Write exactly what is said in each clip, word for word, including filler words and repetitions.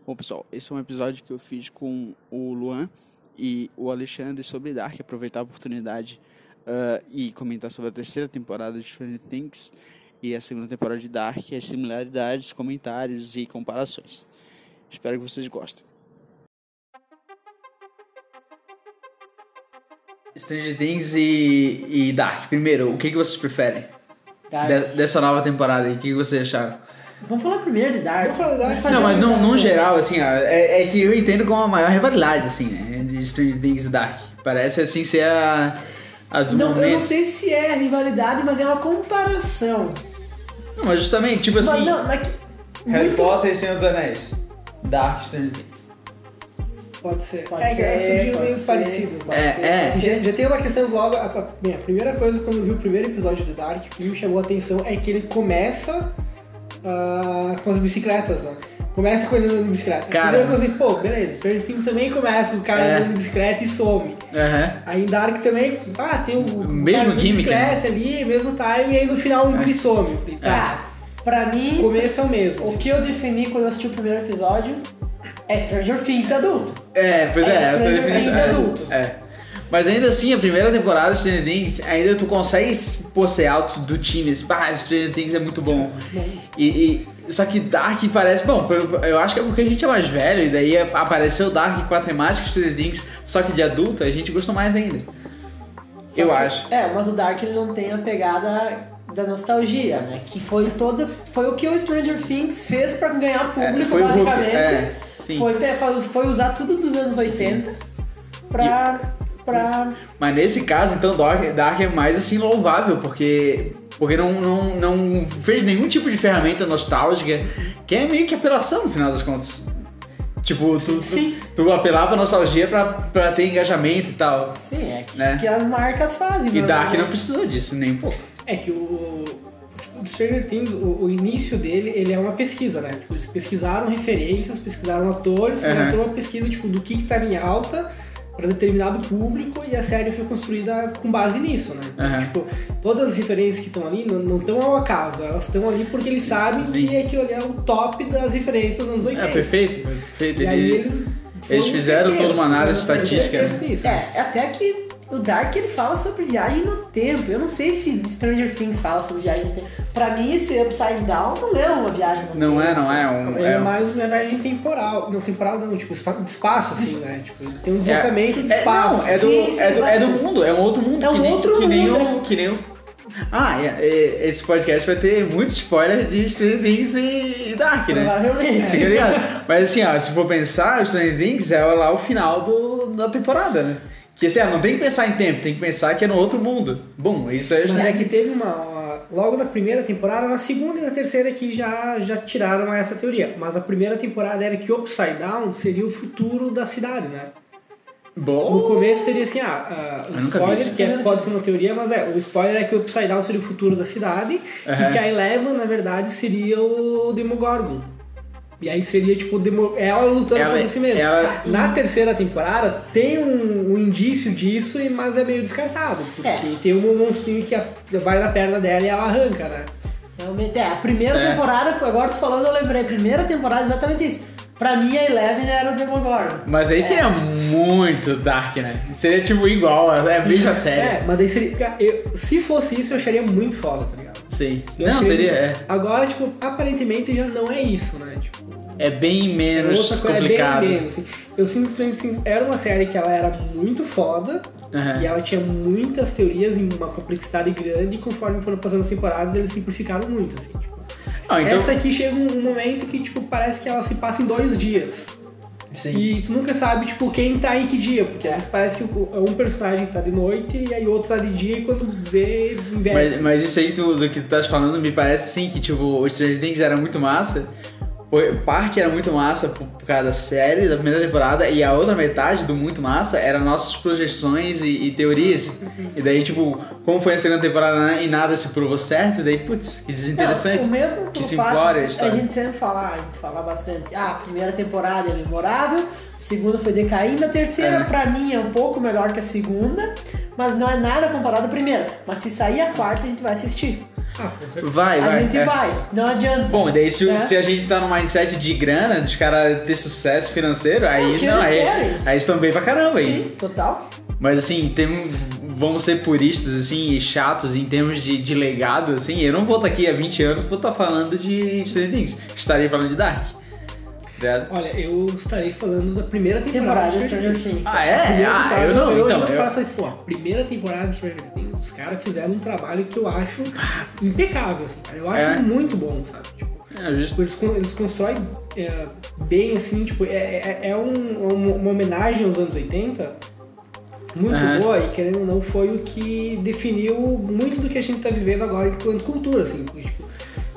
Bom, pessoal, esse é um episódio que eu fiz com o Luan e o Alexandre sobre Dark, aproveitar a oportunidade uh, e comentar sobre a terceira temporada de Stranger Things e a segunda temporada de Dark, as similaridades, comentários e comparações. Espero que vocês gostem. Stranger Things e, e Dark. Primeiro, o que, que vocês preferem de, dessa nova temporada? E o que, que vocês acharam? Vamos falar primeiro de Dark. Vamos falar de Dark. Não, mas no, no geral, assim, ó, é, é que eu entendo como a maior rivalidade, assim, né, de Stranger Things e Dark. Parece, assim, ser a, a do não, momento. Eu não sei se é rivalidade, mas é uma comparação. Não, mas justamente, tipo assim, mas não, mas que... Harry muito... Potter e Senhor dos Anéis. Dark e Stranger Things. Pode ser. Pode é, ser, é, surgiram meio ser, parecidos. É, ser, é. Já, já tem uma questão logo... A, bem, a primeira coisa, quando eu vi o primeiro episódio de Dark, que me chamou a atenção é que ele começa... Uh, com as bicicletas, né? Começa com ele andando de bicicleta. Cara. Primeiro eu pensei, pô, beleza, Stranger Things também começa com o cara É. andando de bicicleta e some. Uhum. Aí em Dark também, ah, tem o Mesmo cara de gimmick, bicicleta ali, mesmo time, e aí no final um É. guri some. Eu falei, Tá, pra mim, o começo é o mesmo. o que eu defini quando eu assisti o primeiro episódio é Stranger Things adulto. É, pois é, É, essa é a Stranger definição. Things É, adulto. é. Mas ainda assim, a primeira temporada de Stranger Things, ainda tu consegue pôr ser alto do time, assim, pá, Stranger Things é muito bom. E, e, só que Dark parece, bom, eu acho que é porque a gente é mais velho, e daí apareceu Dark com a temática de Stranger Things, só que de adulto, a gente gostou mais ainda. Só eu que- acho. É, mas o Dark ele não tem a pegada da nostalgia, né? Que foi toda, foi o que o Stranger Things fez pra ganhar público, É, foi o Hulk, basicamente. é, sim. Foi, foi, foi usar tudo dos anos oitenta pra, pra... Mas nesse caso, então, Dark, Dark é mais assim louvável, porque, porque não, não, não fez nenhum tipo de ferramenta nostálgica, que é meio que apelação no final das contas. Tipo, tu, Sim. tu, tu apelava a nostalgia pra, pra ter engajamento e tal. Sim, é que, Né? que as marcas fazem. E Dark normalmente. não precisou disso, nem um pouco. É que o, o Stranger Things, o, o início dele, ele é uma pesquisa, né? Tipo, eles pesquisaram referências, pesquisaram atores, Uhum. fizeram toda uma pesquisa tipo, do que que tá em alta para determinado público, e a série foi construída com base nisso, né? Então, Uhum. tipo, todas as referências que estão ali não estão ao acaso, elas estão ali porque eles sabem sim. que aquilo ali é o top das referências dos anos oitenta. É perfeito, perfeito. E aí Ele- eles... eles foram fizeram certeiros, toda uma análise foram estatística, certeiros né? nisso. É, até que o Dark ele fala sobre viagem no tempo. Eu não sei se Stranger Things fala sobre viagem no tempo. Pra mim, esse Upside Down não é uma viagem no Não tempo. é, não é. Um, Ele é é um- mais uma viagem temporal. Não temporal, não, tipo, espa- de espaço, assim, né? Tipo, ele tem um deslocamento de é, espaço. não, é, do, Sim, sim, é, do, é do exato. mundo, é um outro mundo. É um que nem, outro que nem mundo, o, que nem o... Ah, é, é, esse podcast vai ter muito spoiler de Stranger Things e, e Dark, né? Provavelmente. Fica ligado? Mas assim, ó, se for pensar, o Stranger Things é lá o final do, da temporada, né? Que assim, ó, não tem que pensar em tempo, tem que pensar que é no outro mundo. Bom, isso aí... Mas é que teve uma, uma- Logo na primeira temporada, na segunda e na terceira que já, já tiraram essa teoria. Mas a primeira temporada era que o Upside Down seria o futuro da cidade, né? Bom... No começo seria assim, ah, ah, Eu o nunca vi spoiler, isso. que é- pode ser uma teoria, mas é, o spoiler é que o Upside Down seria o futuro da cidade Uhum. e que a Eleven, na verdade, seria o Demogorgon. E aí seria, tipo, o Demo- ela lutando Ela- contra si mesma. ela- Na terceira temporada, tem um, um indício disso, e- mas é meio descartado. Porque É. tem um monstrinho que a- vai na perna dela e ela arranca, né? Realmente, é. A primeira Certo. temporada, agora tu falando, eu lembrei. A primeira temporada é exatamente isso. Pra mim, a Eleven era o Demogorgon. Mas aí seria muito Dark, né? Seria tipo igual, é bem a série. É, mas daí seria... cara, eu- se fosse isso, eu acharia muito foda, tá ligado? Sim. Eu Não, acharia seria... muito- É, Agora, tipo, aparentemente já não é isso, né? Tipo, é bem é menos outra coisa, é complicado. bem menos, assim. Eu sinto que Stranger Things era uma série que ela era muito foda, Uhum. e ela tinha muitas teorias e uma complexidade grande, e conforme foram passando as temporadas, eles simplificaram muito, assim. Tipo, Não, então... essa aqui chega um um momento que, tipo, parece que ela se passa em dois dias. Sim. E tu nunca sabe, tipo, quem tá em que dia, porque às vezes parece que o- um personagem tá de noite e aí outro tá de dia, e quando vê, inverte. Mas, mas isso aí tu, do que tu estás falando me parece sim que tipo, o Stranger Things era muito massa. Foi- Parte era muito massa por, por causa da série, da primeira temporada, e a outra metade do muito massa eram nossas projeções e, e teorias. E daí, tipo, como foi a segunda temporada, né, e nada se provou certo, e daí, putz, que desinteressante. Não, o mesmo que pelo se fato implora a de a história. gente sempre fala, a gente fala bastante. Ah, a primeira temporada é memorável, a segunda foi decaindo, a terceira É. pra mim é um pouco melhor que a segunda, mas não é nada comparado à primeira. Mas se sair a quarta, a gente vai assistir. Ah, com certeza. Vai, A vai. gente é. vai, não adianta. Bom, daí se, É. se a gente tá no mindset de grana, dos caras ter sucesso financeiro, aí o que não, eles aí, querem. aí eles estão bem pra caramba aí. Sim, total. Mas assim, tem, vamos ser puristas assim e chatos em termos de, de legado, assim, eu não vou estar aqui há vinte anos vou estar falando de Stranger Things. Estarei falando de Dark. Tá? Olha, eu estarei falando da primeira temporada, Temporada de de Stranger Things. Ah, A é? primeira Ah, temporada, eu não, eu, então. eu, Eu... falei, pô, a primeira temporada de Stranger Things, os caras fizeram um trabalho que eu acho impecável, assim, cara. Eu acho É. muito bom, sabe? Tipo, É, justo. eles, con- eles constroem é, bem, assim, tipo, é, é, é um- uma, uma homenagem aos anos oitenta muito Aham. boa e, querendo ou não, foi o que definiu muito do que a gente tá vivendo agora enquanto cultura, assim. Tipo,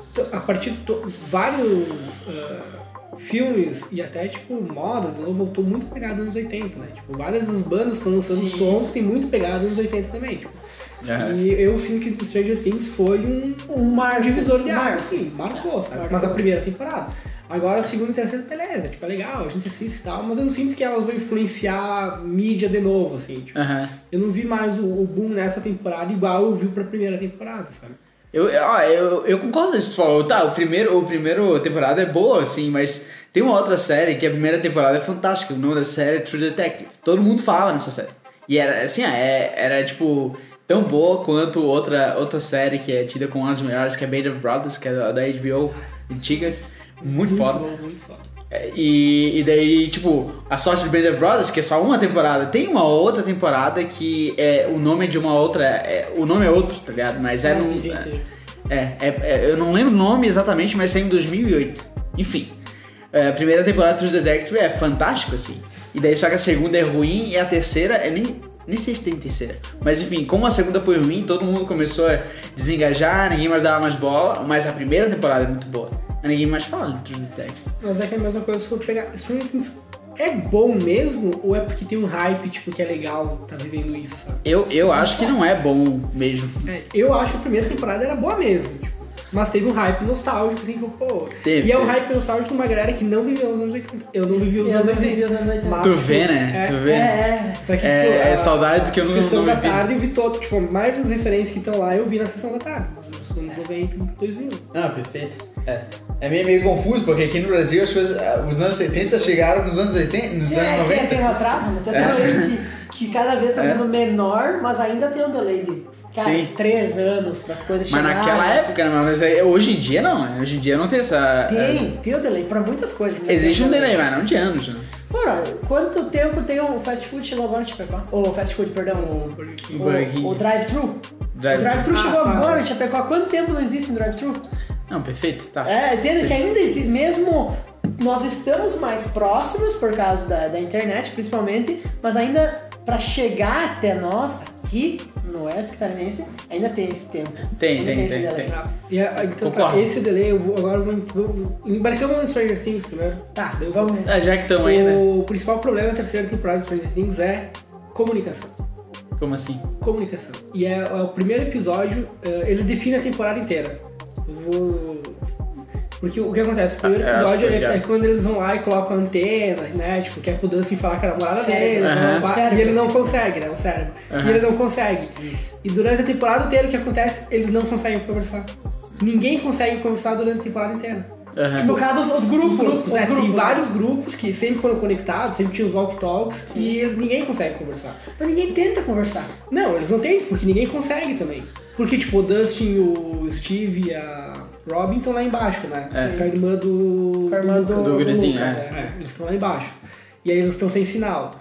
a partir de to- vários ah, filmes e até, tipo, moda, de novo, voltou muito pegado nos anos oitenta, né? Tipo, várias das bandas estão lançando Sim. sons que tem muito pegado nos anos oitenta também, tipo. Aham. E eu sinto que Stranger Things foi um, Um marco. divisor de um água, marco. assim, marcou, sabe? Marcou. Mas a primeira temporada. Agora a segunda e terceira, beleza, tipo, é legal, a gente assiste e tal, mas eu não sinto que elas vão influenciar a mídia de novo, assim, tipo. Aham. Eu não vi mais o, o boom nessa temporada igual eu vi pra primeira temporada, sabe? Eu, ó, eu, eu concordo com isso que tu falou. Tá, o primeiro, o primeiro temporada é boa, assim, mas tem uma outra série que a primeira temporada é fantástica. O nome da série é True Detective. Todo mundo falava nessa série. E era, assim, ah, é, era, tipo, tão boa quanto outra, outra série que é tida como uma das melhores, que é Band of Brothers, que é da, da H B O, antiga. Muito foda. bom, muito foda. E, e daí, tipo, a sorte do Band of Brothers, que é só uma temporada, tem uma outra temporada que é, o nome é de uma outra. É, o nome é outro, tá ligado? Mas é Ah, num. entendi. É, é, é, eu não lembro o nome exatamente, mas saiu em dois mil e oito. Enfim, é, a primeira temporada do True Detective é fantástico, assim. E daí só que a segunda é ruim e a terceira é nem. Nem sei se tem terceira. Mas enfim, como a segunda foi ruim, todo mundo começou a desengajar, ninguém mais dava mais bola, mas a primeira temporada é muito boa. Mas ninguém mais fala de True Detective. Mas é que é a mesma coisa se for pegar. Stranger Things é bom mesmo ou é porque tem um hype, tipo, que é legal tá vivendo isso, sabe? Eu, eu acho que não é bom mesmo. É, eu acho que a primeira temporada era boa mesmo, tipo, mas teve um hype nostálgico, assim, tipo, pô. Teve, e é um teve. hype nostálgico de uma galera que não viveu os anos oitenta. Eu não vivi os Eu anos não vivi oitenta. os anos oitenta. Mas, Tu tipo, vê, né? É, Tu vê. É, é. Só que, É- tipo, é a- saudade do que eu não- Sessão não da vivi. tarde eu vi todo, tipo, a maioria das referências que estão lá eu vi na Sessão da Tarde. Nos anos noventa, dois mil. Ah, perfeito. É, é meio, meio confuso, porque aqui no Brasil as coisas, os anos setenta chegaram nos anos oitenta, nos Sim, anos é, que noventa. tem um atraso, né? Tem até um delay que, que cada vez tá É. sendo menor, mas ainda tem um delay de, cara, Sim. três anos para as coisas Mas chegarem. naquela época, né? Mas é- hoje em dia não, né? Hoje em dia não tem essa... Tem, tem o delay para muitas coisas. né? Existe Tem um delay, mas não de anos, né? Porra, quanto tempo tem o fast food chegou agora em Chapecó? Ou fast food, perdão, o, Burger King. o, Burger King. o drive-thru. Drive- O drive-thru Ah, chegou tá. agora em Chapecó. Há quanto tempo não existe um drive-thru? Não, perfeito, tá. É, entende Sim. que ainda existe, mesmo nós estamos mais próximos por causa da, da internet, principalmente, mas ainda para chegar até nós, aqui no Oeste Catarinense, ainda tem esse tempo. Tem, ainda tem, esse tem, delay. tem. E a- então, tá, Concordo. esse delay, eu vou, agora eu vou, vou embarcamos no Stranger Things primeiro. Tá, Eu vamos. vou- Ah, já que estamos aí, né? O principal problema da terceira temporada de Stranger Things é comunicação. Como assim? Comunicação. E é, é o primeiro episódio, é, ele define a temporada inteira. Eu vou... Porque o que acontece? O primeiro Ah, eu acho episódio que é, já. é quando eles vão lá e colocam a antena, né? Tipo, quer pro Dustin falar que era a namorada Cérebro. dele, Aham. blá, blá, blá, Cérebro. e ele não consegue, né? O cérebro. Aham. E ele não consegue. E durante a temporada inteira o que acontece? Eles não conseguem conversar. Ninguém consegue conversar durante a temporada inteira. Aham. No caso, os, os grupos. Os grupos, os é, tem grupos. vários grupos que sempre foram conectados, sempre tinha os walk-talks e ninguém consegue conversar. Mas ninguém tenta conversar. Não, eles não tentam, porque ninguém consegue também. Porque, tipo, o Dustin, o Steve e a Robin estão lá embaixo, né? É. Com a irmã do... Com a irmã do- do gurizinho, Lucas, é. é. Eles estão lá embaixo. E aí eles estão sem sinal.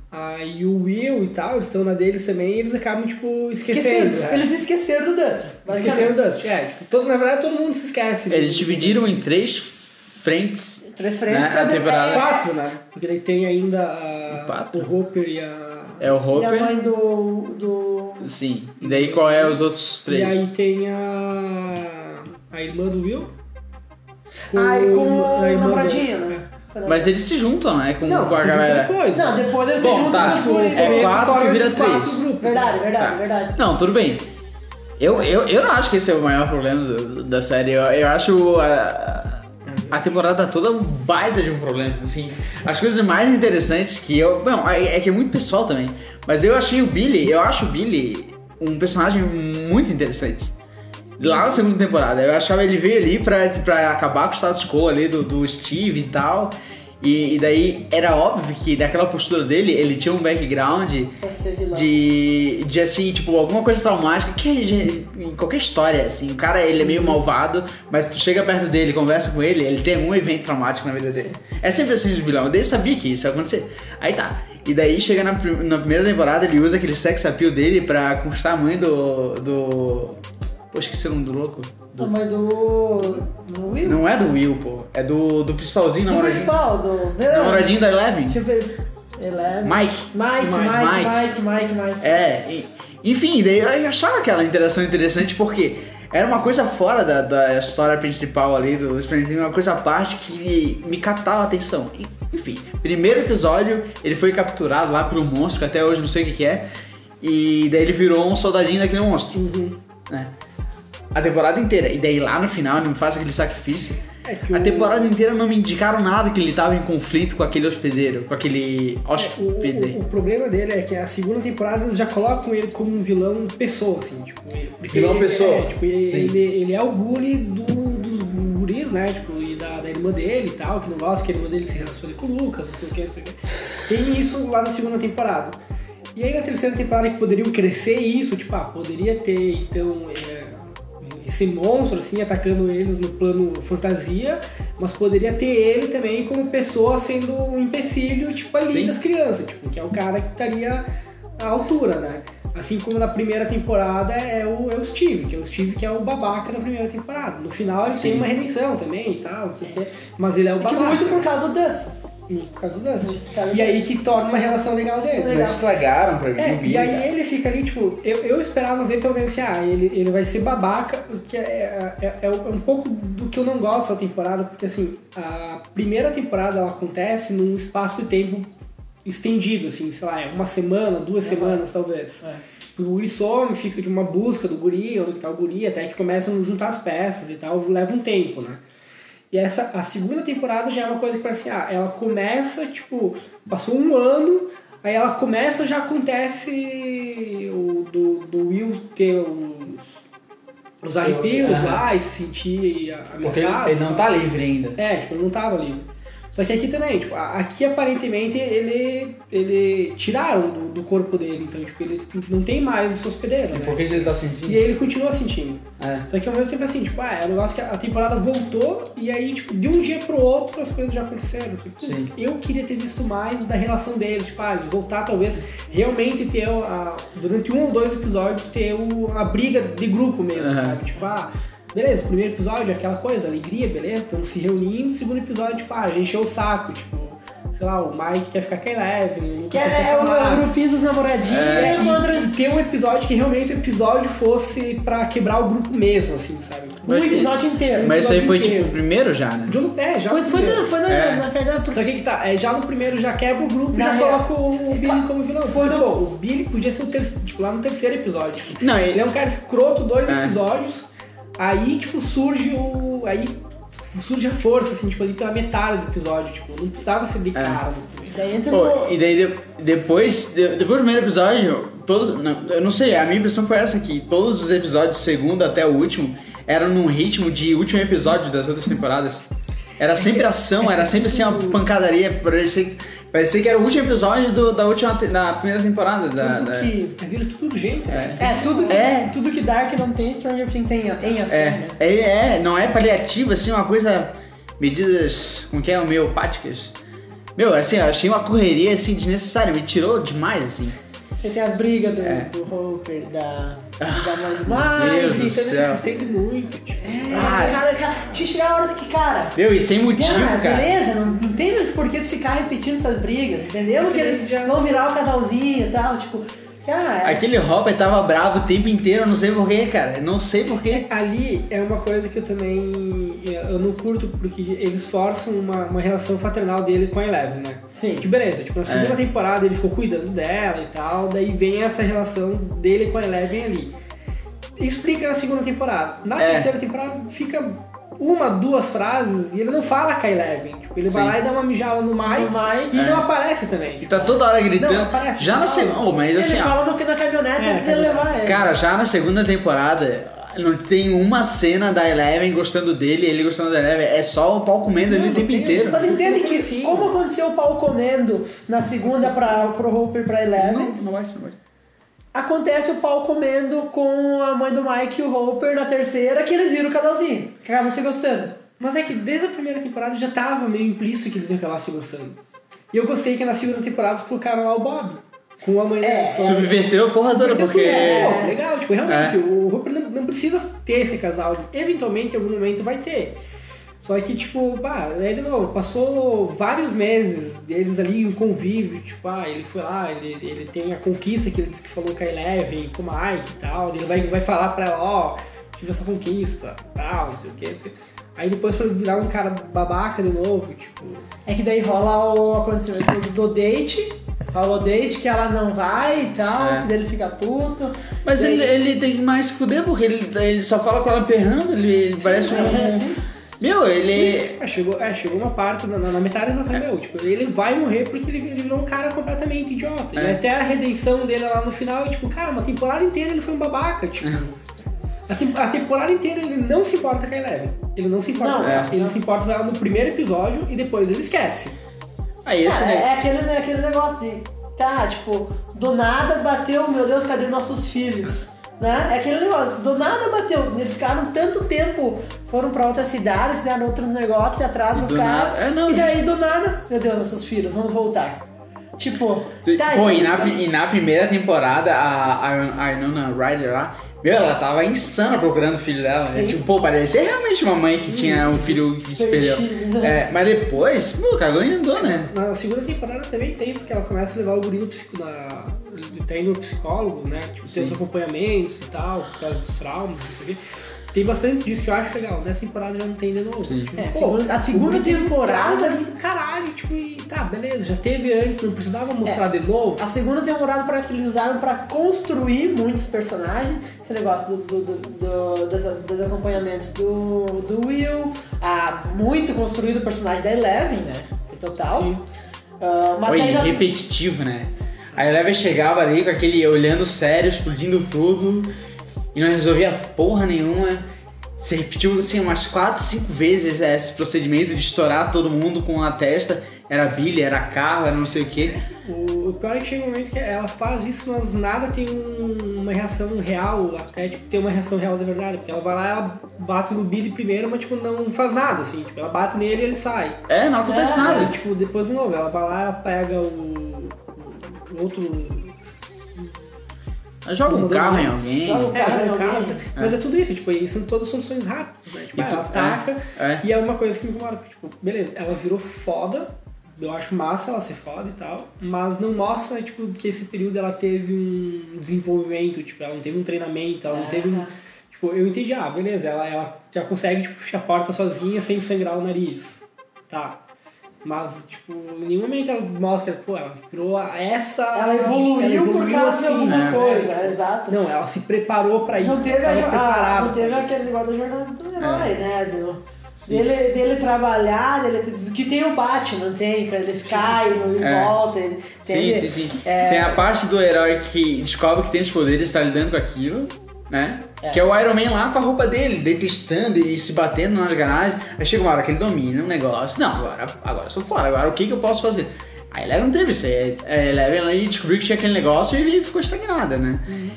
Aí o Will e tal, eles estão na deles também e eles acabam, tipo, esquecendo. Esqueceram. né? Eles esqueceram do Dustin. esqueceram o Dustin. É, tipo, todo, na verdade todo mundo se esquece. Eles dividiram em três frentes. Três frentes Né, pra a de- temporada. Quatro, né? Porque daí tem ainda a- Quatro. o Hopper e a... É o E a Hopper. mãe do. do... Sim. E daí qual é os outros três? E aí tem a... a irmã do Will. Ah, e com a o irmã do- namoradinho, né? Mas eles se juntam, né? Com, Não, com a se junta galera. depois. Não, depois eles Bom, se juntam tá. no escuro. É Começo, quatro fora que vira esses quatro três. grupos. Verdade, verdade, Tá. verdade. Não, tudo bem. Eu, eu, eu não acho que esse é o maior problema do- da série. Eu, eu acho a, a temporada toda um baita de um problema. Assim, as coisas mais interessantes que eu. Não, é, é que é muito pessoal também. Mas eu achei o Billy, eu acho o Billy um personagem muito interessante. Lá na segunda temporada. Eu achava ele veio ali pra, pra acabar com o status quo ali do, do Steve e tal. E, e daí era óbvio que naquela postura dele, ele tinha um background de, de assim, tipo, alguma coisa traumática, que em qualquer história, assim, o cara, ele é meio malvado, mas tu chega perto dele, conversa com ele, ele tem um evento traumático na vida dele. Sim. É sempre assim de vilão, daí eu sabia que isso ia acontecer. Aí tá, e daí chega na, na primeira temporada, ele usa aquele sex appeal dele pra conquistar a mãe do... do... Pô, esqueci o nome do louco. Do... A mãe do... do Will? Não é do Will, pô. É do, do principalzinho, do namoradinho. principal, do... Namoradinho da Eleven. Deixa eu ver. Eleven. Mike. Mike, Mike, Mike, Mike, Mike. É, enfim, daí eu achava aquela interação interessante porque era uma coisa fora da, da história principal ali do Stranger Things, uma coisa à parte que me captava a atenção. Enfim, primeiro episódio, ele foi capturado lá por um monstro, que até hoje não sei o que que é, e daí ele virou um soldadinho daquele monstro. Uhum. É. A temporada inteira. E daí lá no final ele me faz aquele sacrifício. É que a o... temporada inteira não me indicaram nada que ele tava em conflito com aquele hospedeiro, com aquele hospedeiro. É, o, o, o problema dele é que a segunda temporada eles já colocam ele como um vilão pessoa, assim, tipo... Vilão ele, pessoa? É, tipo, ele, ele, ele é o bully do, dos guris, né, tipo, e da, da irmã dele e tal, que não gosta que a irmã dele se relacione com o Lucas, não sei o que, não sei o que. Tem isso lá na segunda temporada. E aí na terceira temporada que poderiam crescer isso, tipo, ah, poderia ter, então... É, esse monstro, assim, atacando eles no plano fantasia, mas poderia ter ele também como pessoa sendo um empecilho, tipo, ali Sim. das crianças, tipo, que é o cara que estaria à altura, né? Assim como na primeira temporada é o, é o Steve, que é o Steve que é o babaca da primeira temporada. No final ele Sim. tem uma redenção também e tal, não sei o que, mas ele é o É que babaca. muito por causa dessa. Muito por causa dessa. E aí que torna uma relação legal deles. Eles estragaram pra mim. É, no vídeo, e aí cara. ele fica ali, tipo, eu, eu esperava ver pelo menos assim, ah, ele, ele vai ser babaca, que é, é, é um pouco do que eu não gosto da temporada, porque assim, a primeira temporada ela acontece num espaço de tempo estendido, assim, sei lá, é uma semana, duas é, semanas talvez. É. O guri some, fica de uma busca do guri, onde tá o guri, até que começam a juntar as peças e tal, leva um tempo, né? E essa, a segunda temporada já é uma coisa que parece assim, ah, ela começa, tipo, passou um ano, aí ela começa, já acontece o do, do Will ter os, os arrepios uhum. lá e se sentir ameaçado. Porque ele, ele não tá livre ainda. É, tipo, ele não tava livre. Só que aqui também, tipo, aqui aparentemente ele, ele tiraram do, do corpo dele, então tipo, ele não tem mais esse hospedeiro, né? Por que ele tá sentindo? E aí ele continua sentindo. É. Só que ao mesmo tempo assim, tipo, ah, é um negócio que a temporada voltou e aí, tipo, de um dia pro outro as coisas já aconteceram. Tipo, Sim. Eu queria ter visto mais da relação deles, tipo, ah, eles voltar talvez realmente ter, a, durante um ou dois episódios, ter uma briga de grupo mesmo, uhum. sabe? Tipo, ah... Beleza, o primeiro episódio, aquela coisa, alegria, beleza, estamos se reunindo, segundo episódio, tipo, ah, a gente encheu o saco, tipo, sei lá, o Mike quer ficar com a Eleven, que é, é o grupinho dos namoradinhos, é, é, e, e ter um episódio que realmente o episódio fosse pra quebrar o grupo mesmo, assim, sabe? Um mas, episódio inteiro. Um mas isso aí foi inteiro. tipo o primeiro já, né? É, já foi, foi, na, foi na, é. na cardápio. Só que que tá, é, já no primeiro já quebra o grupo e já é. coloca o Billy como vilão. Foi, não, o Billy podia ser o terceiro, tipo, lá no terceiro episódio. Não, ele, ele é um cara escroto, dois é. episódios. Aí, tipo, surge o... Aí surge a força, assim, tipo, ali pela metade do episódio, tipo, não precisava ser de cara. É. Daí entra Pô, no... E daí, de, depois, de, depois do primeiro episódio, todos, não, eu não sei, a minha impressão foi essa, que todos os episódios, segundo até o último, eram num ritmo de último episódio das outras temporadas. Era sempre ação, era sempre assim, uma pancadaria, parecia, parecia que era o último episódio do, da última, da primeira temporada. Da, tudo da... que... É, vira tudo urgente, né? É, é, tudo, é. tudo que Dark não tem, Stranger Things tem em ação, é, né? É, é, não é paliativo, assim, uma coisa... Medidas, como que é, homeopáticas. Meu, assim, eu achei uma correria, assim, desnecessária, me tirou demais, assim. Você tem as brigas do, é. do Hopper, da... Ah, da Meu Deus do céu. Isso tem muito. É, ah, cara, cara, tinha chegado a hora que, cara... Meu, e sem motivo, cara, cara. Beleza, não, não tem mais porquê de ficar repetindo essas brigas, entendeu? Porque eles já vão virar o casalzinho e tal, tipo... Cara, é... Aquele Hopper tava bravo o tempo inteiro, eu não sei porquê, cara. Não sei porquê. Ali é uma coisa que eu também... Eu não curto, porque eles forçam uma, uma relação fraternal dele com a Eleven, né? Sim. Que beleza, tipo, na segunda é. temporada ele ficou cuidando dela e tal, daí vem essa relação dele com a Eleven ali. Explica na segunda temporada. Na é. terceira temporada fica uma, duas frases e ele não fala com a Eleven. Tipo, ele Sim. vai lá e dá uma mijada no Mike, no Mike e é. não aparece também. E tá toda hora gritando. Não, aparece, já na segunda, oh, mas ele assim... Ele fala no, na caminhonete é, antes de levar ele. Cara, já na segunda temporada, não tem uma cena da Eleven gostando dele, ele gostando da Eleven. É só o pau comendo ele o tempo inteiro. Mas entende que sim. Como aconteceu o pau comendo na segunda pra, pro Hopper e pra Eleven, Não, não bate, não bate. acontece o pau comendo com a mãe do Mike e o Hopper na terceira, que eles viram o casalzinho, que acabam se gostando. Mas é que desde a primeira temporada já tava meio implícito que eles iam acabar se gostando. E eu gostei que na segunda temporada eles colocaram lá o Bob. Com a mãe É, dela. Subverteu a porra toda, porque... É, legal, tipo, realmente, É. o Hopper não, não precisa ter esse casal. Eventualmente, em algum momento, vai ter. Só que, tipo, pá, ele não, passou vários meses deles ali em convívio, tipo, ah, ele foi lá, ele, ele tem a conquista que ele disse que falou com a Eleven, com o Mike e tal, ele vai, vai falar pra ela, ó, oh, tive essa conquista, tal, não sei o que, não sei. Aí depois foi virar um cara babaca de novo, tipo... É que daí rola o acontecimento do date, rola o date que ela não vai e tal, É. que daí ele fica puto. Mas daí... ele, ele tem que mais se fuder, porque ele, ele só fala com ela perrando, ele, ele parece um... É, sim. Meu, ele... É, chegou, é, chegou uma parte, na, na metade da é. meu, tipo, ele vai morrer porque ele, ele virou um cara completamente idiota. É. E até a redenção dele lá no final, tipo, cara, uma temporada inteira ele foi um babaca, tipo... A, te a temporada inteira ele não se importa com a Eleven. Ele não se importa Não, com ela. é. Ele se importa com ela no primeiro episódio e depois ele esquece. Aí esse, É, né? é aquele, é aquele negócio de, tá, tipo, do nada bateu, meu Deus, cadê nossos filhos? Né? É aquele negócio, do nada bateu, eles ficaram tanto tempo, foram pra outra cidade, fizeram outros negócios atrás E do do carro, nada- é, não, e daí do nada, meu Deus, nossos filhos, vamos voltar. Tipo, tá, Pô, então e na, isso- e na primeira temporada, a, a, a Winona Ryder lá, meu, ela tava insana procurando o filho dela, né? Sim. Tipo, pô, parecia realmente uma mãe que tinha um filho que se perdeu. Perdido. É, mas depois, pô, cagou e andou, né? Na segunda temporada também tem, porque ela começa a levar o guri no psico, na, ele tá indo no psicólogo, né? Tipo, tem Sim. os acompanhamentos e tal, por causa dos traumas, não sei o quê. Tem bastante disso que eu acho legal. Nessa temporada já não tem de novo. Sim. Tipo, É, a pô, segunda- a segunda o guri teve temporada- trauma ali do caralho, tipo, e tá, beleza, já teve antes, não precisava mostrar É. de novo. A segunda temporada parece que eles usaram pra construir muitos personagens. Esse negócio do, do, do, do- dos, dos acompanhamentos do, do Will. Ah, muito construído o personagem da Eleven, né? Total. Sim. Ah, mas Foi ainda- repetitivo, né? A Eleven chegava ali com aquele olhando sério, explodindo tudo, e não resolvia porra nenhuma. Você repetiu assim umas quatro, cinco vezes esse procedimento de estourar todo mundo com a testa. Era Billy, era carro, era não sei o que. O, o pior é que chega um momento que ela faz isso, mas nada tem um- uma reação real, até tipo, ter uma reação real de verdade. Porque ela vai lá, ela bate no Billy primeiro, mas tipo, não faz nada, assim. Tipo, ela bate nele e ele sai. É, não acontece É, nada. Aí, tipo, depois de novo, ela vai lá, ela pega o, o outro... Ela joga um carro em alguém. Joga um É, carro em é, um carro, alguém. mas é tudo isso, tipo, e são todas soluções rápidas, né? Tipo, E tu- ela ataca, é. e é uma coisa que me incomoda, porque, tipo, beleza, ela virou foda, eu acho massa ela ser foda e tal, mas não mostra, tipo, que esse período ela teve um desenvolvimento, tipo, ela não teve um treinamento, ela não teve um... Tipo, eu entendi, ah, beleza, ela, ela já consegue, tipo, fechar a porta sozinha sem sangrar o nariz, tá. Mas, tipo, em nenhum momento ela mostra, pô, ela virou essa... Ela evoluiu, ela evoluiu por causa de assim, alguma né? coisa, é, exato. Não, ela se preparou pra isso. Não teve, a, ela jo- a- preparada não teve pra aquele negócio da jornada do herói, né? Do, Sim. dele, dele trabalhar, dele, que tem o Batman, tem, quando eles caem e É. voltam. ele- Sim, tem- sim, sim. É. Tem a parte do herói que descobre que tem os poderes e está lidando com aquilo, né? É. Que é o Iron Man lá com a roupa dele, detestando e se batendo nas garagens. Aí chega uma hora que ele domina um negócio. Não, agora, agora eu sou fora, agora o que, que eu posso fazer? A Eleven não teve isso. aí. A Eleven ela descobriu que tinha aquele negócio e ficou estagnada, né? Uhum.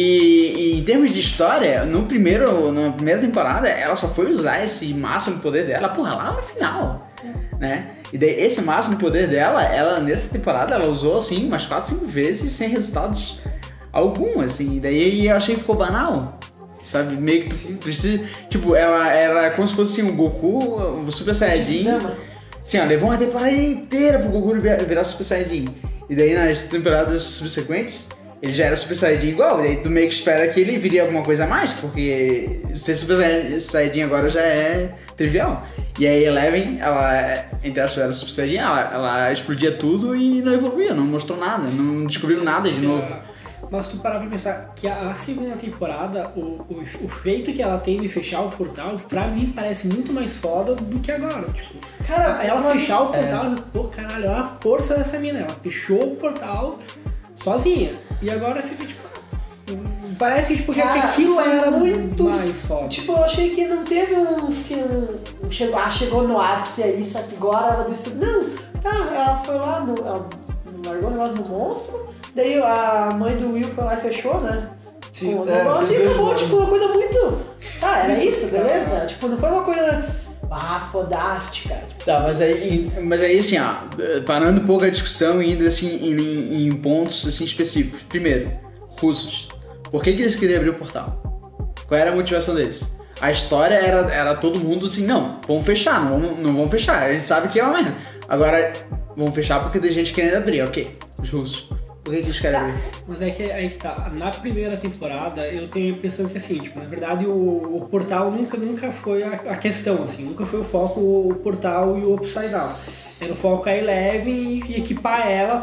E, e em termos de história, no primeiro, na primeira temporada, ela só foi usar esse máximo poder dela, porra, lá no final, né? E daí, esse máximo poder dela, ela nessa temporada, ela usou assim umas quatro, cinco vezes sem resultados algum, assim. E daí eu achei que ficou banal. Sabe, meio que tu precisa. Tipo, ela era como se fosse assim, um Goku, um Super Saiyajin. Dama. Assim, ó, levou uma temporada inteira pro Goku virar virar Super Saiyajin. E daí nas temporadas subsequentes, ele já era Super Saiyajin igual. E daí tu meio que espera que ele viria alguma coisa a mais, porque ser Super Saiyajin agora já é trivial. E aí Eleven, ela, entre aspas, era Super Saiyajin, ela, ela explodia tudo e não evoluía, não mostrou nada, não descobriu nada de novo. Mas tu parar pra pensar que a, a segunda temporada, o, o, o feito que ela tem de fechar o portal, pra mim parece muito mais foda do que agora. Tipo, Cara, ela mas- fechar o portal, eu, pô, caralho, olha a força dessa mina. Ela fechou o portal sozinha. E agora fica tipo. Parece que, tipo, que Cara, aquilo foi era muito- mais foda. Tipo, eu achei que não teve um filme. Chegou, ah, chegou no ápice aí, só que agora ela destruiu. Não, tá, ela foi lá, no, ela largou o negócio do monstro, daí a mãe do Will foi lá e fechou, né? Sim. O É, negócio e Deus acabou, Deus. tipo, uma coisa muito. Tá, era Isso, isso, beleza? Tipo, não foi uma coisa. Ah, fodástica. Tipo, Tá, mas aí, mas aí assim, ó, parando um pouco a discussão e indo assim em, em pontos assim específicos. Primeiro, russos. Por que, que eles queriam abrir o portal? Qual era a motivação deles? A história era, era todo mundo assim, não, vamos fechar, não vamos, não vamos fechar, a gente sabe que é uma merda. Agora, vamos fechar porque tem gente querendo abrir, ok, os russos. Por que, que eles querem Tá. abrir? Mas é que aí que tá. Na primeira temporada, eu tenho a impressão que, assim, tipo, na verdade, o, o portal nunca, nunca foi a, a questão, assim. Nunca foi o foco o, o portal e o Upside Down. Era o foco a Eleven e, e equipar ela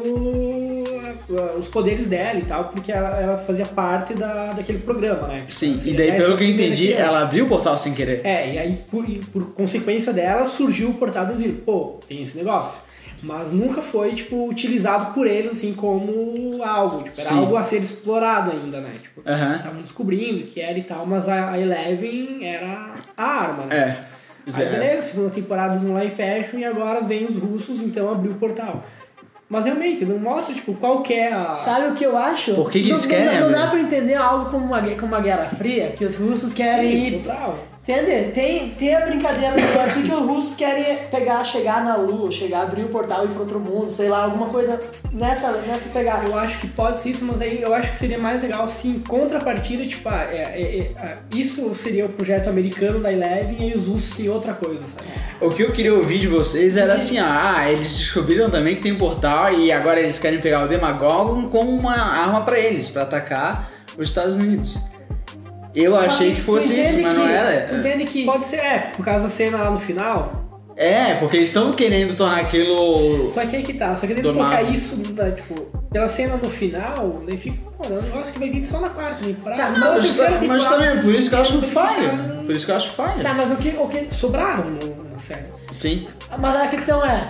como a- a- os poderes dela e tal, porque ela, ela fazia parte da, daquele programa, né? Sim, Assim, e daí é pelo a que eu primeira entendi, criança. ela abriu o portal sem querer. É, e aí por, e por consequência dela surgiu o portal do Zero. Pô, tem esse negócio. Mas nunca foi, tipo, utilizado por eles, assim, como algo. Tipo, era Sim. algo a ser explorado ainda, né? Tipo, Aham. estavam descobrindo que era e tal, mas a, a Eleven era a arma, né? É. Aí beleza, segunda temporada eles vão lá e fecham e agora vem os russos, então abriu o portal. Mas realmente, não mostra, tipo, qual que é a... sabe o que eu acho? Por que que não, eles não- querem Não, abrir? dá pra entender algo como uma, gue- como uma Guerra Fria, que os russos querem Sim, ir. total. Entende? Tem, tem a brincadeira da Guerra Fria que os russos querem pegar, chegar na Lua, chegar, abrir o portal e ir pra outro mundo, sei lá, alguma coisa nessa, nessa pegada. Eu acho que pode ser isso, mas aí eu acho que seria mais legal se em contrapartida, tipo, ah, é, é, é, ah, isso seria o projeto americano da Eleven e aí os russos têm outra coisa, sabe? O que eu queria ouvir de vocês era assim, ah, eles descobriram também que tem um portal e agora eles querem pegar o Demagorgon como uma arma pra eles, pra atacar os Estados Unidos. Eu achei que Tu fosse entende isso, mas não que- era. Tu entende que. Pode ser, é, por causa da cena lá no final. É, porque eles estão querendo tornar aquilo... Só que aí que tá, só que eles Domado. colocar isso, né, tipo, pela cena no final, daí fica, pô, é um negócio que vai vir só na quarta temporada. Tá, Na Não, mas, terceira mas temporada, também, por isso que eu acho eles falha. ficaram- Por isso que eu acho falha. Tá, mas o que. O que Sobraram no- na série. Sim. mas a questão é.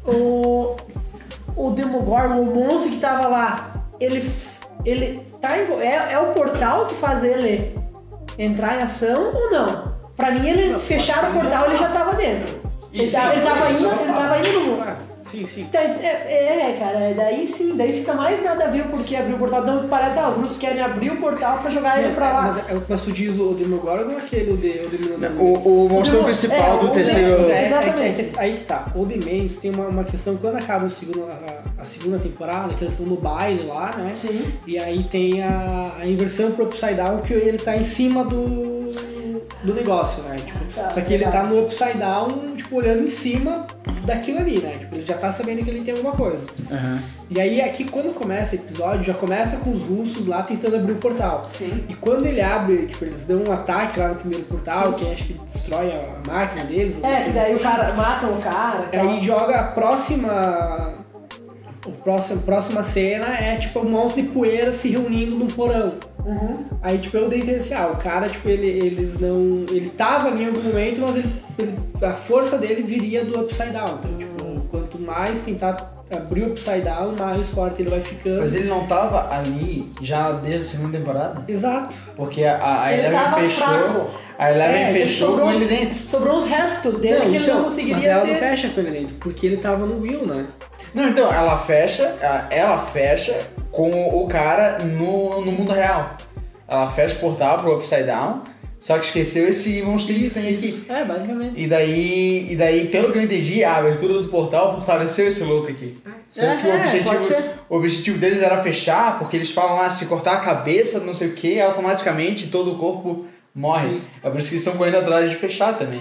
O. O Demogorgon, o monstro que tava lá, ele. Ele tá envol- é, é o portal que faz ele entrar em ação ou não? Pra mim, eles Não, fecharam o pode ser. portal e ele já tava dentro. Ele Isso, tava, ele tava indo, Só ele tava indo no. Ah, sim, sim. Tá, É, é, cara, daí sim, daí fica mais nada a ver o porquê abrir o portal. Então parece, ah, os russos querem abrir o portal pra jogar ele pra lá. Mas, é- mas tu diz o Demogorgon ou aquele, o, de, o Demogorgon? O, o monstro Não, principal é, do o- terceiro... Mas é- Exatamente. é que- é que- aí que tá. O The Mendes tem uma, uma questão, quando acaba o segundo, a, a segunda temporada, que eles estão no baile lá, né? Sim. E aí tem a, a inversão pro Upside Down, que ele tá em cima do, do negócio, né? Tipo, Tá, só que ele legal. tá no Upside Down, tipo, olhando em cima daquilo ali, né? Tipo, ele já tá sabendo que ele tem alguma coisa. Aham. E aí aqui, quando começa o episódio, já começa com os russos lá tentando abrir o portal. Sim. E quando ele abre, tipo, eles dão um ataque lá no primeiro portal, Sim. que acho que destrói a máquina deles. É, que daí o assim. cara matam o cara. e tal. Aí joga a próxima. A próxima, próxima cena é tipo um monte de poeira se reunindo num porão. Uhum. Aí tipo eu dei assim, ah, o cara, tipo, ele, eles não. Ele tava ali em algum momento, mas ele, ele- a força dele viria do Upside Down. Então, tipo, quanto mais tentar abrir o Upside Down, mais forte ele vai ficando. Mas ele não tava ali já desde a segunda temporada? Exato. Porque a, a Ele Eleven tava fechou... fraco. A Eleven É, ele fechou sobrou- com ele dentro. Sobrou uns restos dele que ele então, não mas conseguiria ela não ser. fecha com ele dentro, porque ele tava no Will, né? Não, então, ela fecha, ela- ela fecha com o cara no, no mundo real. Ela fecha o portal pro Upside Down, só que esqueceu esse monstrinho que tem aqui. É, basicamente. E daí, e daí, pelo que eu entendi, a abertura do portal fortaleceu esse louco aqui. Só É, que o é, pode objetivo, ser. o objetivo deles era fechar, porque eles falam lá, se cortar a cabeça, não sei o que, automaticamente todo o corpo morre. Sim. É por isso que eles estão correndo atrás de fechar também.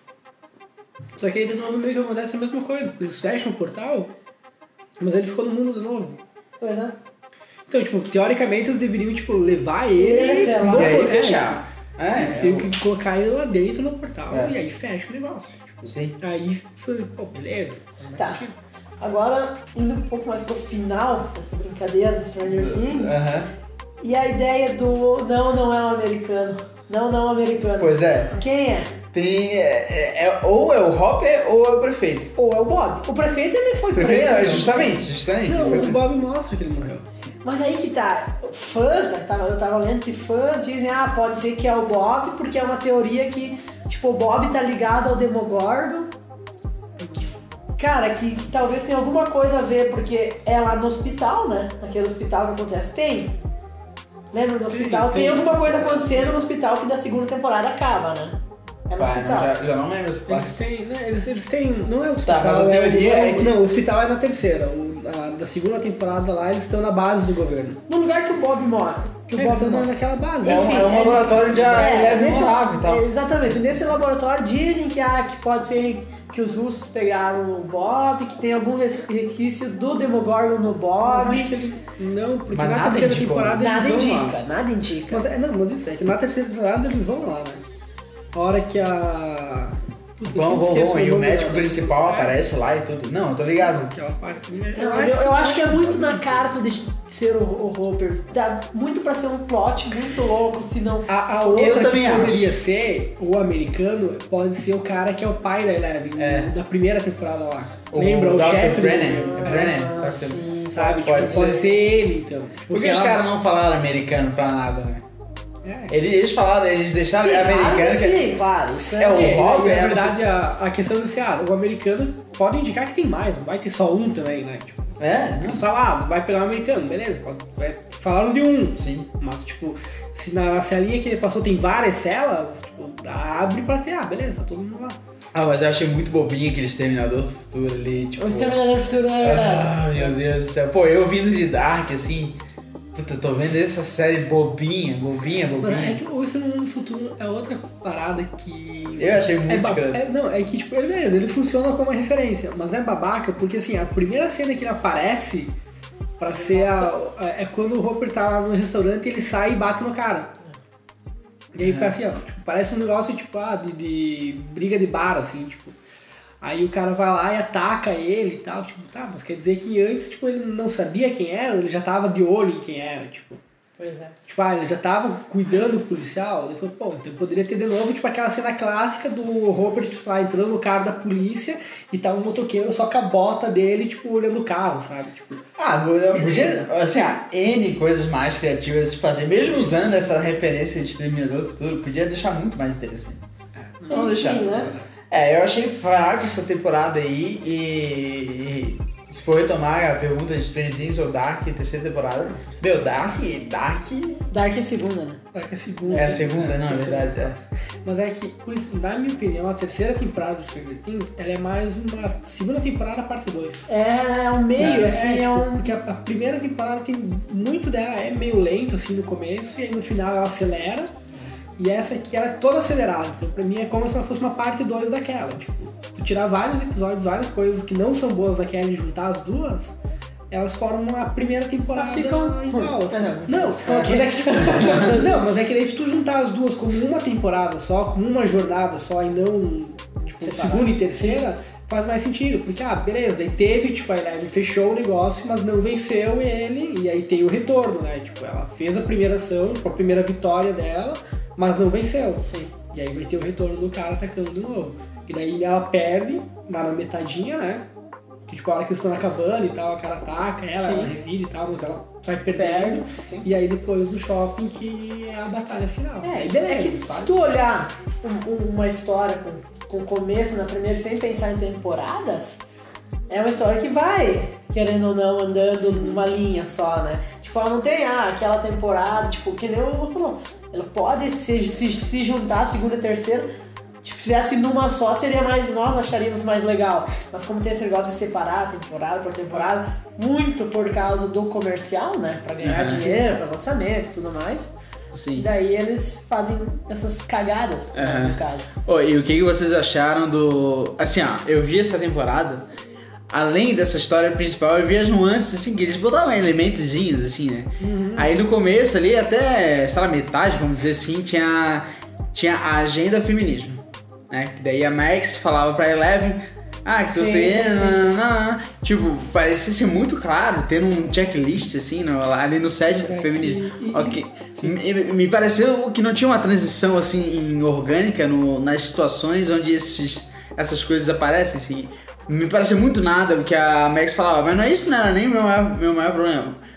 Só que aí de novo meio que acontece a mesma coisa, porque eles fecham o portal, mas ele ficou no mundo de novo. Pois é. Então, tipo, teoricamente eles deveriam, tipo, levar ele Ele até lá. no E aí portal. fechar. É, Eles teriam que colocar ele lá dentro no portal É. e aí fecha o negócio. Tipo, Sim. aí foi, pô, beleza. faz Tá. sentido. Agora, indo um pouco mais pro final dessa brincadeira de Stranger Things, Aham. e a ideia do não, não é um americano. Não, não é um americano. Pois é. Quem é? Tem. É, é- é- ou é o Hopper ou é o prefeito. Ou é o Bob. O prefeito ele foi O prefeito, preso. é justamente, justamente. Não, Foi- o Bob mostra que ele morreu. Mas aí que tá, fãs, eu tava, eu tava lendo que fãs dizem, ah, pode ser que é o Bob, porque é uma teoria que, tipo, o Bob tá ligado ao Demogorgon. Cara, que, que talvez tenha alguma coisa a ver, porque é lá no hospital, né? Naquele hospital que acontece. Tem. Lembra do hospital? Tem, tem, tem alguma coisa acontecendo no hospital que da segunda temporada acaba, né? É no Pai, hospital. Não, já, já não lembro. Eles têm, né, eles, eles têm, não é o hospital, tá, mas a teoria é, é que... Não, o hospital é na terceira, o, a, da segunda temporada lá eles estão na base do governo. No lugar que o Bob mora. Que o É, Bob eles estão mora. naquela base. É um, Enfim, é um laboratório de É, é, nesse, nave e tal. exatamente. Nesse laboratório dizem que, ah, que pode ser que os russos pegaram o Bob, que tem algum resquício do Demogorgon no Bob. Mas acho que ele... Não, porque Mas na nada terceira indicou. temporada Nada eles vão indica, lá. nada indica. Mas, é, não, mas isso é que na terceira temporada eles vão lá, né? A hora que a... Putz, eu Vão, sempre vão, esqueço vão. E o nome médico dela. principal É, aparece lá e tudo. Não, eu tô ligado. Aquela parte... né? Eu, eu, eu acho que é muito na carta de ser o, o Hopper. Dá muito pra ser um plot muito louco, se não... A, a outra Eu também que acho. poderia ser, o americano, pode ser o cara que é o pai da Eleven, É. da primeira temporada lá. O Lembra? O doutor chefe do Brennan. governo. É Brennan, Ah, sabe? sim, Sabe? Pode Tipo, pode ser. ser ele, então. Por que os ela- caras não falaram americano pra nada, né? É. Eles, eles falaram, eles deixaram Sim, americano. claro que que- sim, claro. Isso é, É o É, Rob, na é, verdade, a, a questão desse, ah, o americano pode indicar que tem mais, não vai ter só um também, né? Tipo, É, eles falam, ah, vai pegar o americano, beleza, pode, vai, falaram de um. sim. Mas, tipo, se na celinha que ele passou tem várias celas, tipo, abre pra ter, ah, beleza, tá todo mundo lá. Ah, mas eu achei muito bobinho aquele Exterminador do Futuro ali, tipo... O Exterminador do Futuro não é verdade. Ah, meu Deus do céu. Pô, eu vindo de Dark, assim... Puta, tô vendo essa série bobinha, bobinha, Mas bobinha. é que o Exterminador do Futuro é outra parada que... Eu achei muito é ba- escroto. é, Não, é que, tipo, ele, beleza, ele funciona como uma referência, mas é babaca porque, assim, a primeira cena que ele aparece pra ser a... É quando o Hopper tá lá no restaurante e ele sai e bate no cara. E aí fica assim, ó, tipo, parece um negócio, tipo, ah, de, de briga de bar, assim, tipo... Aí o cara vai lá e ataca ele e tal, tipo, tá, mas quer dizer que antes, tipo, ele não sabia quem era, ele já tava de olho em quem era, tipo... Pois é. Tipo, ah, ele já tava cuidando do policial, ele falou, pô, então poderia ter de novo, tipo, aquela cena clássica do Robert, tipo, lá, entrando no carro da polícia e tá um motoqueiro só com a bota dele, tipo, olhando o carro, sabe, tipo... Ah, podia, assim, ah, N coisas mais criativas de fazer, mesmo usando essa referência de Exterminador do Futuro, podia deixar muito mais interessante. Não Enfim, deixar. né? É, eu achei fraco essa temporada aí e, e se for retomar a pergunta de Stranger Things ou Dark, terceira temporada, meu, Dark, Dark Dark é segunda, né? É que a segunda... é a segunda, não, é verdade, é. Mas é que, por isso, na minha opinião, a terceira temporada do Stranger Things, ela é mais uma segunda temporada, parte dois. É, é um meio, É, assim, é um... Porque a, a primeira temporada tem muito dela, é meio lento assim no começo, e aí no final ela acelera. E essa aqui ela é toda acelerada. Então pra mim é como se ela fosse uma parte dois daquela. Tipo, tu tirar vários episódios, várias coisas que não são boas daquela e juntar as duas, elas formam a primeira temporada Ficam igual. Assim. Ah, Não, ficam aqui. Não, mas é que daí se tu juntar as duas como uma temporada só, como uma jornada só e não tipo, Separado. segunda e terceira, faz mais sentido. Porque, ah, beleza, daí teve, tipo, a Eleven fechou o negócio, mas não venceu ele, e aí tem o retorno, né? Tipo, ela fez a primeira ação, a primeira vitória dela, mas não venceu. Sim. E aí vai ter o retorno do cara atacando de novo. E daí ela perde, lá na metadinha, né? Que tipo, a hora que eles estão acabando e tal, o cara ataca ela, Sim. ela revira e tal, mas ela sai perdendo. Perde, sim. E aí depois no shopping que é a batalha final. É, Aí é que sabe? se tu olhar um- um- uma história com, com começo na primeira sem pensar em temporadas, é uma história que vai, querendo ou não, andando numa linha só, né? Tipo, ela não tem ah, aquela temporada, tipo, que nem o Lu falou, ela pode se, se, se juntar a segunda e terceira, tipo, se fizesse numa só, seria mais, nós acharíamos mais legal. Mas como tem esse negócio de separar temporada por temporada, muito por causa do comercial, né? Pra ganhar Uhum. dinheiro, pra lançamento e tudo mais. E Sim. daí eles fazem essas cagadas, Uhum. no caso. Oh, e o que que vocês acharam do... Assim, ó, eu vi essa temporada, além dessa história principal, eu vi as nuances, assim, que eles botavam elementozinhos, assim, né? Aí no começo ali, até, sei lá, metade, vamos dizer assim, tinha, tinha a agenda feminismo, né? Daí a Max falava pra Eleven, ah, que tu Sim, sei, sim, sim, não, sim. não, não. Tipo, parecia ser muito claro, tendo um checklist, assim, no, ali no set Mas é feminismo. que- e- Ok. Me, me pareceu que não tinha uma transição, assim, em orgânica no, nas situações onde esses, essas coisas aparecem, assim. Me pareceu muito nada o que a Max falava, mas não é isso, não era nem o meu, maior- meu maior problema.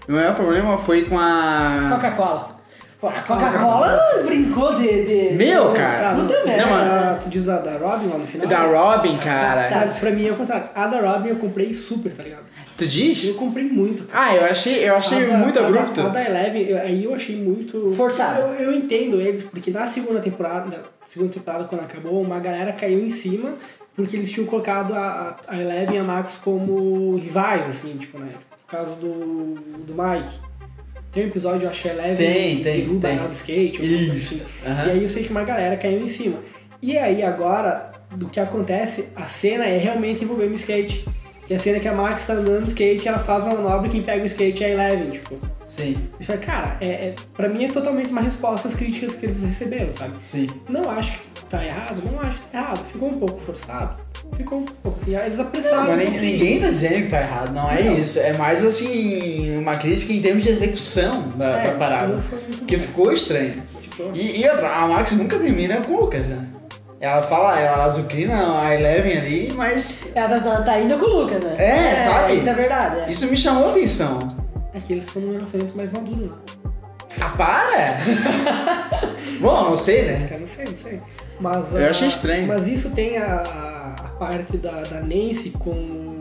O maior problema foi com a... Coca-Cola. Pô, a Coca-Cola brincou de... de... Meu, cara. Puta merda. Não, mano. Ah, tu diz da, da Robin lá no final? Da Robin, cara. Cara, pra mim é o contrário. A da Robin eu comprei super, tá ligado? Tu diz? Eu comprei muito, cara. Ah, eu achei, eu achei A da- muito a da- abrupto. A da Eleven, eu- aí eu achei muito... Forçado. Eu, eu entendo eles, porque na segunda temporada, na segunda temporada quando acabou, uma galera caiu em cima, porque eles tinham colocado a, a Eleven e a Max como rivais, assim, tipo, né? Por causa do, do Mike. Tem um episódio, eu acho que a Eleven Tem, tem, derruba tem. ela do skate, ou alguma coisa Isso, assim. aham. E aí eu sei que uma galera caiu em cima. E aí agora, do que acontece, a cena é realmente envolvendo o skate. E a cena é que a Max tá andando no skate, ela faz uma manobra e quem pega o skate é a Eleven, tipo. Sim, E fala, cara, é, é, pra mim é totalmente uma resposta às críticas que eles receberam, sabe? sim. Não acho que tá errado, não acho que tá errado. Ficou um pouco forçado. Ficou um pouco assim, eles apressaram. Mas um nem- pouquinho. ninguém tá dizendo que tá errado, não é Não. isso. É mais assim, uma crítica em termos de execução da, É, da parada. não foi muito Porque bom. ficou estranho. Ficou. E, e outra, a Max nunca termina com o Lucas, né? Ela fala, ela azucrina a Eleven ali, mas Ela tá, tá indo com o Lucas, né? É, sabe? Isso é verdade. É. isso me chamou a atenção. É que eles estão num relacionamento mais maduro. Ah, para! Bom, não sei, né? Cara, não sei, não sei. Mas, Eu ah, achei estranho. Mas isso tem a, a parte da, da Nancy com,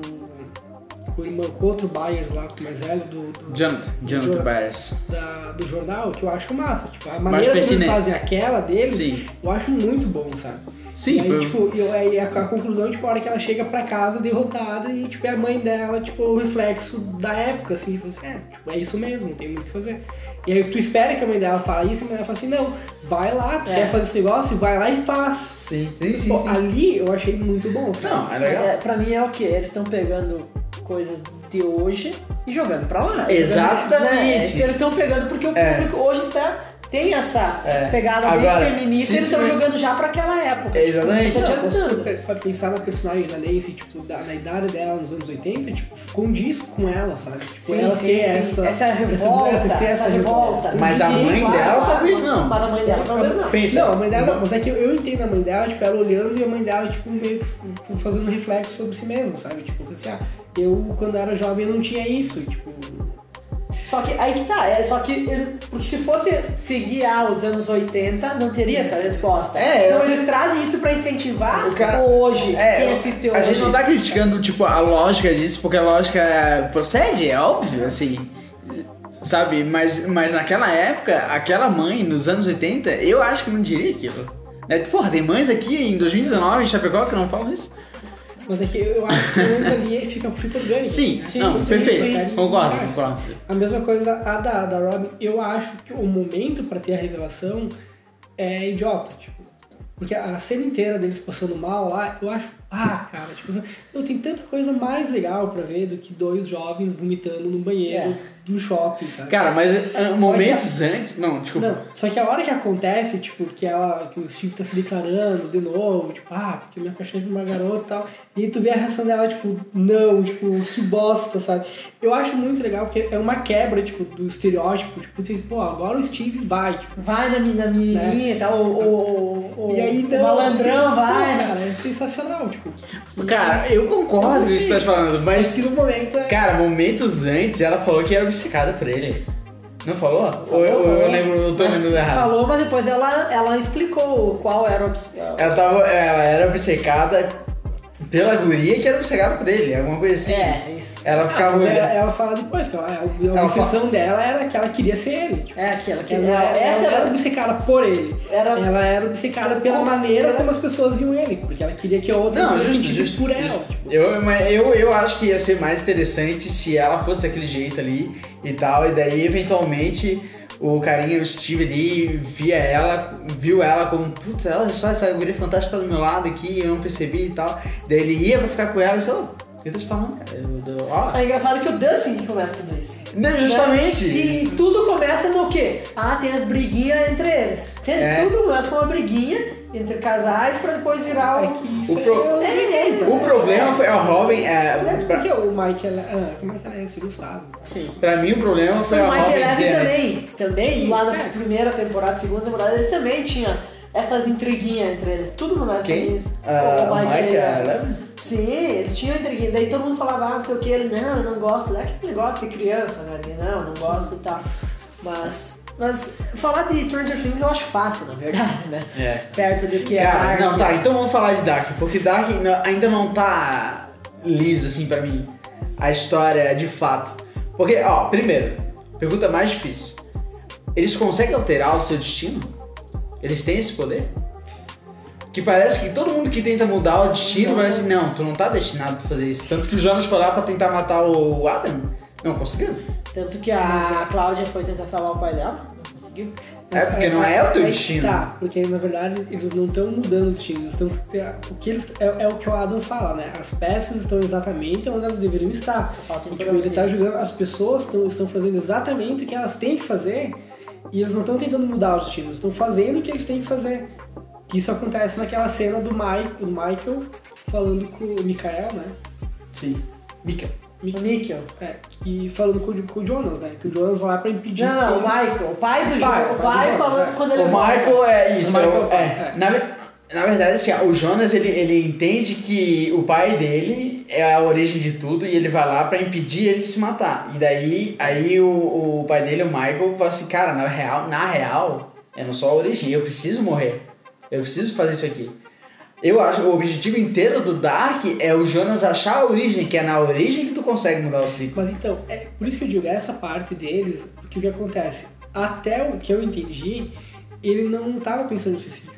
com o irmão, com outro Byers lá, com o mais velho do, do, Jonathan, Jonathan Jonathan. Byers. da- do jornal, que eu acho massa. Tipo, a maneira como eles pertinente. fazem aquela deles, Sim. eu acho muito bom, sabe? Sim, e aí, foi... tipo, eu, aí a, a conclusão, tipo, a hora que ela chega pra casa derrotada e, tipo, é a mãe dela, tipo, o reflexo da época, assim, tipo, assim, é, tipo, é isso mesmo, não tem muito o que fazer. E aí tu espera que a mãe dela fale isso e a mãe dela fala assim, não, vai lá, tu É. quer fazer esse negócio, vai lá e faz. Sim, sim, sim. Pô, sim. ali eu achei muito bom, sabe? Não, é legal. É, pra mim é o quê? Eles estão pegando coisas de hoje e jogando pra lá. Exatamente. Né? Eles estão pegando porque o É. público hoje tá, tem essa É. pegada Agora, bem feminista se e eles estão isso- jogando já pra aquela época. É, exatamente. Tipo, não tá Não, se adiantando. tu for pensar na personagem da Nancy, tipo, da, na idade dela nos anos oitenta, tipo, condiz com ela, sabe? Tipo, Sim, ela sim, tem sim. essa... Essa revolta, essa, essa, essa revolta. Mas a Sim, mãe vai, dela vai, talvez vai. não. Mas a mãe dela talvez não. Pensa. Não, a mãe dela não, mas é que eu, eu entendo a mãe dela, tipo, ela olhando e a mãe dela, tipo, meio que fazendo um reflexo sobre si mesma, sabe? Tipo, assim, ah, eu quando era jovem eu não tinha isso, tipo... Só que aí que tá, é, só que ele, porque se fosse seguir ah, os anos oitenta, não teria essa resposta. É, então eu- eles trazem isso pra incentivar O cara- hoje, É, quem assiste hoje. a gente não tá criticando, tipo, a lógica disso, porque a lógica procede, é óbvio, assim, sabe? Mas, mas naquela época, aquela mãe, nos anos oitenta, eu acho que não diria aquilo. Né? Porra, tem mães aqui em dois mil e dezenove em Chapecó que não falam isso? Mas é que eu acho que pelo menos ali fica, fica orgânico. Sim, né? não, Sim, perfeito, sim, concordo, sim. concordo. A mesma coisa a da, da Robin, eu acho que o momento pra ter a revelação é idiota, tipo. Porque a cena inteira deles passando mal lá, eu acho, ah, cara, tipo, eu tenho tanta coisa mais legal pra ver do que dois jovens vomitando no banheiro É. do shopping, sabe? Cara, mas ah, momentos antes... Não, desculpa. Não, só que a hora que acontece, tipo, que ela, que o Steve tá se declarando de novo, tipo, ah, porque eu me apaixonei por uma garota e tal, e aí tu vê a reação dela, tipo, não, tipo, que bosta, sabe? Eu acho muito legal, porque é uma quebra, tipo, do estereótipo, tipo, assim, pô, agora o Steve vai, tipo, Vai na, mi- na menininha e tal, o, o, o, e aí o não, malandrão pô, vai, né? cara, é sensacional, tipo. Cara, eu concordo com isso que você tá falando, Mas mas... que no momento é... Cara, momentos antes, ela falou que era obcecada por ele. Não falou? Ou eu, ou eu lembro, eu tô Mas lembrando errado. falou, mas depois ela, ela explicou qual era o... obs- Ela, tava, ela era obcecada pela guria que era obcecada por ele, alguma coisa assim. É, isso. Ela ficava Mas olhando. ela, ela fala depois, que ela, a Ela obsessão dela era que ela queria ser ele. Tipo, É aquela que... ela, ela, essa ela era era... obcecada por ele. Era- Ela era obcecada pela Como- maneira como as pessoas viam ele, porque ela queria que a outra Não, pessoa justo, sentisse justo, por ela. justo. Tipo, Eu, mas eu, eu acho que ia ser mais interessante se ela fosse daquele jeito ali e tal, e daí eventualmente o carinha, o Steve ali, via ela, viu ela como, puta, olha só, essa guria fantástica tá do meu lado aqui, eu não percebi e tal. Daí ele ia pra ficar com ela e disse, ô, o que eu tô te falando, cara? Eu, eu, ó. É engraçado que o Dustin que começa tudo isso. Não, justamente. E tudo começa no quê? Ah, tem as briguinhas entre eles. Tem, É. Tudo começa com uma briguinha entre casais pra depois virar é o... que isso O pro- é, É, é, O problema foi, a Robin, é, Mas é pra, porque o Mike, ela, ah, como é que ela é esse Gustavo? Sim. pra mim o problema foi O a Mike Robin Eleven dizer antes. também, também, lá na É. primeira temporada, segunda temporada, eles também tinham essas intriguinhas entre eles. Tudo no Mestre Quem? isso. Uh, o Mike e a ele- Eleven? Sim, eles tinham intriguinha. Daí todo mundo falava, ah, não sei o que, ele, não, eu não gosto. É que negócio de criança, né? Ele, não, não gosto e tal. Mas, mas falar de Stranger Things eu acho fácil, na verdade, né? É. Perto do que é Cara, Dark. não, tá, então vamos falar de Dark, porque Dark não- ainda não tá liso, assim, pra mim, a história de fato. Porque, ó, primeiro, pergunta mais difícil. Eles conseguem alterar o seu destino? Eles têm esse poder? Que parece que todo mundo que tenta mudar o destino Não. parece, não, tu não tá destinado a fazer isso. Tanto que o Jonas foi lá pra tentar matar o Adam, não conseguiu. Tanto que a Cláudia foi tentar salvar o pai dela, não conseguiu. É, porque não é o teu Aí destino. Tá, porque na verdade eles não estão mudando o destino, eles estão. O que eles, é, é o que o Adam fala, né? As peças estão exatamente onde elas deveriam estar. Falta E, tipo, ele introduzir. está jogando, as pessoas estão, estão fazendo exatamente o que elas têm que fazer e eles não estão tentando mudar o destino, eles estão fazendo o que eles têm que fazer. Isso acontece naquela cena do, Mike, do Michael falando com o Mikael, né? Sim. Mika. O Mikkel. É, e falando com, o- com o Jonas, né? Que o Jonas vai lá pra impedir. Não, não, o que- Michael, o pai do O João. pai, O o pai pai do Jonas, falando é. quando ele O volta. Michael é isso. O Michael é o- é o pai, é. é. Na, ve- na verdade, assim, ó, o Jonas ele, ele entende que o pai dele é a origem de tudo e ele vai lá pra impedir ele de se matar. E daí aí o, o pai dele, o Michael, fala assim, cara, na real, na real, eu não sou a origem, eu preciso morrer. Eu preciso fazer isso aqui. Eu acho que o objetivo inteiro do Dark é o Jonas achar a origem, que é na origem que tu consegue mudar o ciclo. Mas então, é por isso que eu digo, essa parte deles, porque o que acontece? Até o que eu entendi, ele não tava pensando em suicídio.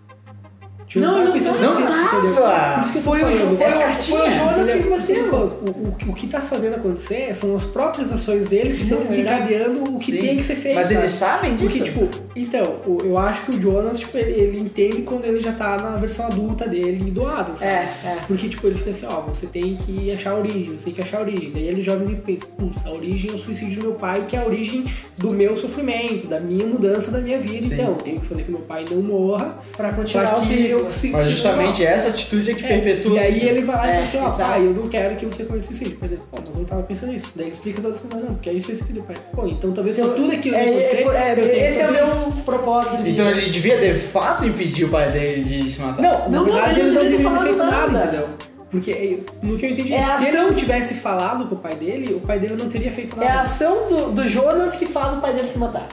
Tipo, Não, ele não pensando em tava. suicídio, Não entendeu? tava. Por isso que eu tô Foi o falando. Jo- foi É o- cartinha, foi o Jonas que Entendeu? Por isso que eu tô bateu. falando, O, o, que- o que tá fazendo acontecer são as próprias ações dele que estão desencadeando o que Sim. tem que ser feito. Mas sabe? eles sabem disso? Porque, tipo, então, o- eu acho que o Jonas, tipo, ele, ele entende quando ele já tá na versão adulta dele e do Adam, sabe? É, é. Porque, tipo, ele fica assim, ó, você tem que achar a origem, você tem que achar a origem. Daí ele joga e pensa, putz, a origem é o suicídio do meu pai, que é a origem do meu sofrimento, da minha mudança da minha vida. Sim. Então, eu tenho que fazer que meu pai não morra Pra continuar pra o que ciclo. eu se- Mas se- justamente essa atitude é que é, perpetua e o aí ciclo. ele vai lá e fala É, assim, ó, exato. pai, eu não quero que você cometa suicídio. Mas ele, pô, mas eu não tava pensando nisso. Daí ele explica todas as coisas, não, porque é isso, isso, isso, pai. Pô, então talvez por tudo aquilo que É, acontecer, é, é, eu tenho que esse é o fazer meu isso. propósito de Então vida. ele devia de fato impedir o pai dele de se matar. Não, Não, na não, verdade ele ele não não devia ter deveria ter falado feito nada, nada. entendeu? Porque, eh, no que eu entendi, É a se ele ação- não tivesse falado com o pai dele, o pai dele não teria feito É a nada. ação do, do Jonas que faz o pai dele se matar.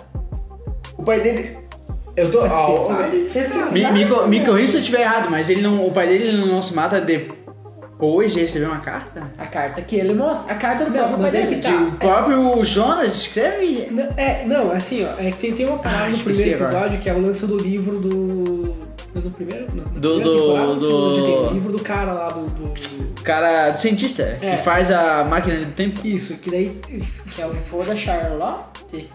O pai dele. Eu tô. ó, ó, me, me, co- me corrija se eu estiver errado, mas ele não, o pai dele ele não se mata depois de receber uma carta? A carta que ele mostra. A carta do Não, próprio pai mas é dele. que tá. Que o próprio Jonas escreve. Não, é, não, assim, ó, é que tem, tem uma parada Ah, no esqueci primeiro agora. episódio que é o lance do livro do. No primeiro? Não, na Do- primeira do- temporada, ou do- segunda, já tem o livro do cara lá do. do- Cara do cientista, É. que faz a máquina do tempo. Isso, que daí. Que é o vô da Charlotte.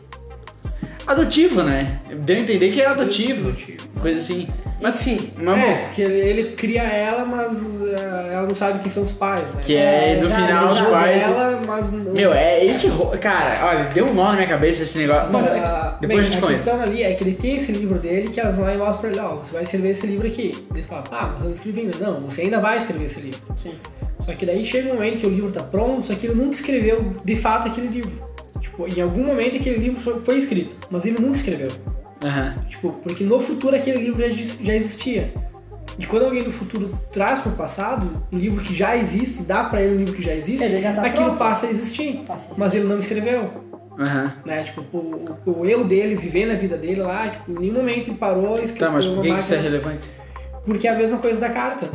Adotivo, né? Deu a entender que é adotivo. Adotivo. Coisa assim. Mas, Enfim. mas, É, bom, porque ele, ele cria ela, mas eh, ela não sabe quem são os pais, né? que é, É, no exato, final os exato. pais. Ela, mas não- Meu, é esse. ro- Cara, olha, deu um nó na minha cabeça esse negócio. Mas, Bom, ah, depois bem, a gente a comenta. questão ali é que ele tem esse livro dele que elas vão lá e mostram pra ele, ó, você vai escrever esse livro aqui. Ele fala, ah, mas eu não escrevi ainda. Não, você ainda vai escrever esse livro. Sim. Só que daí chega um momento que o livro tá pronto, só que ele nunca escreveu de fato aquele livro. Tipo, em algum momento aquele livro foi, foi escrito, mas ele nunca escreveu. Aham. Tipo, porque no futuro aquele livro já, exis- já existia. E quando alguém do futuro traz pro passado um livro que já existe, dá pra ele um livro que já existe, Ele já tá aquilo pronto. passa a existir. Passa a existir. Mas ele não escreveu. Aham. Né? Tipo, o, o, o eu dele, vivendo a vida dele lá, tipo, em nenhum momento ele parou e escreveu Tá, mas por uma que que isso é máquina. relevante? Porque é a mesma coisa da carta.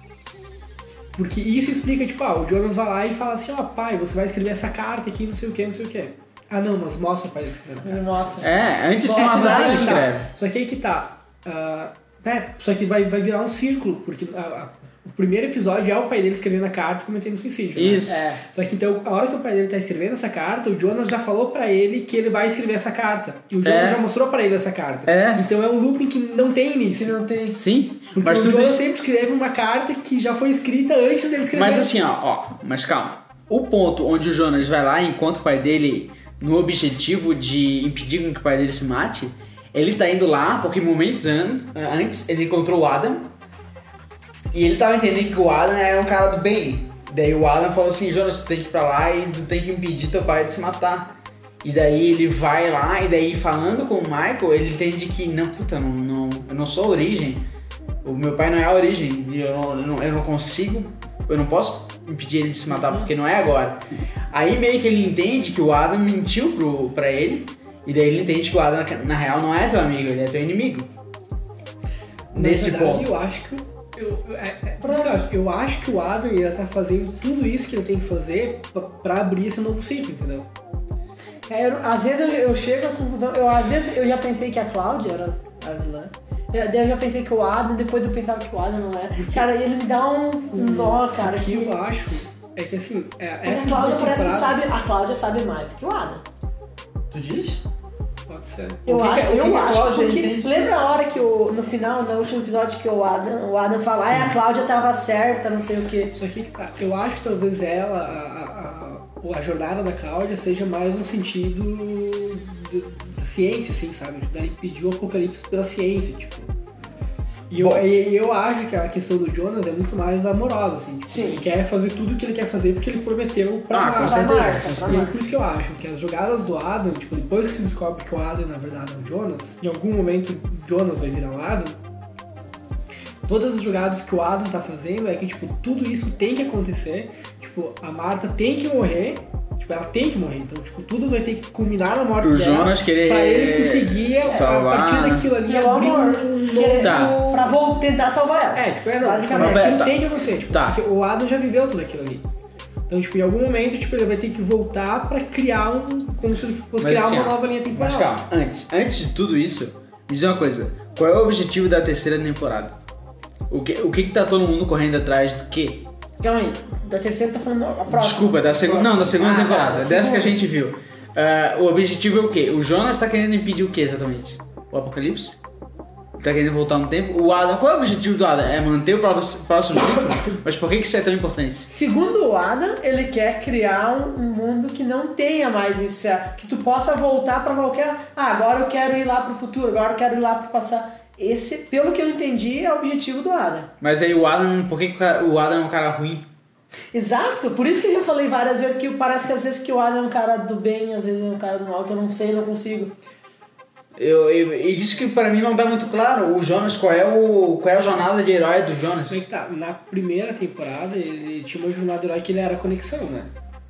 Porque isso explica, tipo, ah, o Jonas vai lá e fala assim, ó, pai, você vai escrever essa carta aqui, não sei o que, não sei o que. Ah, não, mas mostra o pai escrevendo a carta. Ele mostra. É, antes de se Mostra, matar, né? ele escreve. Só que aí que tá. ah, né? Só que vai, vai virar um círculo, porque a- a- o primeiro episódio é o pai dele escrevendo a carta e cometendo suicídio. né? Isso. É. Só que então, a hora que o pai dele tá escrevendo essa carta, o Jonas já falou pra ele que ele vai escrever essa carta. E o Jonas É. já mostrou pra ele essa carta. É. Então é um looping que não tem Se início. não tem. Sim, Porque mas o tudo Jonas isso. sempre escreve uma carta que já foi escrita antes dele escrever. Mas assim, ó, ó, mas calma. O ponto onde o Jonas vai lá e encontra o pai dele no objetivo de impedir que o pai dele se mate, ele tá indo lá porque momentos an- antes ele encontrou o Adam e ele tava entendendo que o Adam era um cara do bem. Daí o Adam falou assim, Jonas, tu tem que ir pra lá e tu tem que impedir teu pai de se matar. E daí ele vai lá, e daí falando com o Michael, ele entende que, não, puta, não, não, eu não sou a origem. O meu pai não é a origem. E eu não, eu, não, eu não consigo, eu não posso impedir ele de se matar, porque não é agora. Aí meio que ele entende que o Adam mentiu pro, pra ele, e daí ele entende que o Adam, na real, não é teu amigo, ele é teu inimigo. Nesse verdade, ponto. Eu acho que. Eu, é, é, eu acho que o Adam ia estar fazendo tudo isso que ele tem que fazer pra, pra abrir esse novo ciclo, entendeu? É, eu, às vezes eu, eu chego à conclusão, eu, às vezes eu já pensei que a Cláudia era a vilã. Eu, eu já pensei que o Adam, depois eu pensava que o Adam não era. Cara, ele me dá um, um nó, cara. O que que eu acho é que assim. É, a Cláudia parece que sabe. A Cláudia sabe mais do que o Adam. Tu diz? Pode ser. Eu O que acho, que- o eu que que a acho, Cláudia porque entende? lembra a hora que o, no final, no último episódio, que o Adam, o Adam fala, ah, a Cláudia tava certa, não sei o quê. Só que tá, eu acho que talvez ela, a, a, a, a jornada da Cláudia seja mais no sentido do- da ciência, assim, sabe? Daí pediu o apocalipse pela ciência, tipo. E eu, Bom. e eu acho que a questão do Jonas é muito mais amorosa, assim. Tipo, Sim. ele quer fazer tudo o que ele quer fazer porque ele prometeu pra Ah, Marta. com certeza. Marta, com pra certeza. E é por isso que eu acho que as jogadas do Adam, tipo, depois que se descobre que o Adam na verdade é o Jonas, em algum momento o Jonas vai virar o Adam, todas as jogadas que o Adam tá fazendo é que, tipo, tudo isso tem que acontecer, tipo, a Marta tem que morrer, tipo, ela tem que morrer, então, tipo, tudo vai ter que culminar na morte Pro dela Jonas querer pra ele conseguir, a salvar. partir daquilo ali, Pelo abrir amor, um querer, Tá. pra vol- tentar salvar ela. é, tipo, é, não, Basicamente. tipo, aquilo Tá. tem que acontecer, tipo, Tá. porque o Adam já viveu tudo aquilo ali. Então, tipo, em algum momento, tipo, ele vai ter que voltar pra criar um, como se ele fosse Mas criar assim, uma ó, nova linha temporal. Mas calma, antes, antes de tudo isso, me diz uma coisa. Qual é o objetivo da terceira temporada? O que, o que que tá todo mundo correndo atrás do quê? Calma aí, da terceira tá falando a próxima. Desculpa, da segunda. Não, da segunda Ah, tá, temporada. da Dessa que a segunda. gente viu. Ah, o objetivo é o quê? O Jonas tá querendo impedir o quê exatamente? O apocalipse? Ele tá querendo voltar no tempo? O Adam, qual é o objetivo do Adam? É manter o próximo próximo ciclo? Mas por que que isso é tão importante? Segundo o Adam, ele quer criar um, um mundo que não tenha mais isso, que tu possa voltar pra qualquer... Ah, agora eu quero ir lá pro futuro, agora eu quero ir lá pro passado. Esse, pelo que eu entendi, é o objetivo do Adam. Mas aí o Adam, por que que o cara- o Adam é um cara ruim? Exato, por isso que eu já falei várias vezes que parece que às vezes que o Adam é um cara do bem, às vezes é um cara do mal, que eu não sei, não consigo. Eu, eu, e isso que pra mim não tá muito claro. O Jonas, qual é, o, qual é a jornada de herói do Jonas? Como é que tá? Na primeira temporada, ele tinha uma jornada herói que ele era conexão, né?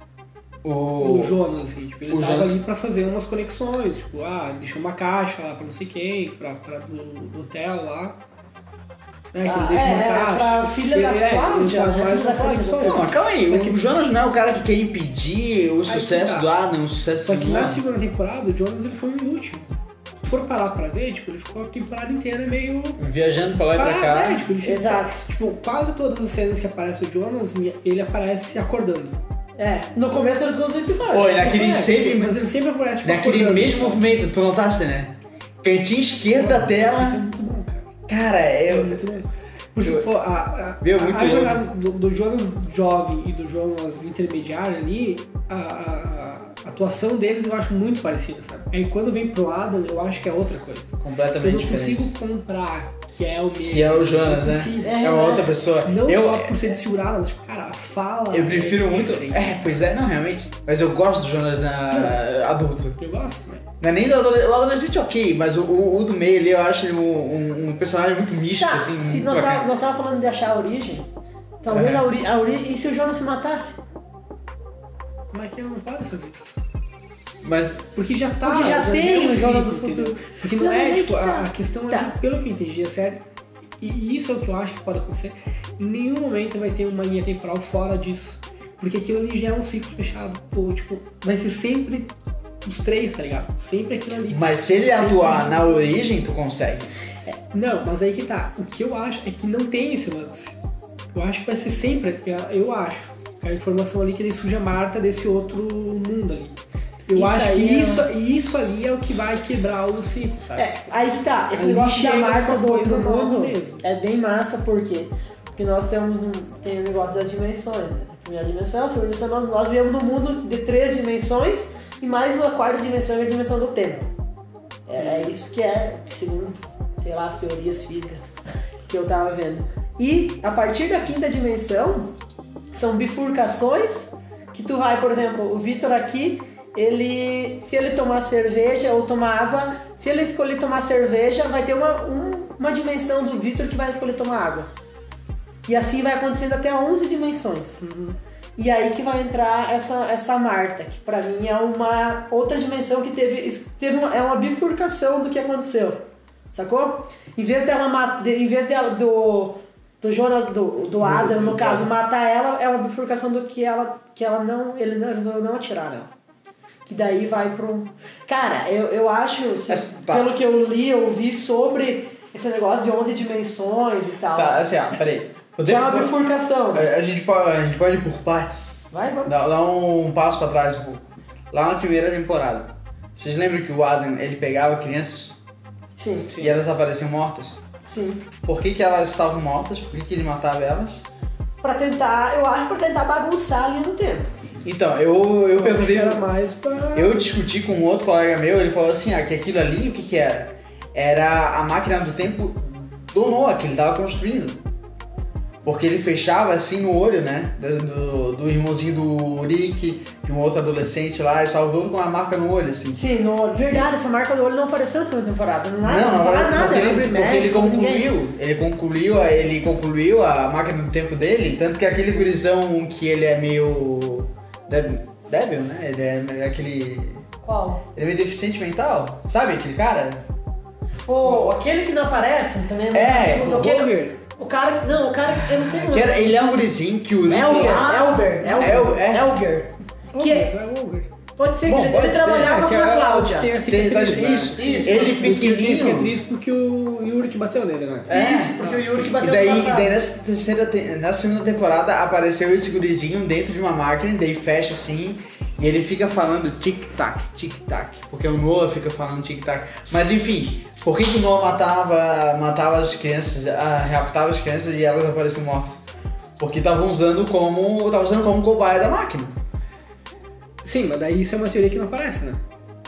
O, O Jonas, assim, tipo, ele o tava Jonas- ali pra fazer umas conexões, tipo, ah, ele deixou uma caixa lá pra não sei quem, pra, pra do, do hotel lá. É, que Ah, ele deixa é, uma é, caixa. pra filha Ele- da é, Cláudia, ele faz né? mais Filha da umas Cláudia, conexões. Não, mas calma aí, Só o, que- o Jonas não é o cara que quer impedir o sucesso tá. do Adam, o sucesso Só do que na mundo. segunda temporada, o Jonas ele foi um inútil. Se for parar pra ver, tipo, ele ficou a temporada inteira meio... Viajando pra lá e pra parado, cá. né? Tipo, ele fica- Exato. Tipo, quase todas as cenas que aparece o Jonas, ele aparece acordando. É, no começo era todos os episódios. Oi, naquele É, sempre, mas ele sempre aparece tipo, naquele acordando. mesmo movimento, tu notaste, né? Cantinho esquerdo da Isso é tela. muito bom, cara. Cara, É eu... muito bom. Por isso, eu- pô, a, a, Meu, a, muito a louco. jogada do, do Jonas jovem e do Jonas intermediário ali, a, a- a atuação deles eu acho muito parecida, sabe? Aí quando vem pro Adam, eu acho que é outra coisa. Eu completamente não diferente. consigo comprar que é o mesmo. Que é o Jonas, Eu não né? consigo. É uma outra pessoa. Não eu, só por ser desfigurado, mas tipo, cara, a fala. eu prefiro é muito... diferente. É, pois é, não, realmente. Mas eu gosto do Jonas na... adulto. Eu gosto, né? Não é nem do adolescente, o adolescente ok, mas o, o, o do meio ali eu acho ele um, um, um personagem muito místico, Tá, assim. se muito nós bacana. tava, nós tava falando de achar a origem, talvez Uhum. a, ori, a origem... E se o Jonas se matasse? Mas que eu não pode fazer isso. Mas Porque já tá. Porque já tem deu o um Jonas fim, do entendeu? futuro. Porque não, Não, é, mas aí tipo, que a, tá. a questão Tá. é, pelo que eu entendi, é sério. E isso é o que eu acho que pode acontecer. Em nenhum momento vai ter uma linha temporal fora disso. Porque aquilo ali já é um ciclo fechado. Pô, tipo, vai ser sempre os três, tá ligado? Sempre aquilo ali. Mas se ele atuar na origem, tu consegue. Não, mas aí que tá. O que eu acho é que não tem esse lance. Eu acho que vai ser sempre, eu acho, a informação ali que ele surge a Marta desse outro mundo ali. Eu Isso acho que aí é- isso, isso ali é o que vai quebrar o ciclo, sabe? É, aí que tá. Esse Ali negócio da chega marca uma do coisa outro nova mundo mesmo. é bem massa, por quê? Porque nós temos um, tem o negócio das dimensões, né? A primeira dimensão, a segunda dimensão, nós, nós vivemos num mundo de três dimensões e mais uma quarta dimensão que é a dimensão do tempo. É, é isso que é, segundo, sei lá, as teorias físicas que eu tava vendo. E a partir da quinta dimensão, são bifurcações que tu vai, por exemplo, o Vitor aqui, ele, se ele tomar cerveja ou tomar água, se ele escolher tomar cerveja, vai ter uma, um, uma dimensão do Victor que vai escolher tomar água. E assim vai acontecendo até onze dimensões. Uhum. E aí que vai entrar essa, essa Marta, que pra mim é uma outra dimensão que teve, teve uma, é uma bifurcação do que aconteceu. Sacou? Em vez dela, em vez dela, do, do Jonas, do, do Adam, no caso, matar ela, é uma bifurcação do que ela, que ela não, ele não, resolveu não atirar nela. Que daí vai pro... Cara, eu, eu acho, se, Mas, tá. pelo que eu li, eu vi sobre esse negócio de onze dimensões e tal. Tá, assim, ó, peraí. Que é uma bifurcação. A, a, gente pode, a gente pode ir por partes. Vai, vai. Dá, dá um passo pra trás um pouco. Lá na primeira temporada, vocês lembram que o Adam, ele pegava crianças Sim, e elas apareciam mortas? sim. Por que que elas estavam mortas? Por que que ele matava elas? Pra tentar, eu acho, pra tentar bagunçar ali no tempo. Então, eu, eu perguntei... Era mais pra... Eu discuti com um outro colega meu, ele falou assim, ah, que aquilo ali, o que que era? Era a máquina do tempo do Noah, que ele tava construindo. Porque ele fechava assim no olho, né? Do, do irmãozinho do Rick, de um outro adolescente lá, ele estava todo com uma marca no olho, assim. Sim, no, verdade, essa marca do olho não apareceu na segunda temporada. Não, nada, Não, não, não fala nada porque, sobre ele, porque ele Max, sobre ninguém. concluiu, ele concluiu, ele concluiu a máquina do tempo dele, tanto que aquele gurizão que ele é meio débil, débil né? Ele é aquele... Qual? Ele é meio deficiente mental, sabe aquele cara? Pô, aquele que não aparece também não É, segundo, o aquele, o cara que. Não, o cara que. Eu não sei o Que nome. era, ele é um gurizinho que o Rick... Elger, Ah, Elber, Elber, El- é. Elger. Que é, pode ser que Bom, ele, pode ele ser, trabalhava É, que com a era- Cláudia. Tem a Tem- cicatriz, né? isso, Isso. ele Tem pequenininho... cicatriz porque o Yuri que bateu nele, né? É. Isso, porque o Yuri que E bateu daí, no e passado. daí nessa, terceira, te- na segunda temporada apareceu esse gurizinho dentro de uma máquina, daí fecha assim, e ele fica falando tic-tac, tic-tac, porque o Noah fica falando tic-tac. Mas enfim, por que, que o Noah matava, matava as crianças, ah, raptava as crianças e elas apareciam mortas? Porque estavam usando como. Estavam usando como cobaia da máquina. Sim, mas daí isso é uma teoria que não aparece, né?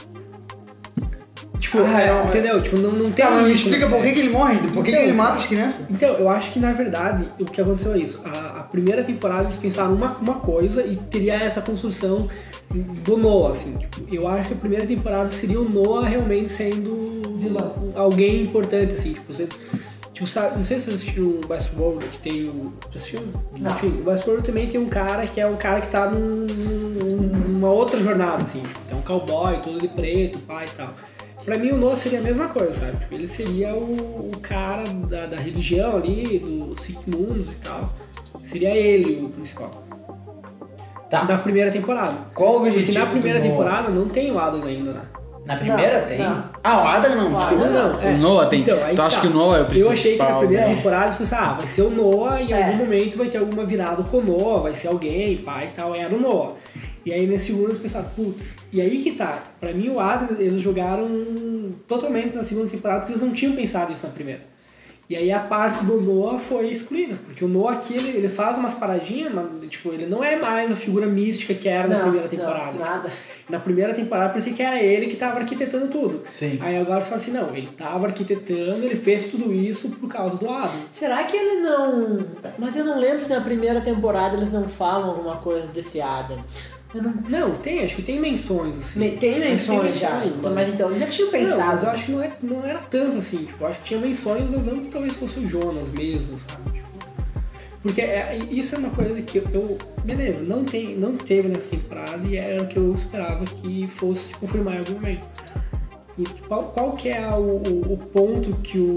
Tipo, Ah, é, não, entendeu? Tipo, não, não tem Tá, mas me isso, explica né? por que, que ele morre, por que, que Então, ele mata as crianças? Então, eu acho que na verdade o que aconteceu é isso. A, a primeira temporada eles pensaram uma, uma coisa e teria essa construção do Noah, assim. Tipo, eu acho que a primeira temporada seria o Noah realmente sendo Vilão. alguém importante, assim. Tipo, você, tipo sabe, não sei se vocês assistiram o Westworld, que tem o... Já assistiu? Não. Enfim, o Westworld também tem um cara que é o cara que tá num, num- numa outra jornada, assim. Tipo, tem um cowboy, todo de preto, pai e tal. Pra mim o Noah seria a mesma coisa, sabe? Tipo, ele seria o, o cara da, da religião ali, dos Sikh Mundos e tal. Seria ele o principal. Tá. Da primeira temporada. Qual o objetivo Porque na primeira do Noah? temporada não tem o Adam ainda, né? Na primeira Não, tem? não. Ah, o Adam não, O desculpa. Adam Não, é. O Noah tem. Então, aí Tu acha tá. que o Noah é o principal? Eu achei que na primeira né? temporada você pensava, ah, vai ser o Noah e em É. algum momento vai ter alguma virada com o Noah, vai ser alguém, pai e tal, era o Noah. E aí nesse segundo eles pensaram, putz, e aí que tá, pra mim o Adam eles jogaram totalmente na segunda temporada porque eles não tinham pensado isso na primeira. E aí a parte do Noah foi excluída, porque o Noah aqui ele, ele faz umas paradinhas, mas tipo, ele não é mais a figura mística que era na Não, primeira não, temporada. nada. Na primeira temporada parecia que era ele que tava arquitetando tudo. Sim. Aí agora você fala assim, não, ele tava arquitetando, ele fez tudo isso por causa do Adam. Será que ele não. Mas eu não lembro se na primeira temporada eles não falam alguma coisa desse Adam. Eu não. Não, tem, acho que tem menções, assim. Me- Tem menções já. menções, Então, mas- mas então eles já tinham Não, mas pensado. eu acho que não, é, não era tanto assim, tipo, eu acho que tinha menções, mas não que talvez fosse o Jonas mesmo, sabe? Tipo, porque é, isso é uma coisa que eu, eu- beleza, não, tem, não teve nessa temporada e era o que eu esperava que fosse confirmar em algum momento. E qual, qual que é o, o, o ponto que o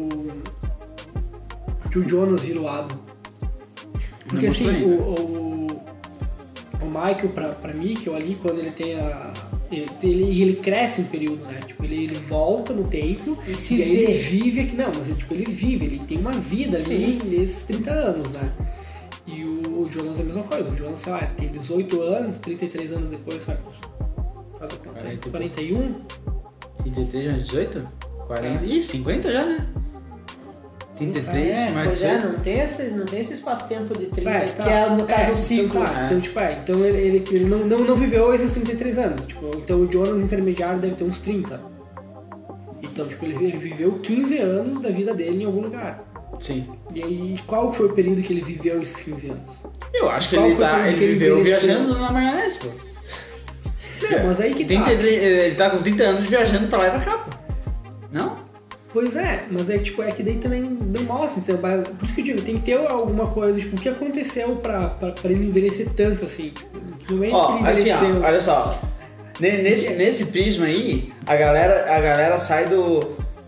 que o Jonas vira o Adam? Porque Não assim, mostrou ainda. o, o, o Michael pra, pra Mikkel ali, quando ele tem a... Ele, ele, ele cresce um período, né? Tipo, ele, ele volta no templo E se aí ele vê. vive aqui. Não, mas ele, tipo, ele vive, ele tem uma vida ali nesses trinta anos, né? E o, o Jonas é a mesma coisa. O Jonas, sei lá, tem dezoito anos, trinta e três anos depois, faz, faz o quanto? quarenta. quarenta e um? trinta e três mais dezoito? quarenta? Ih, cinquenta já, né? trinta e três É, mais pois é, dezoito. não tem esse, não tem esse espaço-tempo de trinta, É, que tá. é no caso É, o ciclo. Então, tá. Então, tipo, é, então ele, ele, ele não, não, não viveu esses trinta e três anos. Tipo, então o Jonas intermediário deve ter uns trinta. Então, tipo, ele, ele viveu quinze anos da vida dele em algum lugar. Sim. E aí, qual foi o período que ele viveu esses quinze anos? Eu acho que Qual ele, foi o tá, período ele que ele viveu envelheceu? viajando na maionese, pô. é, mas aí que tá. trinta, ele tá com trinta anos viajando pra lá e pra cá, pô. Não? Pois é, mas é tipo, é que daí também não mostra, então, por isso que eu digo, tem que ter alguma coisa, tipo, o que aconteceu pra, pra, pra ele envelhecer tanto, assim, que não é Ó, que ele assim, envelheceu. ó, olha só, nesse, nesse prisma aí, a galera, a galera sai do...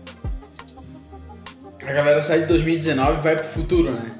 A galera sai de dois mil e dezenove e vai pro futuro, né?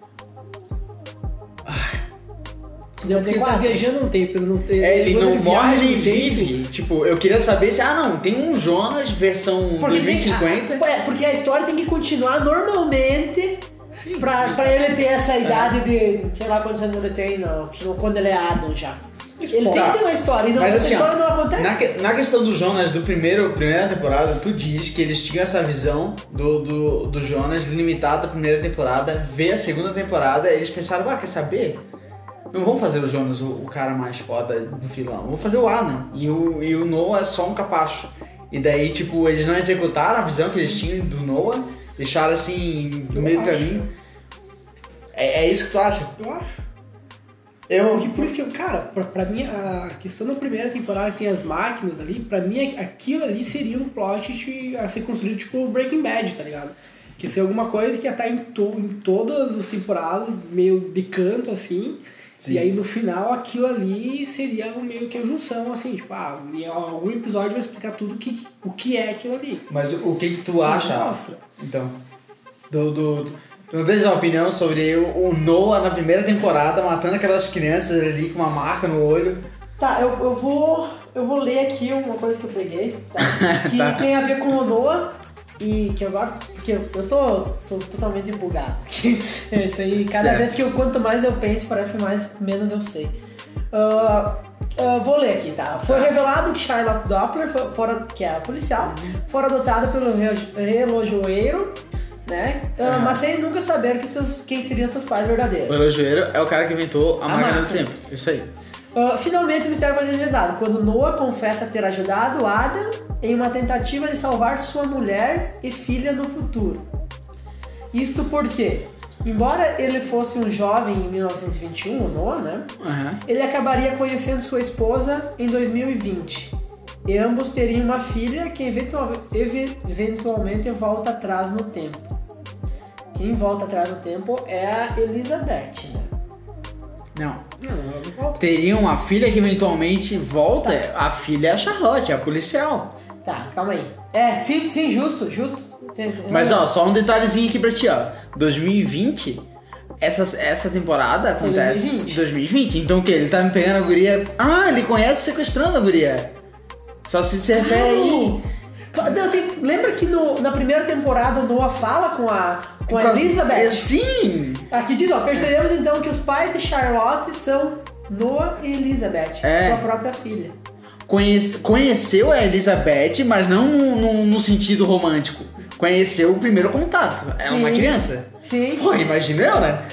Não, porque ele tá viajando um tempo, ele não tem. É, ele não morre nem viaja um tempo. vive. Tipo, eu queria saber se, ah não, tem um Jonas versão Porque dois mil e cinquenta. Tem, a, é, porque a história tem que continuar normalmente Sim, pra, pra ele ter essa idade de, sei lá quantos anos ele tem, no, no, quando ele é Adam já. Ele tem Tá. que ter uma história, e não, Mas essa assim, história ó, não acontece. na, que- na questão do Jonas, do primeiro, primeira temporada, tu diz que eles tinham essa visão do, do, do Jonas limitada à primeira temporada, ver a segunda temporada, eles pensaram, ah, quer saber? Não vamos fazer o Jonas o, o cara mais foda do filão, vamos fazer o Adam. E o, e o Noah é só um capacho. E daí, tipo, eles não executaram a visão que eles tinham do Noah, deixaram assim, no Eu meio do acho. caminho. É, é isso que tu acha? Eu acho. Eu... Porque por isso que, eu, cara, pra, pra mim, a questão da primeira temporada que tem as máquinas ali, pra mim aquilo ali seria um plot de, a ser construído tipo Breaking Bad, tá ligado? Que ia ser alguma coisa que ia estar em, to, em todas as temporadas, meio de canto assim. Sim. E aí no final aquilo ali seria meio que a junção, assim, tipo, ah, em algum episódio vai explicar tudo que, o que é aquilo ali. Mas o, o que que tu acha, Nossa. então, do... do, do... Tu não tens uma opinião sobre o, o Noah na primeira temporada matando aquelas crianças ali com uma marca no olho? Tá, eu, eu vou. Eu vou ler aqui uma coisa que eu peguei, tá? Que Tá. tem a ver com o Noah e que agora. Porque eu eu tô, tô totalmente empolgado. Isso aí, cada Certo. vez que eu quanto mais eu penso, parece que mais menos eu sei. Ah, ah, vou ler aqui, tá? Foi Tá. revelado que Charlotte Doppler, fo- fora, que é a policial, fora adotada pelo re- relojoeiro, né? Ah, Aham. mas sem nunca saber que seus, quem seriam seus pais O verdadeiros. relojoeiro é o cara que inventou a, A máquina do máquina. tempo. Isso aí. Uh, finalmente o mistério foi desvendado, quando Noah confessa ter ajudado Adam em uma tentativa de salvar sua mulher e filha no futuro. Isto porque, embora ele fosse um jovem em mil novecentos e vinte e um, o Noah, né? Aham. Ele acabaria conhecendo sua esposa em dois mil e vinte. E ambos teriam uma filha que eventual- ev- eventualmente volta atrás no tempo. Quem volta atrás no tempo é a Elizabeth, né? Não. Não, eu não volto. Teria uma filha que eventualmente volta. A filha é a Charlotte, é a policial. Tá, calma aí. É, sim, sim, justo, justo. Tem- tem- Mas ó, só um detalhezinho aqui pra ti, ó. dois mil e vinte, essa, essa temporada Foi acontece dois mil e vinte. em dois mil e vinte. Então o que? Ele tá me pegando a guria. Ah, ele conhece sequestrando a guria. Só se se refere aí. Não, assim, lembra que no- na primeira temporada o Noah fala com a, com a É, Elizabeth? sim! Aqui diz, ó, percebemos então que os pais de Charlotte são Noah e Elizabeth, É. sua própria filha. Conhece- conheceu a Elizabeth, mas não no, no- no sentido romântico. Conheceu o primeiro contato. É Sim. uma criança. Sim. Pô, imagina eu, né?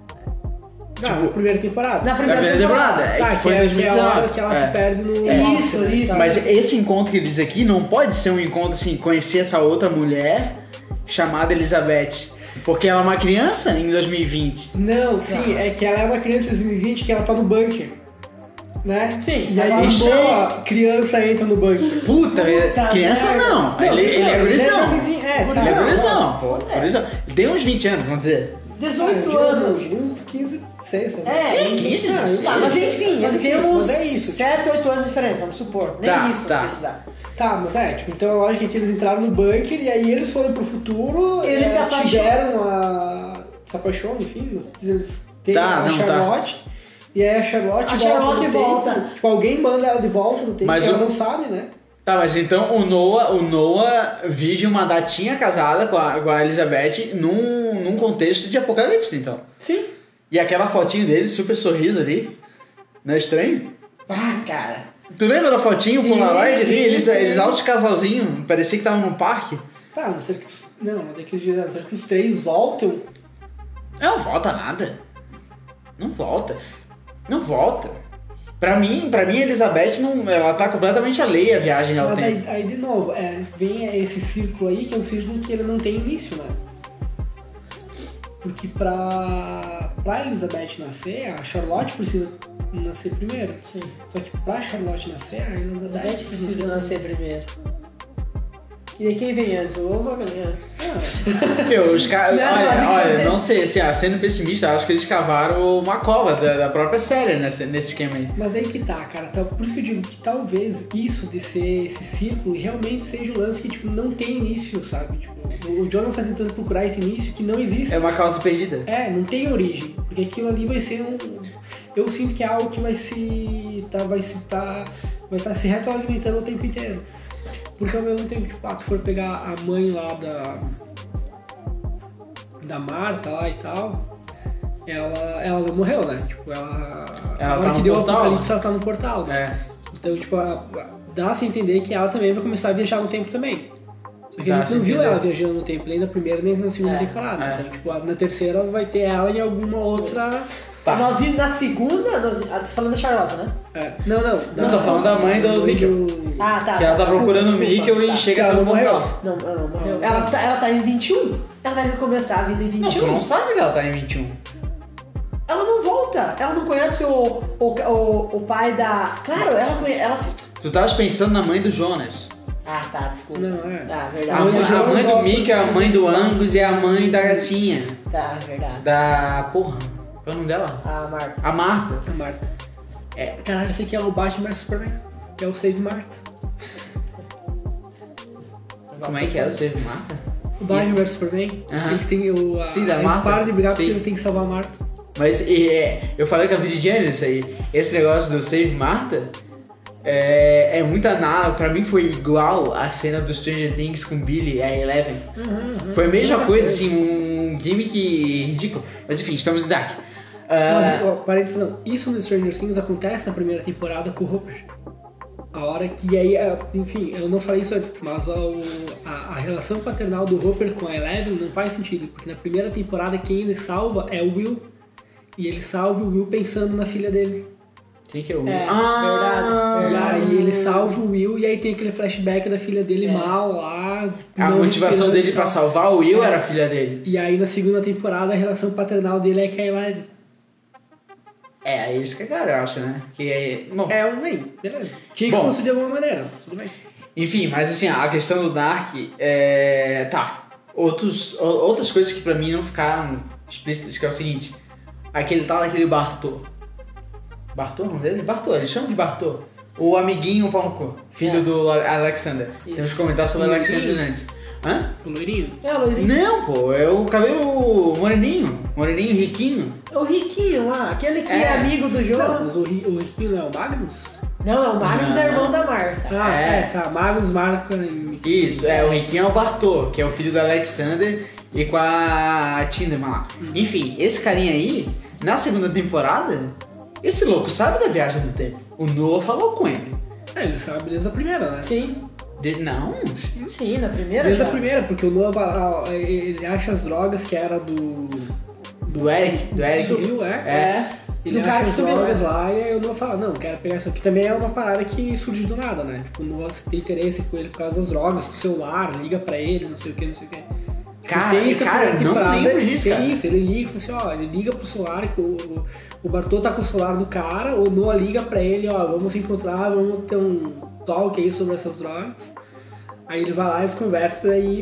Não, Tipo, na primeira temporada. Na Na primeira primeira temporada. temporada. É Tá, que foi que, em é, dois que mil e é a hora dezenove. que ela É. se perde no... Isso, né? isso. Tá. Mas esse encontro que ele diz aqui não pode ser um encontro assim, conhecer essa outra mulher chamada Elizabeth. Porque ela é uma criança em dois mil e vinte. Não, sim, é que ela é uma criança em dois mil e vinte que ela tá no bunker. Né? Sim, E aí agora- boa criança entra no bunker. Puta, Puta criança merda. não. Não, ele, ele é não, gurizão. jovenzinho, É, Ele tá. é gurizão, pô. É. Gurizão. Ele tem uns vinte anos, vamos dizer. dezoito Ah, anos. Uns quinze, seis, sabe? É, Que e- isso, tá, isso, tá, mas enfim, mas ele tem enfim, uns mas é isso. sete, oito anos de diferença, vamos supor. Nem Tá, isso, tá. não sei se dá. Tá, mas é, tipo, então a lógica é que eles entraram no bunker e aí eles foram pro futuro, Eles é, se apaixonam. tiveram a... se apaixonam, enfim, eles têm Tá, a não, tá. Charlotte, e aí a Charlotte A Charlotte no volta. tempo. Tipo, alguém manda ela de volta no tempo, Mas que ela o- não sabe, né? Tá, mas então o Noah, o Noah vive uma datinha casada com a, com a Elizabeth num, num contexto de apocalipse, então. Sim. E aquela fotinho dele, super sorriso ali. Não é estranho? Ah, cara. Tu lembra da fotinho, o Sim, Polaroid ali? sim, Eles, sim. eles altos casalzinho, parecia que estavam num parque. Tá, não sei que os... Não, mas daqui a não sei que os três voltam. Não volta nada. Não volta. Não volta. Pra mim, pra mim, a Elizabeth, não, ela tá completamente alheia à viagem ao Mas tempo. daí, aí, de novo, é, vem esse círculo aí, que é um círculo que ele não tem início, né? Porque pra, pra Elizabeth nascer, a Charlotte precisa nascer primeiro. Sim. Só que pra Charlotte nascer, a Elizabeth A gente precisa nascer primeiro. E aí quem vem antes, o ovo ou a galinha? Meu, os caras. Não, Olha, basicamente. olha, não sei, assim, ah, sendo pessimista, eu acho que eles cavaram uma cova da, da própria série nesse, nesse esquema aí. Mas aí que tá, cara. Tá- Por isso que eu digo que talvez isso de ser esse círculo realmente seja um lance que, tipo, não tem início, sabe? Tipo, o Jonas tá tentando procurar esse início que não existe. É uma causa perdida. É, não tem origem. Porque aquilo ali vai ser um. Eu sinto que é algo que vai se. Tá, vai se tá. Vai estar se retroalimentando o tempo inteiro. Porque ao mesmo tempo, tipo, ah, tu for pegar a mãe lá da. Da Marta lá e tal. Ela, ela não morreu, né? Tipo, ela. Ela a hora tá que no deu o portal, apocalipse, né? ela tá no portal, né? É. Então, tipo, a- a- dá-se a entender que ela também vai começar a viajar no tempo também. Só que a Dá-se gente não a viu entender. ela viajando no tempo, nem na primeira nem na segunda É, temporada. é. Então, tipo, na terceira vai ter ela em alguma outra. Tá. Nós vimos na segunda, nós, ah, tô falando da Charlotte, né? É. Não, não. Não, tô falando da mãe do Nickel. Ah, tá. Que ela tá desculpa, procurando o desculpa, Mikkel tá. e chega Ela no não morreu. portal. Não, ela não morreu. Não. Ela tá, ela tá em vinte e um. Ela vai recomeçar a vida em Não, vinte e tu um. não sabe que ela tá em vinte e um. Ela não volta. Ela não conhece o, o, o, o pai da... Claro, ela conhece... Ela... Tu tava pensando na mãe do Jonas. Ah, tá, desculpa. Não, é. Tá, A, verdade. mãe- a Jonas mãe do volta Mikkel, a pro mãe do filme. Angus e a mãe da gatinha. Tá, verdade. Da. Porra. Qual é o nome dela? A Marta. A Marta. A Marta. É. Caralho, esse aqui é o Batman vs Superman. Que é o Save Marta. Como é que é? Você Marta? O Batman vs Superman. Aham. Eles têm o. A, Sim, da eles Marta. param de brigar Sim. porque eles têm que salvar a Marta. Mas e, é, eu falei com a Viridiana isso aí. Esse negócio do Save Marta é, é muito análogo. Pra mim foi igual a cena do Stranger Things com Billy e a Eleven. Foi a mesma coisa, assim, um gimmick ridículo. Mas enfim, estamos em Dark. Mas, Ah, ó, parênteses não. Isso no Stranger Things acontece na primeira temporada com o Hopper. A hora que aí, é, enfim, eu não falei isso antes, mas ó, o- a, a relação paternal do Hopper com a Eleven não faz sentido, porque na primeira temporada quem ele salva é o Will. E ele salva o Will pensando na filha dele. quem que é o É, Ah, verdade, E verdade. aí ele salva o Will e aí tem aquele flashback da filha dele É. mal lá. A não motivação respirando dele e pra tal. salvar o Will É. era a filha dele. E aí na segunda temporada a relação paternal dele é com a Eleven. É, aí eles cagaram, eu acho, né? Que é. Bom, É um nem, beleza. Tinha que Bom. construir de alguma maneira, mas tudo bem. enfim, mas assim, a questão do Dark é. Tá. Outros, o- outras coisas que pra mim não ficaram explícitas, que é o seguinte: aquele tal daquele Bartô. Bartô, o nome dele? Bartô, eles chamam de Bartô. O amiguinho pau no cu, filho É. do Alexander. Isso. Temos que comentar sobre o O Alexander loirinho? antes. Hã? O loirinho. É, o loirinho. Não, pô, é o cabelo moreninho. Moreninho, riquinho. O riquinho lá, aquele que é, É. amigo do Não, jogo. mas o, Ri- o Riquinho não é o Magnus? Não, é o Magnus, Não. é irmão da Marta. Ah, É. é, tá. Magnus marca em... Isso, é, o riquinho é o Bartô, que é o filho do Alexander e com a Tinderman lá. Enfim, esse carinha aí, na segunda temporada, esse louco sabe da viagem do tempo. O Noah falou com ele. É, ele sabe desde a primeira, né? Sim, De- não, sim, na primeira Desde já. a primeira, porque o Noah, ah, ele acha as drogas que era do... do Eric, do Eric. Sumiu, é? É, Ele do cara acha que as subiu drogas lá. lá e aí o Noah fala, não, quero pegar isso aqui. Também é uma parada que surge do nada, né? Tipo, o Noah tem interesse com ele por causa das drogas, com o celular, liga pra ele, não sei o que, não sei o que. Cara, isso na cara, primeira não temporada, lembro disso, tem cara. isso, ele liga, assim, ó, ele liga pro celular, que o, o, o Bartô tá com o celular do cara, o Noah liga pra ele, ó, vamos se encontrar, vamos ter um talk aí sobre essas drogas. Aí ele vai lá, eles conversam, aí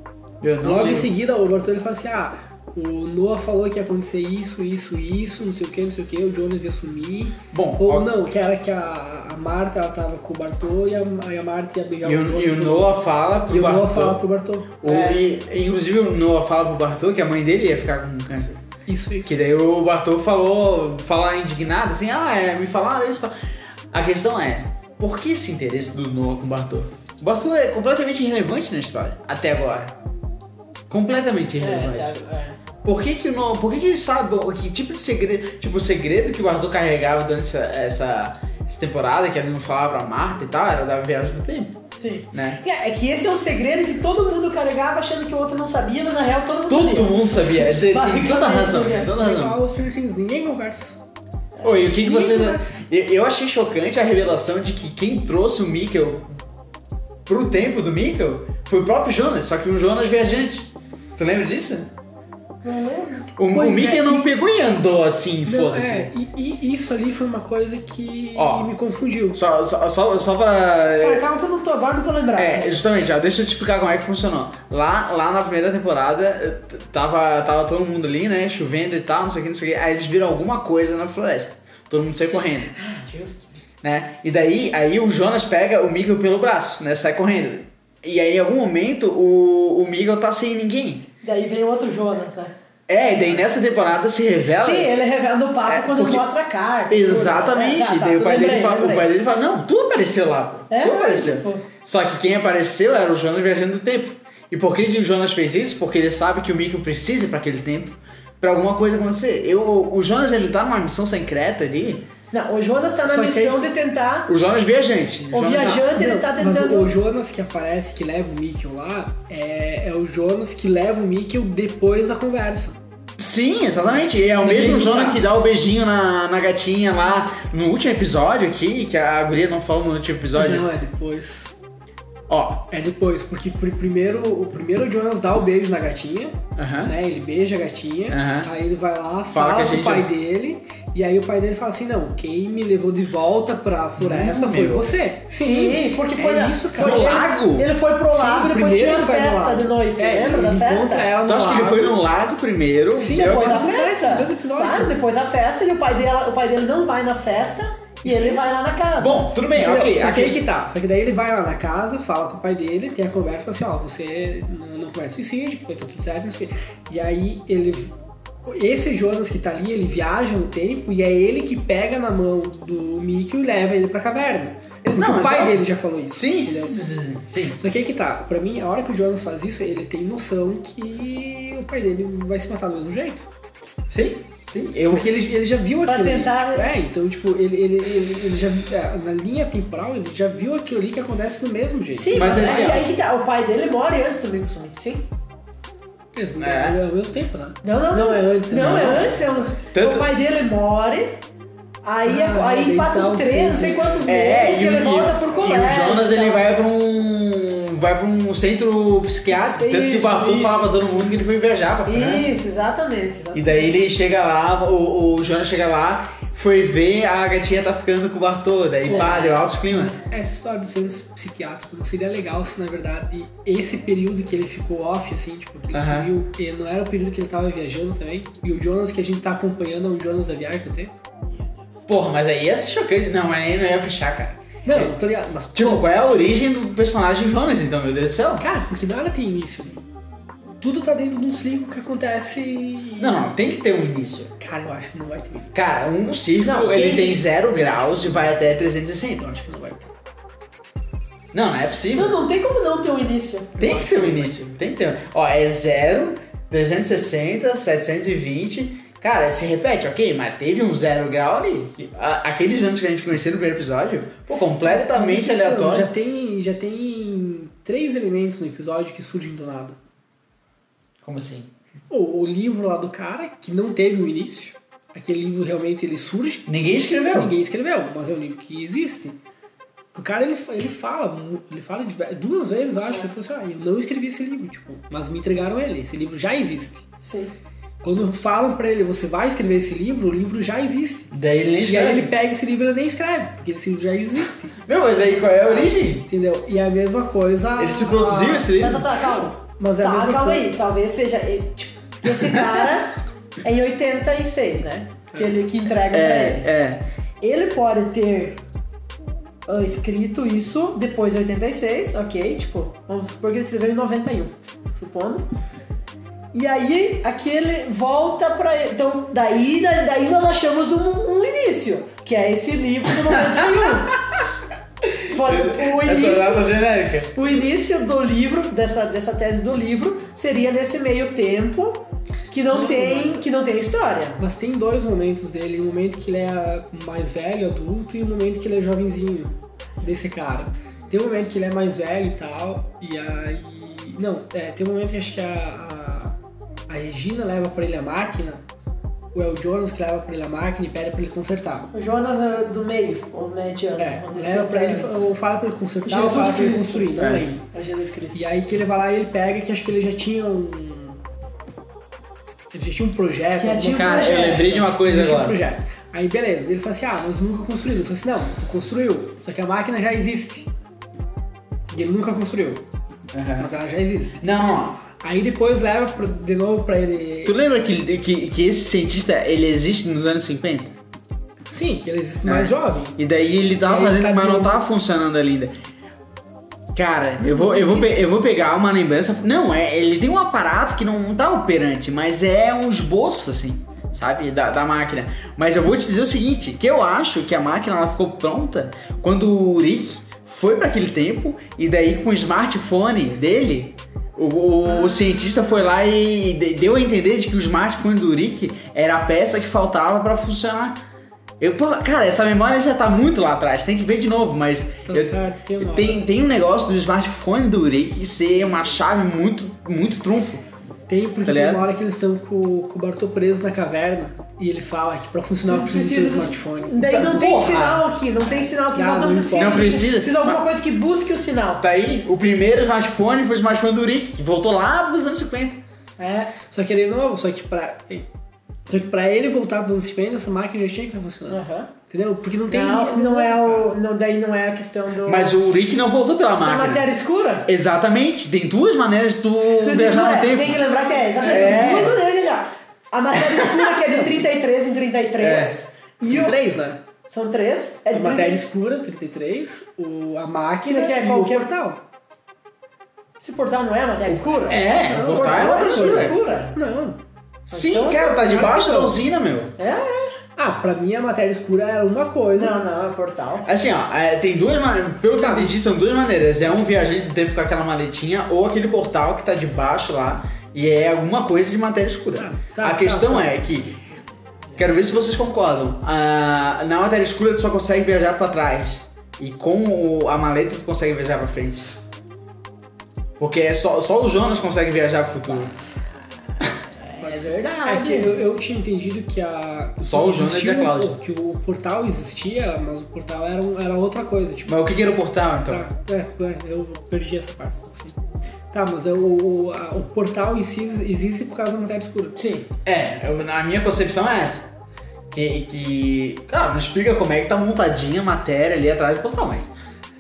Eu não logo em lembro. seguida o Bartô ele fala assim, ah, o Noah falou que ia acontecer isso, isso, isso, não sei o que, não sei o que, o Jonas ia sumir. Bom, Ou ó, não, que era que a, a Marta ela tava com o Bartô e a, e a Marta ia beijar e o o, Jonas. e o Noah fala pro E o Noah Bartô. fala pro Bartô. o- e- inclusive o Noah fala pro Bartô que a mãe dele ia ficar com câncer. Isso aí. Que daí o Bartô falou, falar indignado, assim, ah, é, me falaram isso e tal. A questão é, por que esse interesse do Noah com o Bartô? O Bartô é completamente irrelevante na história, até agora. Completamente irrelevante. É, tá, é. Por que que o Noah, por que que ele sabe, que tipo de segredo, tipo, o segredo que o Bartô carregava durante essa, essa, essa temporada, que ele não falava pra Marta e tal, era da viagem do tempo, Sim. né? É, é que esse é um segredo que todo mundo carregava achando que o outro não sabia, mas na real todo mundo Todo sabia. mundo sabia, tem, tem Basicamente, toda a razão, né? tem toda a razão. Igual os Stranger Things, ninguém conversa. Oi, o que, que Ninguém vocês. conversa. Eu, eu achei chocante a revelação de que quem trouxe o Mikkel pro tempo do Mikkel foi o próprio Jonas, só que um Jonas viajante. Tu lembra disso? Não lembro. O, o Pois Mickey é, não e- pegou e andou assim, Não, foda-se. é, e, e isso ali foi uma coisa que Ó. me confundiu. Só, só, só, só pra... Cara, calma que eu não tô, agora não tô lembrado. É, justamente, ó, deixa eu te explicar como é que funcionou. Lá, lá na primeira temporada, eh, tava, tava todo mundo ali, né, chovendo e tal, não sei o que, não sei o que. Aí eles viram alguma coisa na floresta. Todo mundo saiu correndo, Ah, justo. né? E daí, aí o Jonas pega o Miguel pelo braço, né, sai correndo. E aí, em algum momento, o, o Miguel tá sem ninguém. Daí vem o outro Jonas, né? É, e daí nessa temporada se revela... Sim, ele revela o papo É, quando porque- mostra a carta. Exatamente, tudo, né? Tá, tá, daí o tu pai, lembrei, dele fala, o lembrei. pai dele fala, não, tu apareceu lá, pô. É, tu apareceu. tipo- Só que quem apareceu era o Jonas viajando do tempo. E por que, que o Jonas fez isso? Porque ele sabe que o Mickey precisa ir pra aquele tempo pra alguma coisa acontecer. Eu, o Jonas, ele tá numa missão secreta ali. Não, o Jonas tá na Só que missão aí- de tentar... O Jonas viajante. O Jonas- viajante, ele Não, tá mas tentando... o Jonas que aparece, que leva o Mickey lá, é, é o Jonas que leva o Mickey depois da conversa. Sim, exatamente. E é o Sim, mesmo tá. Jonas que dá o beijinho na, na gatinha lá no último episódio aqui, que a guria não falou no último episódio. Não, é depois. Ó, É depois, porque pr- primeiro, o primeiro o Jonas dá o beijo na gatinha, aham. né? Ele beija a gatinha, Aham. aí ele vai lá, Fala fala que a com gente- o pai dele, e aí o pai dele fala assim, não, quem me levou de volta pra floresta Não, foi meu. você. Sim, porque foi, é na- isso, foi cara. No ele- lago? Ele foi pro lago, Sim, depois primeiro tinha a ele vai no festa lago. de noite. É, Lembra da ele festa? encontra ela no Então acho que ele lago. foi no lago primeiro. Sim, deu Depois aquela- da acontece festa. no mesmo episódio. Claro, depois da festa e o pai, dela, o pai dele não vai na festa e ele vai lá na casa. Bom, tudo bem, Entendeu? ok. Só a que aí questão- que tá. Só que daí ele vai lá na casa, fala com o pai dele, tem a conversa, fala assim, ó, você não, não comete suicídio, foi tudo certo, não sei o quê. E aí ele... Esse Jonas que tá ali, ele viaja no tempo e é ele que pega na mão do Mickey e leva ele pra caverna. Porque Não, o pai exato. dele já falou isso. Sim, entendeu? sim, sim. Só que aí que tá, pra mim, a hora que o Jonas faz isso, ele tem noção que o pai dele vai se matar do mesmo jeito. Sim, sim. Eu, Porque ele, ele já viu Pra aquilo. ali. tentar- É, então, tipo, ele, ele, ele, ele já é, na linha temporal, ele já viu aquilo ali que acontece do mesmo jeito. Sim, Mas mas, assim, é, ó. aí que tá. O pai dele morre antes do Mico sumir. Sim. Eles não É. é. ao mesmo tempo, né? Não, não. Não, é antes, Não, não. é antes. É um... Tanto- O pai dele morre. Aí, Ah, aí daí passa tá os o três, não sei filme. quantos É, meses e, que o- ele e volta o- por e colégio. o Jonas e ele tal. vai pra um. vai pra um centro psiquiátrico. Tanto que o Isso, Bartô isso. fala pra todo mundo que ele foi viajar pra França. Isso, exatamente. exatamente. E daí ele chega lá, o, o Jonas chega lá, foi ver, a gatinha tá ficando com o Bartô, daí pá, deu altos climas. Mas essa história dos centros psiquiátricos seria legal se, na verdade, esse período que ele ficou off, assim, tipo, que ele Aham. sumiu, e não era o período que ele tava viajando também. E o Jonas que a gente tá acompanhando é o Jonas da viagem do tempo. Porra, mas aí ia ser chocante. Não, mas aí não ia fechar, cara. Não, eu tô ligado. Mas, Tipo, qual é a origem do personagem Jonas, então, meu Deus do céu? cara, porque nada tem início. Tudo tá dentro de um ciclo que acontece. Não, não, tem que ter um início. Cara, eu acho que não vai ter início. Cara, um círculo, Não, ele tem- tem zero graus e vai até trezentos e sessenta. Eu acho que não vai ter. Não, não é possível. Não, não tem como não ter um início. Tem que ter um início, tem que ter. Ó, é zero, trezentos e sessenta, setecentos e vinte. Cara, se repete, ok, mas teve um zero grau ali. A- Aqueles anos que a gente conheceu no primeiro episódio, pô, completamente Não, Já aleatório. tem, já tem três elementos no episódio que surgem do nada. Como assim? O, o livro lá do cara, que não teve um início. Aquele livro realmente ele surge. Ninguém escreveu. Ninguém escreveu, mas é um livro que existe. O cara, ele, ele fala, ele fala de- duas vezes, eu acho, que ele falou assim, ah, eu não escrevi esse livro, tipo, mas me entregaram ele, esse livro já existe. Sim. Quando falam pra ele, você vai escrever esse livro, o livro já existe. Daí ele nem E escreve. aí ele pega esse livro e ele nem escreve, porque esse livro já existe, Meu, mas aí qual é a origem? entendeu? E é a mesma coisa... Ele se produziu esse Tá, livro? tá, tá, calma. Mas é a Tá, mesma calma coisa. aí. Talvez seja. ele, tipo, esse cara é em oitenta e seis, né? Que ele que entrega pra ele. É, é. Ele pode ter ah, escrito isso depois de oitenta e seis, ok? Tipo, vamos supor que ele escreveu em noventa e um, supondo. E aí, aquele volta pra ele. Então, daí, da- daí nós achamos um, um início, que é esse livro do noventa e um. Pode- o Essa início, data genérica. o início do livro, dessa, dessa tese do livro, seria nesse meio tempo que não, Não, tem, mas- que não tem história. Mas tem dois momentos dele, um momento que ele é mais velho, adulto, e um momento que ele é jovenzinho, desse cara. Tem um momento que ele é mais velho e tal, e aí... Não, é, tem um momento que acho que a, a, a Regina leva pra ele a máquina, ou é o Jonas que leva pra ele a máquina e pede pra ele consertar. O Jonas é do meio, ou mediano. É, onde leva pra ele, está- ou fala pra ele consertar, ou Jesus fala pra ele Cristo. construir, não É. lembro. É Jesus Cristo. E aí que ele vai lá e ele pega, que acho que ele já tinha um... Ele já tinha um projeto. Já tinha um Cara, projeto. eu lembrei de uma coisa Ele tinha um agora. projeto. Aí beleza, ele falou assim, ah, nós nunca construímos. Eu falei assim, não, tu construiu, só que a máquina já existe. E ele nunca construiu, Aham. mas ela já existe. Não, Aí depois leva pro- de novo pra ele... tu lembra que, que, que esse cientista, ele existe nos anos cinquenta? Sim, que ele existe É. mais jovem. E daí ele tava E aí fazendo, tá mas não novo. tava funcionando ainda. Cara, eu vou, eu, vou, pe- eu vou pegar uma lembrança. Não, é, ele tem um aparato que não tá operante, mas é um esboço, assim, sabe? Da, da máquina. Mas eu vou te dizer o seguinte: que eu acho que a máquina ela ficou pronta quando o Rick foi para aquele tempo, e daí com o smartphone dele. O, o, o cientista foi lá e de- deu a entender de que o smartphone do Rick era a peça que faltava pra funcionar. Eu, pô, cara, essa memória já tá muito lá atrás, tem que ver de novo, mas Tá eu- certo, tem uma- tem, tem um negócio do smartphone do Rick ser uma chave muito, muito trunfo. Tem, porque Tá tem ligado? uma hora que eles estão com, com o Bartô preso na caverna e ele fala que pra funcionar precisa ser o smartphone. Daí Tá, não tem porra. sinal aqui, não tem sinal aqui, Não, nós não não precisamos. Não precisa. Precisa de alguma coisa que busque o sinal. Tá aí, o primeiro smartphone foi o smartphone do Rick, que voltou lá pros anos cinquenta. É, só que ele é novo, só que pra, só que pra ele voltar pro smartphone, essa máquina já tinha que estar funcionando. Aham. Entendeu? Porque não tem Não, isso. não é o. Não, daí não é a questão do. Mas o Rick não voltou pela da máquina. matéria escura? Exatamente, tem duas maneiras de tu Tu viajar tem, no tempo. tem que lembrar que é exatamente É. duas maneiras de viajar. A matéria escura que é de trinta e três em trinta e três. E Tem o... três, né? São três. É A de matéria trinta... escura, trinta e três, o, a máquina Que é e qualquer- o portal. Esse portal não é a matéria escura? É, Não, o portal é a matéria escura. escura. Não. Sim, Então, cara, tá debaixo então. da usina, meu. É, é. Ah, pra mim a matéria escura era uma coisa. Não, não, é portal. Assim, ó, é, tem duas maneiras, pelo que eu entendi, são duas maneiras. É um viajante do tempo com aquela maletinha, ou aquele portal que tá debaixo lá, e é alguma coisa de matéria escura. Tá, tá, a questão tá, tá. é que, quero ver se vocês concordam, a, na matéria escura tu só consegue viajar pra trás, e com o- a maleta tu consegue viajar pra frente. Porque é só, só o Jonas consegue viajar pro futuro. É É verdade. que eu, eu tinha entendido que a. Só o Jonas e a existia um- Cláudia. Que o portal existia, mas o portal era, um- era outra coisa. Tipo, Mas o que que era o portal, então? tá, é, é, eu perdi essa parte. Assim. Tá, mas é o, o, a- o portal em si existe por causa da matéria escura. Sim. É, eu- na minha concepção é essa. Que, que. Cara, não explica como é que tá montadinha a matéria ali atrás do portal, mas.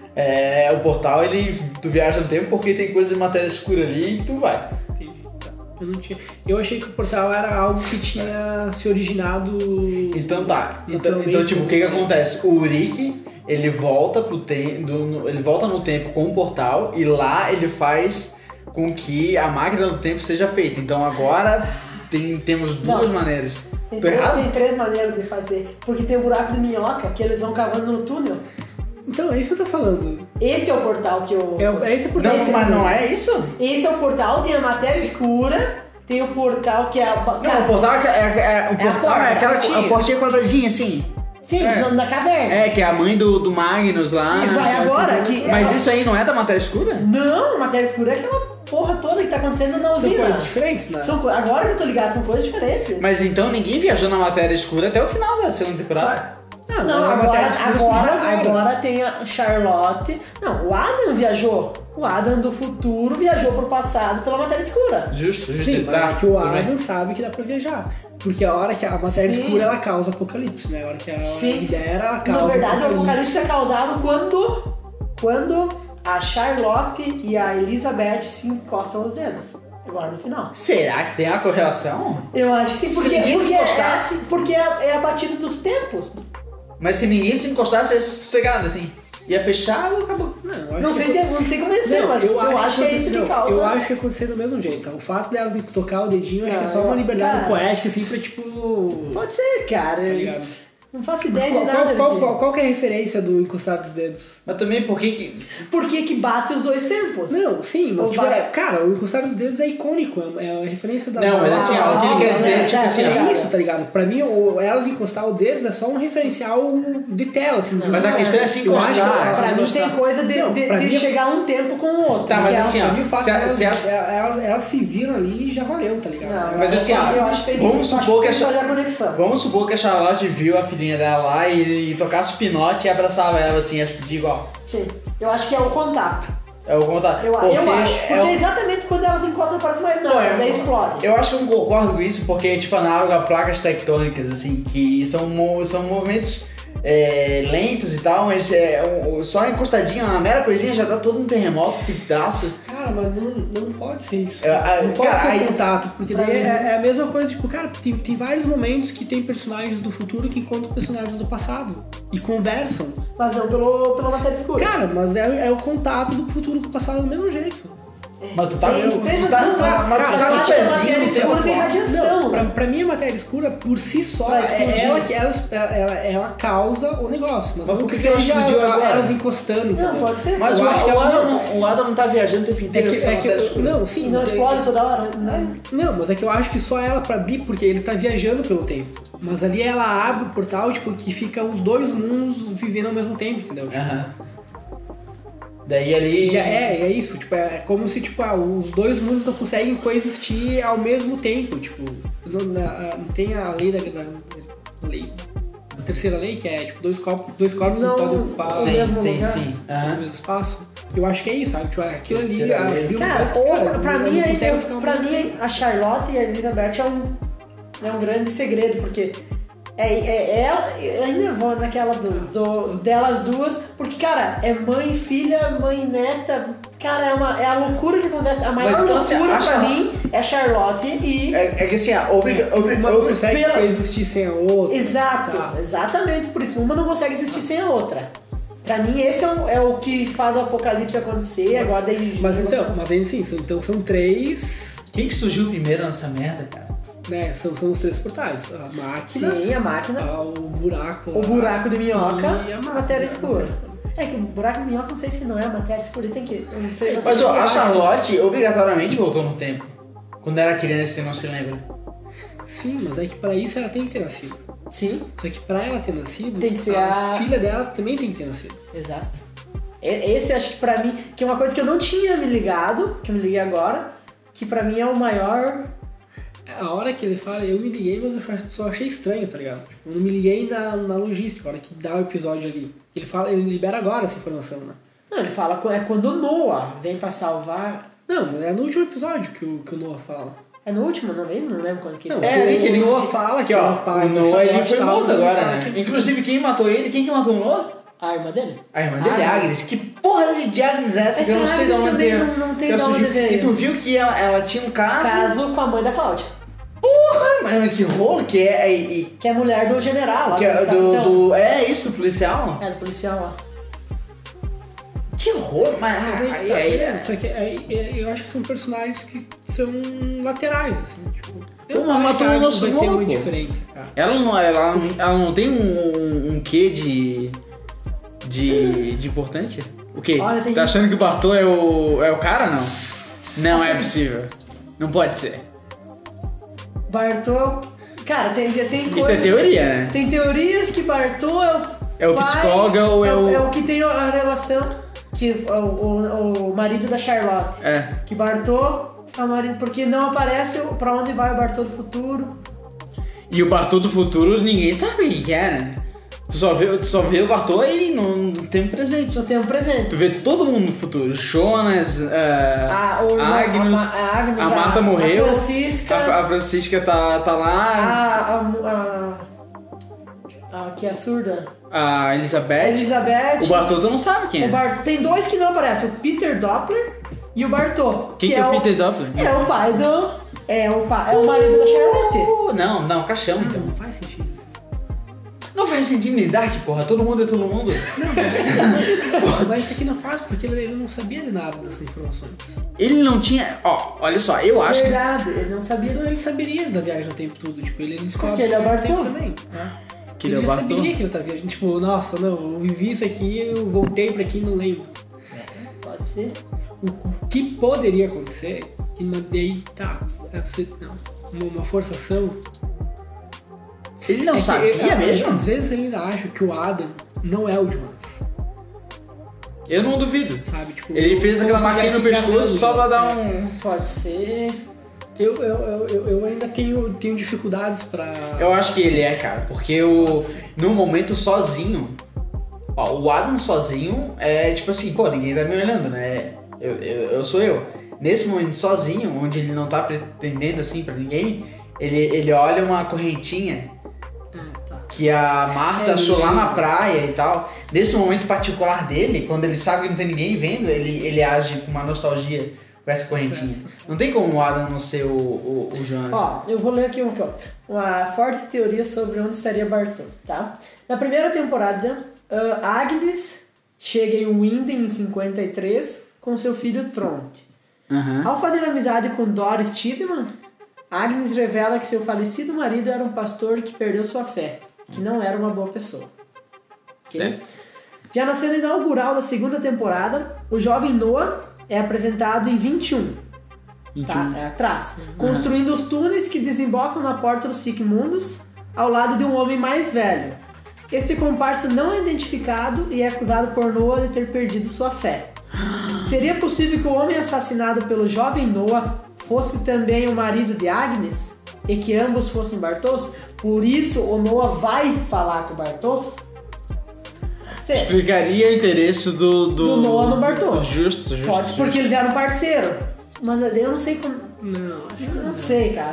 É, o portal, ele. Tu viaja no tempo porque tem coisa de matéria escura ali e tu vai. Entendi. Tá. Eu, não tinha, eu achei que o portal era algo que tinha se originado. Então tá. Então, naturalmente. então tipo, o que que acontece? O Rick, ele volta pro tempo. Ele volta no tempo com o portal e lá ele faz com que a máquina do tempo seja feita. Então agora tem, temos duas Não. maneiras. Tem Tô três, errado? tem três maneiras de fazer. Porque tem o buraco de minhoca que eles vão cavando no túnel. Então, é isso que eu tô falando. Esse é o portal que eu. É, é esse portal. Não, mas não é isso? Esse é o portal, tem a matéria escura, tem o portal que é a. Não, Cara, o portal é, é, é, o É a portal porta, é aquela a portinha. a portinha quadradinha assim. sim, é. o nome da caverna. É, que é a mãe do, do Magnus lá. E vai agora. Que Mas isso aí não é da matéria escura? Não, a matéria escura é aquela porra toda que tá acontecendo na São usina. coisas diferentes, né? São co- Agora que eu tô ligado, são coisas diferentes. Mas então ninguém viajou na matéria escura até o final da segunda temporada. Ah, Não, a agora, matéria escura surgiu agora, agora tem a Charlotte. Não, o Adam viajou. O Adam do futuro viajou pro passado pela matéria escura. Justo, justo. Sim, mas tá, é que o tudo bem. Adam sabe que dá pra viajar. Porque a hora que a matéria Sim. escura ela causa apocalipse, né? A hora que a Sim. ideia era ela causa Na verdade, o apocalipse. apocalipse é causado quando, quando a Charlotte e a Elizabeth se encostam os dedos. Agora no final. Será que tem a correlação? Eu acho que sim, Se porque, ninguém se porque, encostasse- é, porque é, é a batida dos tempos. Mas se ninguém se encostasse, ia ser sossegado assim. Ia fechar e acabou. Não, eu acho Não que sei, se, não sei como é ser, Não, mas eu, acho que é isso que não, causa. Eu acho que aconteceu do mesmo jeito. O fato delas tocar o dedinho, eu acho que é só Ah, uma liberdade cara. poética, assim, pra tipo. Pode ser, cara. Tá ligado? Não faço ideia Qual, de qual, nada. qual, daqui. qual, qual que é a referência do encostar dos dedos? Mas também por que que... Por que que bate os dois tempos? Não, sim, mas Ou tipo, vai- é- cara, o encostar dos dedos é icônico, é é a referência da. Não, mas da- assim, Ah, ó, o que ele quer não, dizer é né, tipo tá, assim, tá ó. ligado. É isso, tá ligado? Pra mim, o, elas encostar os dedos é só um referencial de tela, assim. Mas a questão é se Eu acho que- encostar. pra se Pra mim encostar. tem coisa de, Não, de- pra de mim- chegar um tempo com o outro. Tá, mas Que é- assim, ó, Pra mim, o fato se a- delas, se a- elas, elas se viram ali e já valeu, tá ligado? Não, Mas eu assim, acho- ó, eu acho que tem vamos eu acho supor que tem a Cha- fazer a conexão. Vamos supor que a Charlotte viu a filhinha dela lá e, e tocasse o pinote e abraçava ela assim, ia explodir igual. Sim, eu acho que é o contato. É o contato. Eu, Porque eu acho. Porque é o- é exatamente quando elas encostam não parece mais nada, Pô, é- daí explode. Eu acho que eu não concordo com isso, porque, tipo, análogo a placas tectônicas, assim, que são, mo- são movimentos é, lentos e tal, mas é, um- só encostadinha, uma mera coisinha, já dá todo um terremoto, pedidaço. Cara, mas não, não pode ser isso. É, a- não pode cara, ser aí- contato, porque pra daí mim- é, é a mesma coisa, tipo, cara, tem, tem vários momentos que tem personagens do futuro que encontram personagens do passado e conversam. Mas não pelo, pela matéria escura. Cara, mas é, é o contato do futuro com o passado do mesmo jeito. Mas tu tá, Tem- tu tem tá, razão, tu- mas- mas tu cara, tá eu no acho que a pezinho, matéria no teu escura tem atual. radiação. Não, pra, pra mim a matéria escura por si só, Pra é explodir. ela que ela, ela, ela causa o negócio. Mas, Mas não por que que ela seja explodiu agora? elas encostando, Não, entendeu? pode ser. Mas Eu o, acho que o, elas Adam, não- não, o Adam não tá viajando o tempo É inteiro que, com essa é que matéria eu, escura. não, sim, E não mas é- explode toda hora. Né? Não, mas é que eu acho que só ela pra abrir, porque ele tá viajando pelo tempo. Mas ali ela abre o portal, tipo, que fica os dois mundos vivendo ao mesmo tempo, entendeu? Tipo, Aham. Daí ali... e é, é isso, tipo, é como se tipo, ah, os dois mundos não conseguem coexistir ao mesmo tempo, tipo, não, na- não tem a lei da, da, da lei, a terceira lei, que é tipo, dois corpos, dois corpos não, Não, podem ocupar sim. o Sim, mesmo sim, lugar. sim. o Aham. mesmo espaço. Eu acho que é isso, sabe? Tipo, aquilo ali Terceira lei. abriu uma Cara, coisa que, ou, cara, pra, não- mim, não é- consegue é- ficar pra um- mim, a Charlotte e a Elizabeth é um, é um grande segredo, porque é, é, ela, eu ainda vou naquela do, do- delas duas, porque, cara, é mãe, filha, mãe, neta, cara, é, uma, é a loucura que acontece. A maior Mas, então, loucura você acha- pra mim é Charlotte e... É, é que assim, a obriga, obri- uma obri- consegue pela- coexistir sem a outra. Exato, Tá. exatamente por isso. Uma não consegue existir sem a outra. Pra mim, esse é o, é o que faz o apocalipse acontecer. Agora, daí. Mas então, mas aí sim, são- então são três, Quem que surgiu primeiro nessa merda, cara? né? São, são os três portais. A máquina, Sim, a máquina, a- o buraco. o buraco de minhoca e e a máquina. matéria escura. É que o buraco de minhoca, não sei se não é a matéria escura, tem que. Eu não sei. Mas ó, a Charlotte obrigatoriamente voltou no tempo. Quando era criança, você não se lembra. Sim, mas é que pra isso ela tem que ter nascido. Sim, Só que pra ela ter nascido, Tem que ser a, a- filha dela também tem que ter nascido. exato. E- Esse acho que pra mim, que é uma coisa que eu não tinha me ligado, que eu me liguei agora, que pra mim é o maior. A hora que ele fala, eu me liguei, mas eu só achei estranho, tá ligado? Tipo, eu não me liguei na, na logística, a hora que dá o episódio ali. Ele fala, ele libera agora essa informação, né? Não, ele fala é quando o Noah vem pra salvar. Não, mas é no último episódio que o, que o Noah fala. É no último, não mesmo? Não lembro quando que Não, ele É, o, ali que ele- o Noah fala Aqui, que ó, o pai o da Noah ele Charlotte foi tal, morto ele agora, fala né? que- Inclusive, quem matou ele? Quem que matou o Noah? A irmã dele? A irmã dele, Agnes. Agnes. Que porra de Agnes é essa que eu não Essa sei de Agnes onde também veio? não- não tem que ela de onde surgiu. veio. E tu viu que ela, ela tinha um caso... Caso com a mãe da Cláudia. Porra, mas que rolo que é... E, e- Que é a mulher do general lá. que é do do, capitão. do... É isso, do policial? É, do policial lá. Que rolo, mas... Mas aí, Aí, tá, aí, beleza, só que aí, é, eu acho que são personagens que são laterais, assim, tipo... Eu Pô, não mas acho que matou a o Agnes nosso vai ter Noah, muita pô. diferença, cara. Ela não, ela, não- ela não tem um, um quê de, de, de importante? O quê? Olha, tem Tá gente- achando que o Bartô é o, é o cara, não? Não é possível. Não pode ser. Bartô. Cara, tem, já tem Isso coisa. é teoria, né? Tem teorias que Bartô é o. É o pai- psicólogo ou é o- É o que tem a relação. Que o, o, o marido da Charlotte. É. Que Bartô é o marido. Porque não aparece o- pra onde vai o Bartô do futuro. E o Bartô do futuro, ninguém sabe quem que é, né? Tu só vê, tu só vê o Bartô e não, não tem presente. Só tem um presente. Tu vê todo mundo no futuro. Jonas, A, uh, o, Agnes, a, a, Agnes, a Marta morreu. A Francisca. a, a Francisca tá, tá lá, A, a, a, a que é surda. a A Elizabeth. Elizabeth. O Bartô tu não sabe quem é. O Bar- Tem dois que não aparecem, o Peter Doppler e o Bartô. Quem que é o Peter Doppler? É o pai do. É o, pai, é o marido da Charlotte. Uh, não, não, caixão então. Não faz sentido. Não faz sentido em Dark, porra. Todo mundo é todo mundo. Não, mas, isso aqui- mas isso aqui não faz, porque ele, ele não sabia de nada dessas informações. Ele não tinha. Ó, olha só, eu acho que. Verdade, ele não sabia. Então ele saberia da viagem no tempo tudo, tipo, ele descobre Porque ele é o que no tempo Bartô. também. Né? Que ele ele é o já Bartô. saberia que ele tá viajando, tipo, nossa, não, eu vivi isso aqui, eu voltei pra aqui e não lembro. Pode ser. O, o que poderia acontecer, que não- daí, tá, é você, não, uma, uma forçação. Ele não é que sabia ele- mesmo? Às vezes eu ainda acho que o Adam não é o Jonas, Eu não duvido. sabe? Tipo, Ele fez como aquela se marquinha no tivesse pescoço só pra enganando, dar né? um. Pode ser. Eu, eu, eu, eu, eu ainda tenho, tenho dificuldades pra. Eu acho que ele é, cara, porque o. No momento sozinho. Ó, o Adam sozinho é tipo assim, pô, ninguém tá me olhando, né? eu, eu, eu sou eu. Nesse momento sozinho, onde ele não tá pretendendo assim pra ninguém, ele, ele olha uma correntinha Ah, tá. que a Marta É, achou ele lá na lembra. praia e tal. Nesse momento particular dele, quando ele sabe que não tem ninguém vendo, ele, ele age com uma nostalgia com essa correntinha. Não tem como o Adam não ser o, o, o Jonas. Ó, eu vou ler aqui um aqui, ó. Uma forte teoria sobre onde estaria Bartos, tá? Na primeira temporada, uh, Agnes chega em Winden em cinquenta e três com seu filho Trond. Aham. Ao fazer amizade com Doris Tideman, Agnes revela que seu falecido marido era um pastor que perdeu sua fé, que não era uma boa pessoa. Ok? Certo. Já na cena inaugural da segunda temporada, o jovem Noah é apresentado em vinte e um, tá? É atrás, construindo os túneis que desembocam na porta do Sigmundos, ao lado de um homem mais velho. Este comparsa não é identificado e é acusado por Noah de ter perdido sua fé. Seria possível que o homem assassinado pelo jovem Noah fosse também o marido de Agnes e que ambos fossem Bartos? Por isso o Noah vai falar com o Bartos? Sério. Explicaria o interesse do... Do, Do Noah no Bartos. Justo, justo. Pode, justo. porque eles eram parceiro. Mas eu não sei como. Não, acho que Eu não. não sei, cara.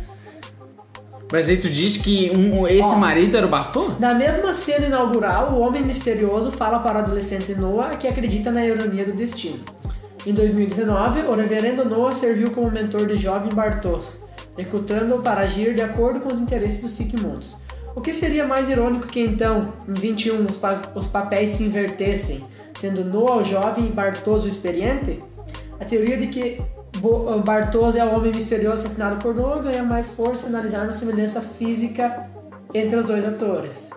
Mas aí tu diz que um, esse Ó. marido era o Bartô? Na mesma cena inaugural, o homem misterioso fala para o adolescente Noah que acredita na ironia do destino. Em dois mil e dezenove, o reverendo Noah serviu como mentor de jovem Bartos, recrutando-o para agir de acordo com os interesses dos Sigmundos. O que seria mais irônico que então, em vinte e um, os, pa- os papéis se invertessem, sendo Noah o jovem e Bartos o experiente? A teoria de que Bo- Bartos é o homem misterioso assassinado por Noah ganha mais força analisar uma semelhança física entre os dois atores.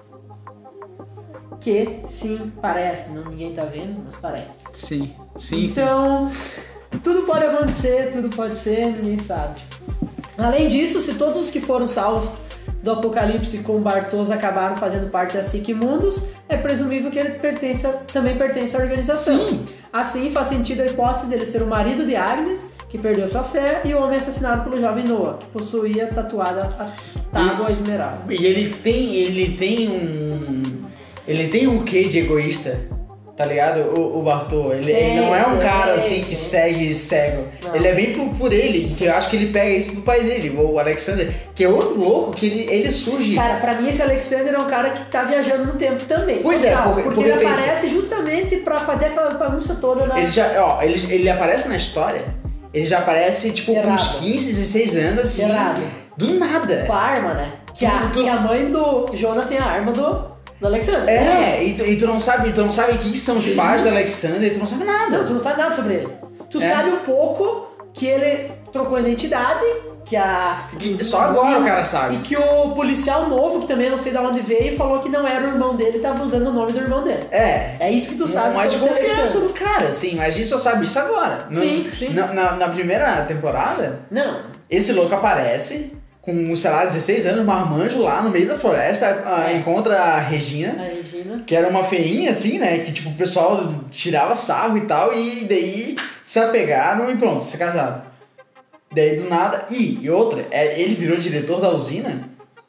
Que, sim, parece. Não, ninguém tá vendo, mas parece. Sim, sim, sim. Então, tudo pode acontecer, tudo pode ser, ninguém sabe. Além disso, se todos os que foram salvos do Apocalipse com Bartos acabaram fazendo parte da Sigmundos, é presumível que ele pertence a- também pertence à organização. Sim. Assim, faz sentido a hipótese dele ser o marido de Agnes, que perdeu sua fé, e o homem assassinado pelo jovem Noah, que possuía tatuada a tábua esmeralda. E ele tem, ele tem um... Ele tem um quê de egoísta, tá ligado? O, o Bartô. Ele, ele não é um Tem, cara tem, assim tem. que segue cego. Não. Ele é bem por, por ele. Que eu acho que ele pega isso do pai dele, o Alexander. Que é outro louco que ele, ele surge... Cara, pra mim esse Alexander é um cara que tá viajando no tempo também. Pois é, total, porque- porque, porque ele tem aparece justamente pra fazer aquela bagunça toda na... Ele já, ó, ele, ele aparece na história, ele já aparece, tipo, com uns Errado. quinze, dezesseis anos, assim, Errado. do nada. com a arma, né? Que a, Tu- tu- que a mãe do Jonas tem a arma do, do Alexander. É, e tu, e tu não sabe, tu não sabe quem são os pais do Alexander, tu não sabe nada. Não, tu não sabe nada sobre ele. Tu É. sabe um pouco que ele trocou a identidade, que a... E só agora o cara sabe. E que o policial novo, que também não sei de onde veio, falou que não era o irmão dele e tava usando o nome do irmão dele. É. É isso que tu sabe Uma sobre o desconfiança Alexander. do cara, assim, mas a gente só sabe isso agora. No- Sim, sim. Na, na, na primeira temporada, Não, esse louco aparece com, sei lá, dezesseis anos, marmanjo lá no meio da floresta, ah, É. encontra a Regina. a Regina... Que era uma feinha, assim, né? Que, tipo, o pessoal tirava sarro e tal, e daí se apegaram e pronto, se casaram. Daí, do nada... E, e outra, é, ele virou diretor da usina,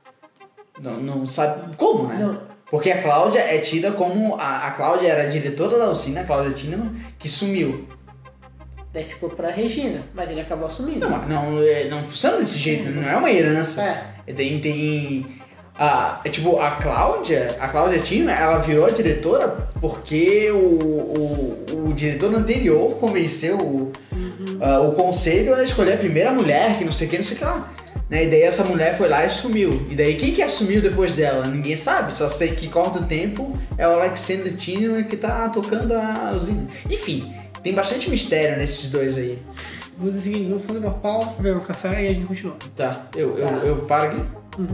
não, não sabe como, né? Não. Porque a Cláudia é tida como... A, a Cláudia era a diretora da usina, a Cláudia Tinneman, que sumiu. Daí ficou pra Regina, mas ele acabou assumindo. Não, não, é- não funciona desse jeito, não é uma herança. É. Tem, tem a, é tipo, a Cláudia, a Cláudia Tinneman, ela virou a diretora porque o, o, o diretor anterior convenceu o, ah, o conselho a escolher a primeira mulher, que não sei o que, não sei o que lá. Né? E daí essa mulher foi lá e sumiu. E daí quem que assumiu depois dela? Ninguém sabe, só sei que corta o tempo é o Alexander Tinneman que tá tocando a usina. Enfim, tem bastante mistério nesses dois aí. Vou dizer o seguinte, vou fazer uma pausa, beber um café e a gente continua. Tá, eu, Tá. eu, eu paro aqui.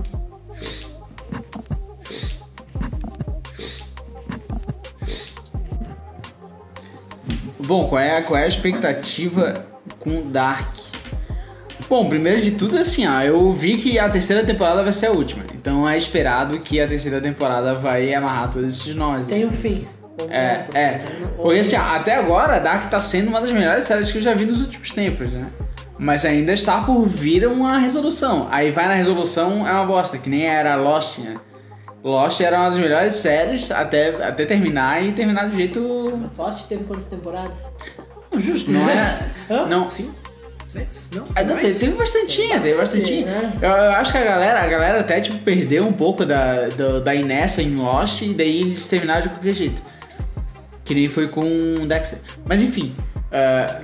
Bom, qual é, a- qual é a expectativa com Dark? Bom, primeiro de tudo, assim, ó, eu vi que a terceira temporada vai ser a última. Então é esperado que a terceira temporada vai amarrar todos esses nós. né? Tem um fim. É, é. Porque assim, ó, até agora Dark tá sendo uma das melhores séries que eu já vi nos últimos tempos, né? Mas ainda está por vir uma resolução. Aí vai na resolução, é uma bosta, que nem era Lost, né? Lost era uma das melhores séries até, até terminar e terminar do jeito... Lost teve quantas temporadas? Justo. Não é... Hã? Não. Sim. Seis? Não? Ah, não, teve, teve bastantinha, teve bastantinha. né? Eu, eu acho que a galera, a galera até tipo, perdeu um pouco da, do, da inércia em Lost e daí eles terminaram de qualquer jeito. Que nem foi com Dexter. Mas enfim, uh,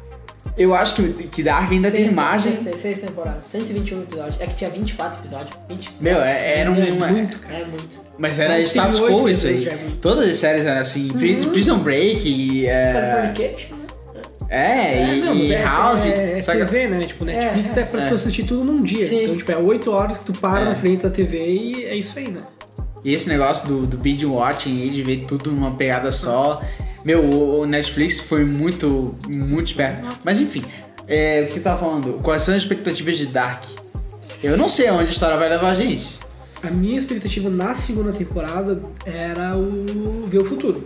eu acho que, que Dark ainda Seis, tem margem. Seis, seis temporadas, cento e vinte e um episódios. É que tinha vinte e quatro episódios. vinte Meu, é- era um. É muito, É muito. Mas era Não, status teve quo oito, isso aí. já é muito. Todas as séries eram assim. Prison- Prison Break e. é, Californication, né? É, e, não, e mas é, House. É, é saca? T V, né? Tipo, Netflix é, É, pra é. tu assistir tudo num dia. Sim. Então, tipo, é oito horas que tu para É. na frente da T V e é isso aí, né? E esse negócio do, do binge watching aí, de ver tudo numa pegada só. Meu, o o Netflix foi muito, muito esperto. Mas enfim, é, o que eu tava falando? Quais são as expectativas de Dark? Eu não sei aonde a história vai levar a gente. A minha expectativa na segunda temporada era o ver o futuro.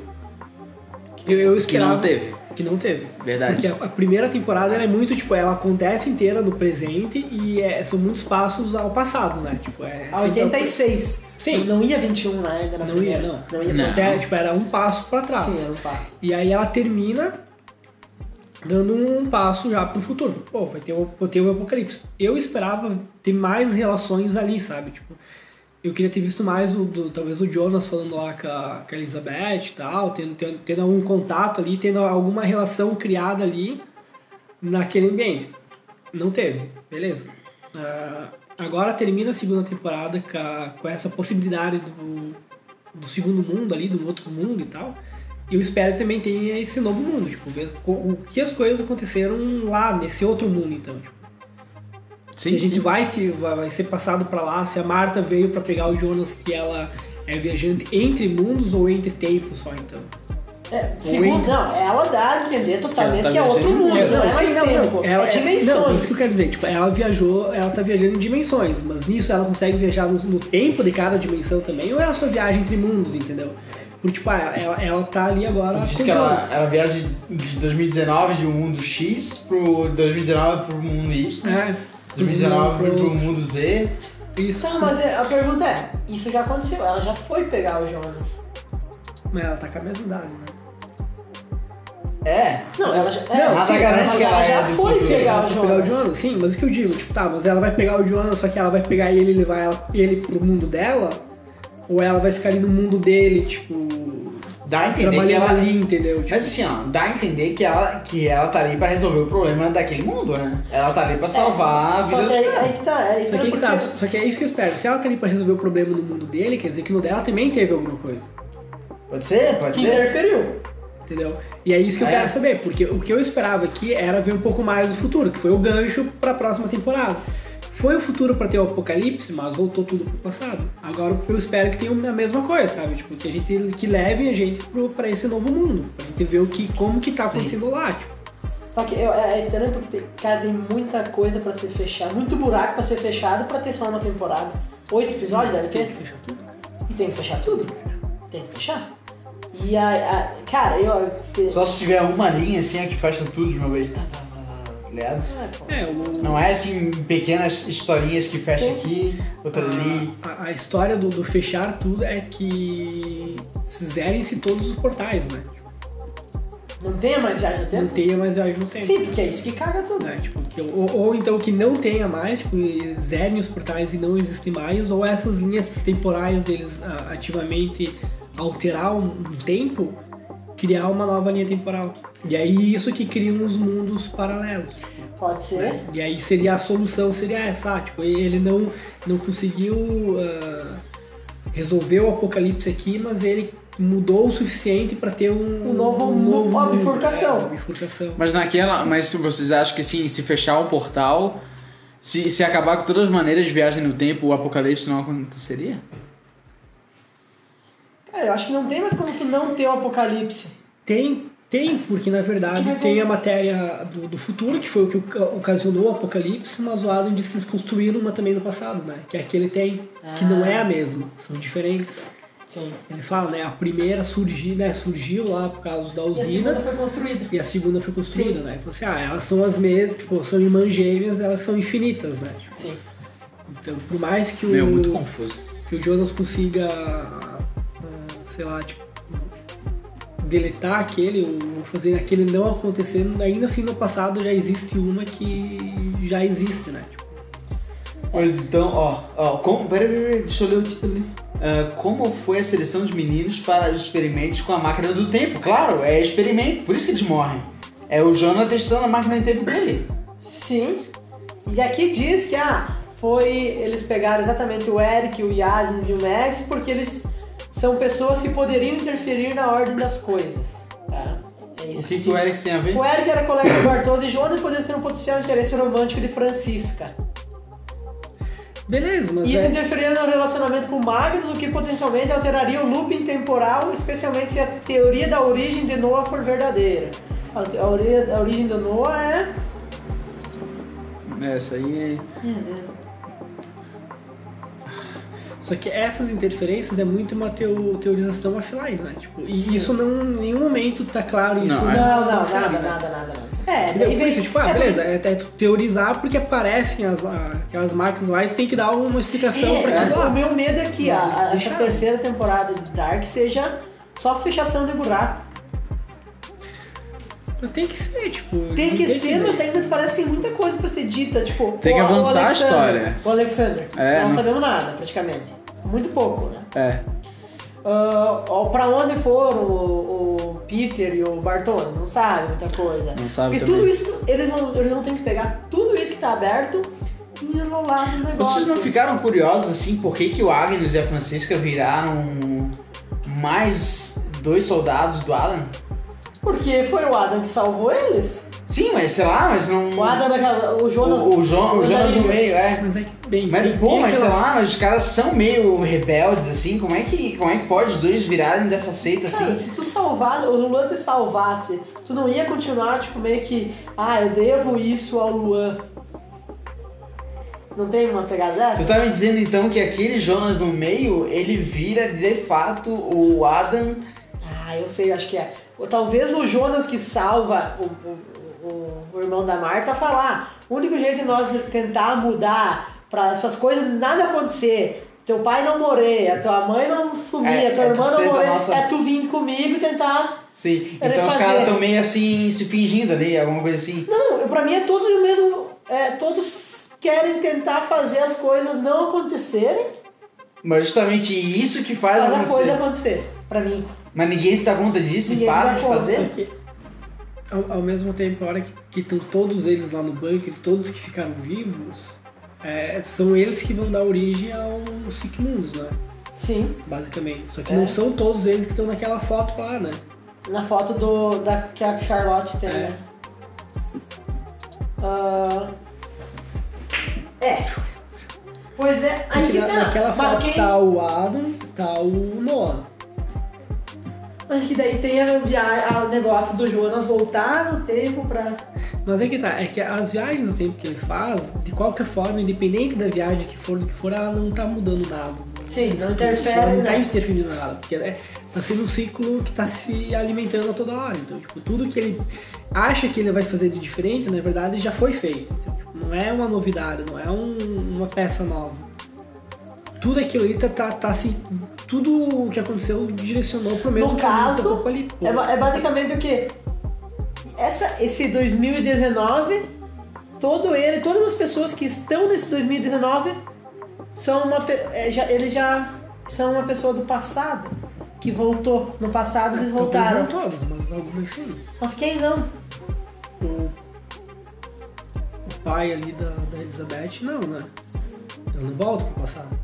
Eu, eu Que esperava... não teve. Que não teve. Verdade. Porque a, a primeira temporada ela é muito, tipo, ela acontece inteira no presente e é- são muitos passos ao passado, né? Tipo, é... A sempre- oitenta e seis. Sim. Não ia vinte e um, né? Ainda na Não ia, primeira. não. Não ia Não. só Até, tipo, era um passo pra trás. Sim, era um passo. E aí ela termina dando um passo já pro futuro. Pô, vai ter o, vai ter o apocalipse. Eu esperava ter mais relações ali, sabe? Tipo, eu queria ter visto mais o, do, talvez o Jonas falando lá com a, com a Elizabeth e tal, tendo, tendo, tendo algum contato ali, tendo alguma relação criada ali naquele ambiente. Não teve, beleza. Ah, agora termina a segunda temporada com, a- com essa possibilidade do, do segundo mundo ali, do outro mundo e tal. Eu espero que também tenha esse novo mundo, tipo, ver co- o que as coisas aconteceram lá, nesse outro mundo, então. Tipo, Sim, se a gente sim. vai, ter, vai vai ser passado pra lá, se a Marta veio pra pegar o Jonas, que ela é viajante entre mundos ou entre tempos só, então. É, Ou segundo, entre- não, ela dá a entender totalmente Que que, ela tá é outro viajando em mundo, mundo. não, é mais sim, não, tempo, não, ela, é dimensões. Não, isso que eu quero dizer, tipo, ela viajou, ela tá viajando em dimensões, mas nisso ela consegue viajar no, no tempo de cada dimensão também, ou ela só viaja entre mundos, entendeu? Porque, tipo, ela, ela, ela tá ali agora Diz com que o ela, Jonas. ela viaja de dois mil e dezenove de um mundo X pro dois mil e dezenove pro mundo Y. É, dois mil e dezenove pro- pro mundo Z. Isso. Tá, mas a pergunta é, isso já aconteceu, ela já foi pegar o Jonas. Mas ela tá com a mesma idade, né? É. Não, ela já, Não, é, nada sim, garante mas que ela é já do foi futuro. pegar Ela o vai pegar o Jonas. Jonas, sim, mas o que eu digo, tipo, tá, mas ela vai pegar o Jonas, só que ela vai pegar ele e levar ela- ele pro mundo dela? Ou ela vai ficar ali no mundo dele, tipo, Dá a entender que trabalhando ela. ali, entendeu? Tipo, Mas assim, ó, dá a entender que ela, que ela tá ali pra resolver o problema daquele mundo, né? Ela tá ali pra salvar a vida Só dos que aí, caras. aí que tá, é isso Só que, aí é que tá, porque- só que é isso que eu espero. Se ela tá ali pra resolver o problema no mundo dele, quer dizer que no dela também teve alguma coisa. Pode ser, pode que ser. interferiu. Entendeu? E é isso que eu É. quero saber, porque o que eu esperava aqui era ver um pouco mais do futuro, que foi o gancho pra próxima temporada. Foi o futuro pra ter o apocalipse, mas voltou tudo pro passado. Agora eu espero que tenha a mesma coisa, sabe? Tipo, que a gente que leve a gente pro, pra esse novo mundo, pra gente ver o que, como que tá Sim. acontecendo lá, tipo. Só que eu- é estranho porque, tem, cara, tem muita coisa pra ser fechada, muito buraco pra ser fechado pra ter só uma temporada. Oito episódios, deve ter? Fecha tudo. E tem que fechar tudo. Tem que fechar. E a, a- cara, eu... que- Só se tiver uma linha assim, é que fecha tudo de uma vez. Tá, tá, tá, tá, tá ligado? É, pô. É, o, Não é assim, pequenas historinhas que fecha Sim. aqui, outra ali. a, a história do, do fechar tudo é que zerem-se todos os portais, né? Não tenha mais viagem no Não tempo? tenha mais viagem no tempo. Sim, porque é isso que caga tudo. Né? Tipo, que, ou, ou então que não tenha mais, tipo, zerem os portais e não existem mais, ou essas linhas temporais deles ah, ativamente alterar um, um tempo, criar uma nova linha temporal. E aí isso que cria uns mundos paralelos. Pode ser. Né? E aí seria a solução, seria essa, ah, tipo, ele não, não conseguiu ah, resolver o apocalipse aqui, mas ele mudou o suficiente para ter um, Um novo- uma mundo. bifurcação. É, uma bifurcação. Mas naquela. Mas vocês acham que sim, se fechar o portal, se, se acabar com todas as maneiras de viagem no tempo, o apocalipse não aconteceria? Cara, eu acho que não tem mais como que não ter o apocalipse. Tem, tem, porque na verdade Que vai tem ter- a matéria do, do futuro, que foi o que oca- ocasionou o apocalipse, mas o Adam diz que eles construíram uma também do passado, né? Que é a que ele tem, que não é a mesma, são diferentes. Sim. Ele fala, né? A primeira surgiu, né, surgiu lá por causa da E a segunda usina foi construída. e a segunda foi construída, Sim. né? Ele falou assim, ah, elas são as mesmas, tipo, são irmãs gêmeas, elas são infinitas, né? Tipo, Sim. então, por mais que o, Meu, muito confuso. que o Jonas consiga, ah, sei lá, tipo, deletar aquele ou fazer aquele não acontecer, ainda assim no passado já existe uma que já existe, né? Tipo, Pois então, ó, ó, como, peraí, peraí, deixa eu ler o título ali. Uh, como foi a seleção de meninos para os experimentos com a máquina do tempo? Claro, é experimento, por isso que eles morrem. É o Jonah testando a máquina do tempo dele. Sim. E aqui diz que ah, foi. Eles pegaram exatamente o Eric, o Yasin e o Max porque eles são pessoas que poderiam interferir na ordem das coisas. Tá? É isso O que, que o Eric tem a ver? O Eric era colega de Bartosz e Jonah e poderia ter um potencial interesse romântico de Francisca. beleza, mas Isso é... interferiria no relacionamento com Magnus, o que potencialmente alteraria o looping temporal, especialmente se a teoria da origem de Noah for verdadeira. A, a, ori- a origem do Noah é... Essa aí Só que essas interferências é muito uma teo- teorização offline, né? Tipo, e Sim. isso não, em nenhum momento tá claro isso. Não, na- é- Não, não, na série, nada, né? nada, nada, nada. É, Entendeu? daí Por vem... isso, tipo, ah, é, beleza, é, é tu teorizar porque aparecem as, a- aquelas máquinas lá e tu tem que dar uma explicação É, pra é, aquilo o lá. meu medo é que Mas a, eles a, essa deixaram. terceira temporada de Dark seja só fechação de buraco. Mas tem que ser, tipo... Tem não que ser, mas ver. ainda parece que tem muita coisa pra ser dita, tipo... Tem que o- o avançar a Alexander- história. O Alexander, É, não, não- sabemos nada, praticamente. Muito pouco, né? é. Uh, ó, pra onde foram o, o Peter e o Bartone? Não sabe muita coisa. Não sabe Porque também. tudo isso, eles vão, eles vão ter que pegar tudo isso que tá aberto e enrolar no negócio. Vocês não ficaram curiosos assim por que, que o Agnes e a Francisca viraram mais dois soldados do Adam? Porque foi o Adam que salvou eles. Sim, mas sei lá, mas não. O Adam, naquela- o Jonas... O, o, Jo- o Jonas no meio, é. Mas é que, bem... Mas, tem- pô, tem mas sei aquela- lá, mas os caras são meio rebeldes, assim, como é que, como é que pode os dois virarem dessa seita, Cara, assim? se tu salvar, o Luan te salvasse, tu não ia continuar, tipo, meio que... Ah, eu devo isso ao Luan. Não tem uma pegada dessa? Tu tá me dizendo, então, que aquele Jonas no meio, ele vira, de fato, o Adam... Ah, eu sei, acho que é. Ou talvez o Jonas que salva o, o, o, o irmão da Marta falar, o único jeito de nós tentar mudar para as coisas nada acontecer, teu pai não morrer, a tua mãe não sumir, É, a tua é irmã tu não ser da morrer, nossa- é tu vir comigo e tentar... Sim, Ele então os fazer. caras estão meio assim, se fingindo ali, alguma coisa assim. Não, pra mim é todos o mesmo... É, todos querem tentar fazer as coisas não acontecerem, Mas justamente isso que faz fazer a acontecer. coisa acontecer, pra mim. Mas ninguém se dá conta disso Ninguém e se para dá de conta. fazer? Porque, ao, ao mesmo tempo, a hora que estão todos eles lá no bunker, todos que ficaram vivos, é, são eles que vão dar origem aos Sick Moons, né? Sim, Basicamente. Só que É. não são todos eles que estão naquela foto lá, né? na foto do, da, que a Charlotte tem, É. né? Ah, é. Pois é, aí Porque que na- tá. naquela Mas foto quem... tá o Adam, tá o Noah. Mas que daí tem a via... o negócio do Jonas voltar no tempo pra... Mas é que tá, é que as viagens no tempo que ele faz, de qualquer forma, independente da viagem que for, do que for, ela não tá mudando nada. Sim, não interfere, Ela não tá né? interferindo nada, porque é, tá sendo um ciclo que tá se alimentando a toda hora. Então, tipo, tudo que ele acha que ele vai fazer de diferente, na verdade, já foi feito. Então, tipo, não é uma novidade, não é um- uma peça nova. Tudo aquilo ali tá, tá, tá assim, tudo o que aconteceu direcionou pro mesmo No caminho, caso, tá um pouco ali, pô. É, ba- é basicamente o que? Essa, esse dois mil e dezenove, todo ele, todas as pessoas que estão nesse dois mil e dezenove são uma, pe- é, já, eles já são uma pessoa do passado que voltou. No passado eles Talvez voltaram. não todas, mas algumas sim. Mas quem não? O, o pai ali da, da Elizabeth, não, né? Ele não volta pro passado.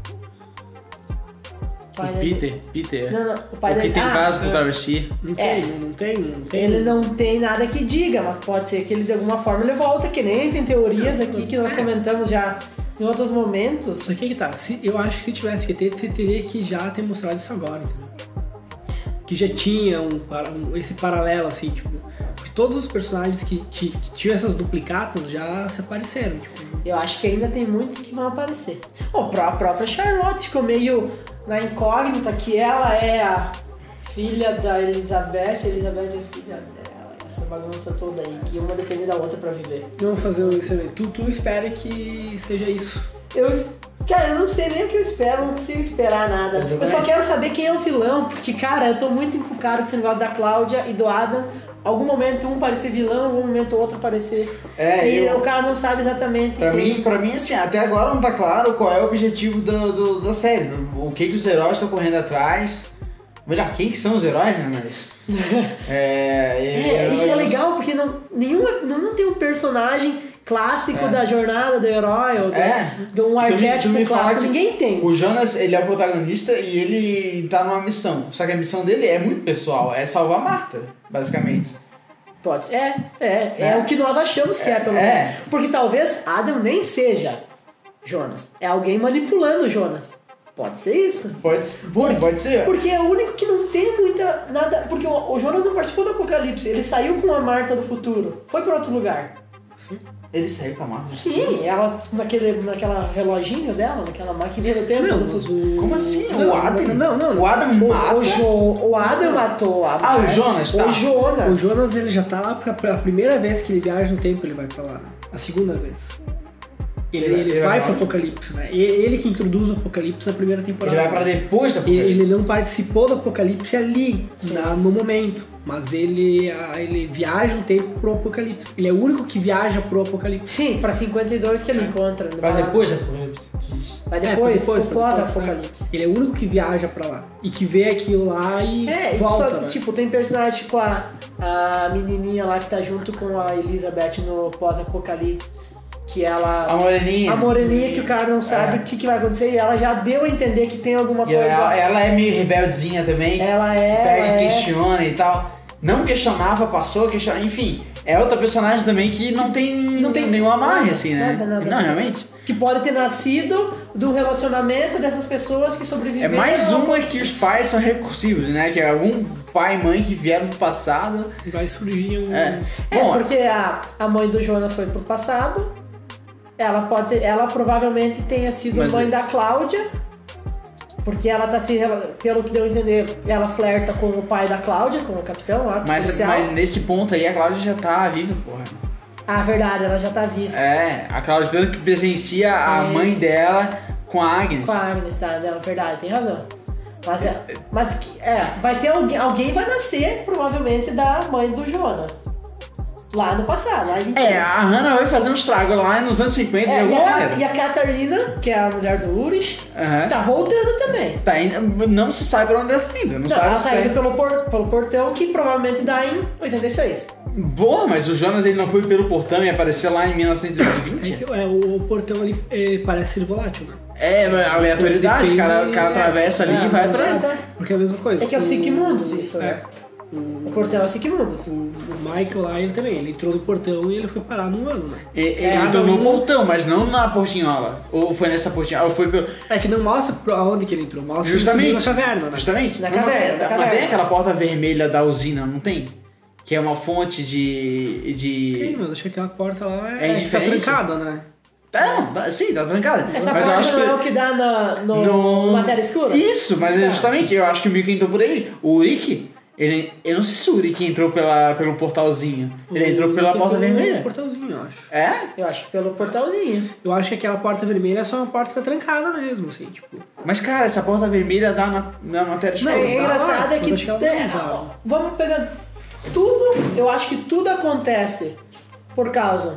O pai O dele- Peter, Peter. Não, não, o pai o que dele- tem ah, caso com é. o travesti. Não É. tem, não tem, não tem. Ele não tem nada que diga, mas pode ser que ele de alguma forma ele volta, que nem tem teorias aqui que nós comentamos já em outros momentos. Só que aí que tá, se, eu acho que se tivesse que ter, te- teria que já ter mostrado isso agora, entendeu? Que já tinha um, para- um- esse paralelo, assim, tipo, que todos os personagens que, ti- que tinham essas duplicatas já se apareceram, tipo. Eu acho que ainda tem muitos que vão aparecer. Oh, a própria Charlotte ficou meio na incógnita que ela é a filha da Elizabeth, a Elizabeth é filha dela, essa bagunça toda aí, que uma depende da outra pra viver. Vamos fazer o encerramento. Tu, tu espera que seja isso. Eu, Cara, eu não sei nem o que eu espero, não consigo esperar nada. Exatamente. Eu só quero saber quem é o vilão, porque, cara, eu tô muito encucado com esse negócio da Cláudia e do Adam. Algum momento um parecer vilão, algum momento outro parecer. É, e eu- o cara não sabe exatamente Pra quem. mim, pra mim, assim, até agora não tá claro qual é o objetivo do, do- da série. O que, que os heróis estão correndo atrás. Melhor, quem que são os heróis, né? Mas. é, É, eu- isso é eu- legal, porque não, nenhum, não, não tem um personagem clássico É. da jornada do herói, ou de, É. de um Tu me- arquétipo tu me fala clássico, que ninguém tem. O Jonas, ele é o protagonista e ele tá numa missão. Só que a missão dele é muito pessoal, é salvar a Marta, basicamente. Pode ser. É, é, é, É. o que nós achamos que é, pelo É. menos. Porque talvez Adam nem seja Jonas. É alguém manipulando o Jonas. Pode ser isso. Pode ser. Pode, pode ser. Porque é o único que não tem muita. Nada. Porque o, o Jonas não participou do Apocalipse. Ele saiu com a Marta do futuro. Foi pra outro lugar. Ele saiu com a Marta. Sim, ela naquele, naquela reloginho dela, naquela maquininha do tempo Não, do mas futuro. o... Como assim? Não, o Adam? Não, não, não. O Adam O, mata? o, jo, o Adam matou a Ah, o Marta. Jonas, tá. O Jonas. O Jonas, ele já tá lá pra, pela primeira vez que ele viaja no tempo, ele vai pra lá, né? A segunda vez. Ele, Ele vai- ele ele vai vai pra pro onde? Apocalipse, né? E- Ele que introduz o Apocalipse na primeira Ele temporada. vai pra depois da Ele, Apocalipse. ele não participou do Apocalipse ali, Sim. na- no momento. Mas ele, ah, ele viaja no tempo pro Apocalipse. Ele é o único que viaja pro Apocalipse. Sim, pra cinquenta e dois que ele encontra. Pra Vai- depois da Apocalipse. Vai É, pra depois, depois, o pra depois, pós-apocalipse. Ele é o único que viaja pra lá. E que vê aquilo lá e É, e volta, só, né? tipo, tem personagem tipo a, a menininha lá que tá junto com a Elizabeth no pós-apocalipse, que ela... A moreninha. A moreninha que o cara não sabe É. o que, que vai acontecer e ela já deu a entender que tem alguma E coisa... ela, ela é meio rebeldezinha também. Ela é... Pega ela e é- questiona e tal. Não questionava, passou a questionar, enfim. É outra personagem também que não tem, Não tem nenhum amarre, nada, assim, né? nada, nada. Não, realmente. Que pode ter nascido do relacionamento dessas pessoas que É sobreviveram... mais uma que os pais são recursivos, né? Que é algum pai e mãe que vieram do passado. Vai surgir um... É. É, Bom, porque a, a mãe do Jonas foi pro passado. Ela pode ter, ela provavelmente tenha sido Mas mãe é- da Cláudia. Porque ela tá se rela- pelo que deu a entender, ela flerta com o pai da Cláudia, com o capitão lá, com o mas, policial. mas nesse ponto aí a Cláudia já tá viva, porra. Ah, verdade, ela já tá viva. É, a Cláudia tanto que presencia a Sim. mãe dela com a Agnes. Com a Agnes, tá? Não, verdade, tem razão. Mas, é, mas é, vai ter alguém, alguém vai nascer, provavelmente, da mãe do Jonas. Lá no passado, lá em vinte e um. É, a Hannah vai fazer um estrago lá nos anos cinquenta É, de e, alguma a, maneira. e a Catarina, que é a mulher do Urich, Aham. tá voltando também. Tá indo, não se sabe pra onde ela tá indo. Não, Não, sabe ela se tá tá indo indo. pelo, por- pelo portão, que provavelmente dá em oitenta e seis. Boa, mas o Jonas ele não foi pelo portão e apareceu lá em mil novecentos e É, vinte? que, é, o, o portão ali ele parece ser volátil, né? É, aleatoriedade, o cara, o cara atravessa ali É, e vai mas pra... É, tá. Porque é a mesma coisa. É que é o O- Sigmundos isso, né? É. O portão é o Sigmundos. O, o Michael lá, ele também, ele entrou no portão e ele foi parar num ano, né? E- Ele É, entrou no um- portão, mas não na portinhola. Ou foi nessa portinhola, ou foi pelo... É que não mostra pra onde que ele entrou, mostra Justamente. ele subiu na caverna, né? Justamente. Na Não, mas caverna, tem- na mas caverna. tem aquela porta vermelha da usina, não tem? Que é uma fonte de... de... Sim, mas acho que aquela porta lá É é, tá diferente? trancada, né? É, não, tá- sim, tá trancada. Essa mas eu porta acho não que... é o que dá na, no, No- Matéria Escura? Isso, mas é Tá. justamente, eu acho que o Mika entrou por aí. O Uric, ele, eu não sei se o Uric entrou pela, pelo portalzinho. Ele entrou O- pela que porta pelo vermelha. portalzinho, eu acho. É? Eu acho que pelo portalzinho. Eu acho que aquela porta vermelha é só uma porta trancada mesmo, assim, tipo... Mas, cara, essa porta vermelha dá na, na matéria Não, escura. é engraçado é mas que acho que ela tem- não usava. vamos pegar tudo, eu acho que tudo acontece por causa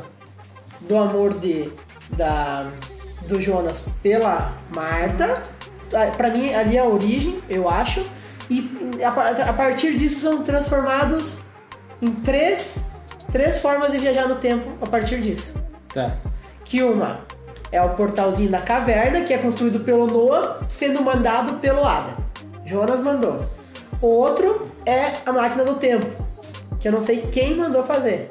do amor de da do Jonas pela Marta. Pra mim ali é a origem, eu acho. E a, par- a partir disso são transformados em três três formas de viajar no tempo a partir disso. Tá. Que uma é o portalzinho da caverna, que é construído pelo Noah, sendo mandado pelo Adam. Jonas mandou. O outro é a máquina do tempo, que eu não sei quem mandou fazer.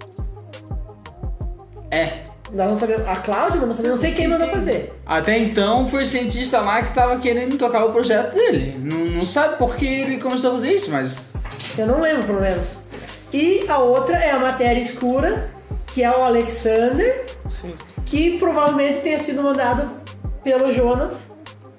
É. Nós não sabemos. A Cláudia mandou fazer, não sei quem mandou fazer. Até então foi o cientista lá que tava querendo tocar o projeto dele. Não, não sabe por que ele começou a fazer isso, mas... Eu não lembro, pelo menos. E a outra é a matéria escura, que é o Alexander, Sim. que provavelmente tenha sido mandado pelo Jonas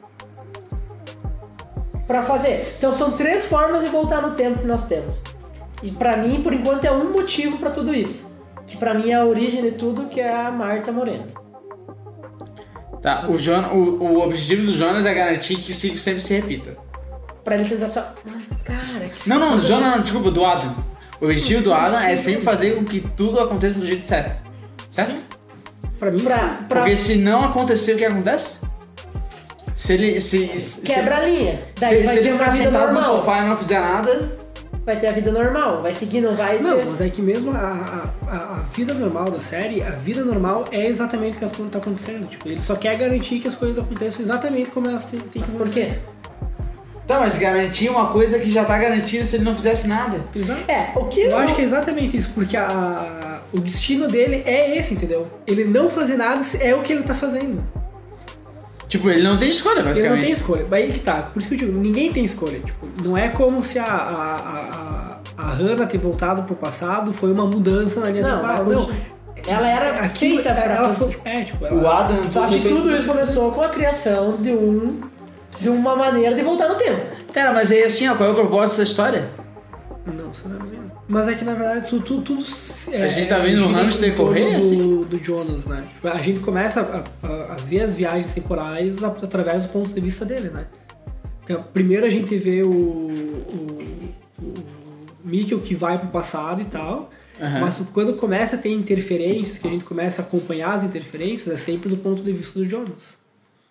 pra fazer. Então são três formas de voltar no tempo que nós temos. E pra mim, por enquanto, é um motivo pra tudo isso. Que pra mim é a origem de tudo, que é a Marta morrendo. Tá, o, Jon- o, o objetivo do Jonas é garantir que o ciclo sempre se repita. Pra ele tentar só... Ah, cara, que... Não, não, do Jonas não, desculpa, do Adam. O objetivo do Adam é sempre fazer com que tudo aconteça do jeito certo. Certo? Pra mim, Pra, sim. pra... Porque se não acontecer, o que acontece? Se ele... Se, se, Quebra a linha. se, Daí se, vai se ter ele uma ficar vida sentado no normal. sofá e não fizer nada... Vai ter a vida normal. Vai seguir, não vai Não, ter... mas é que mesmo a, a, a- a vida normal da série, a vida normal é exatamente o que está acontecendo. Tipo, ele só quer garantir que as coisas aconteçam exatamente como elas têm, têm que Por acontecer. quê? Tá, mas garantir uma coisa que já tá garantida se ele não fizesse nada. Exato. É, o que... Eu acho que é exatamente isso, porque a, o destino dele é esse, entendeu? Ele não fazer nada é o que ele tá fazendo. Tipo, ele não tem escolha, Ele basicamente. não tem escolha. Mas aí que tá, por isso que eu digo, ninguém tem escolha. Tipo, não é como se a, a, a, a Hannah ter voltado pro passado foi uma mudança na linha Não, temporal. mas Não, ela era aquilo, feita pra... ela foi, é, tipo, ela, O Adam... Só que tudo- tudo isso começou com a criação de um... De uma maneira de voltar no tempo. Cara, mas aí assim, ó, qual é o propósito dessa história? Não, você não é. Mas é que na verdade tudo. tudo, tudo é, A gente tá vendo o gira hamster em torno correr, do, assim? do Jonas, né? Tipo, a gente começa a, a- a ver as viagens temporais a- através do ponto de vista dele, né? Então, primeiro a gente vê o, o, o Mikkel que vai pro passado e tal. Aham. Mas quando começa a ter interferências, que a gente começa a acompanhar as interferências, é sempre do ponto de vista do Jonas.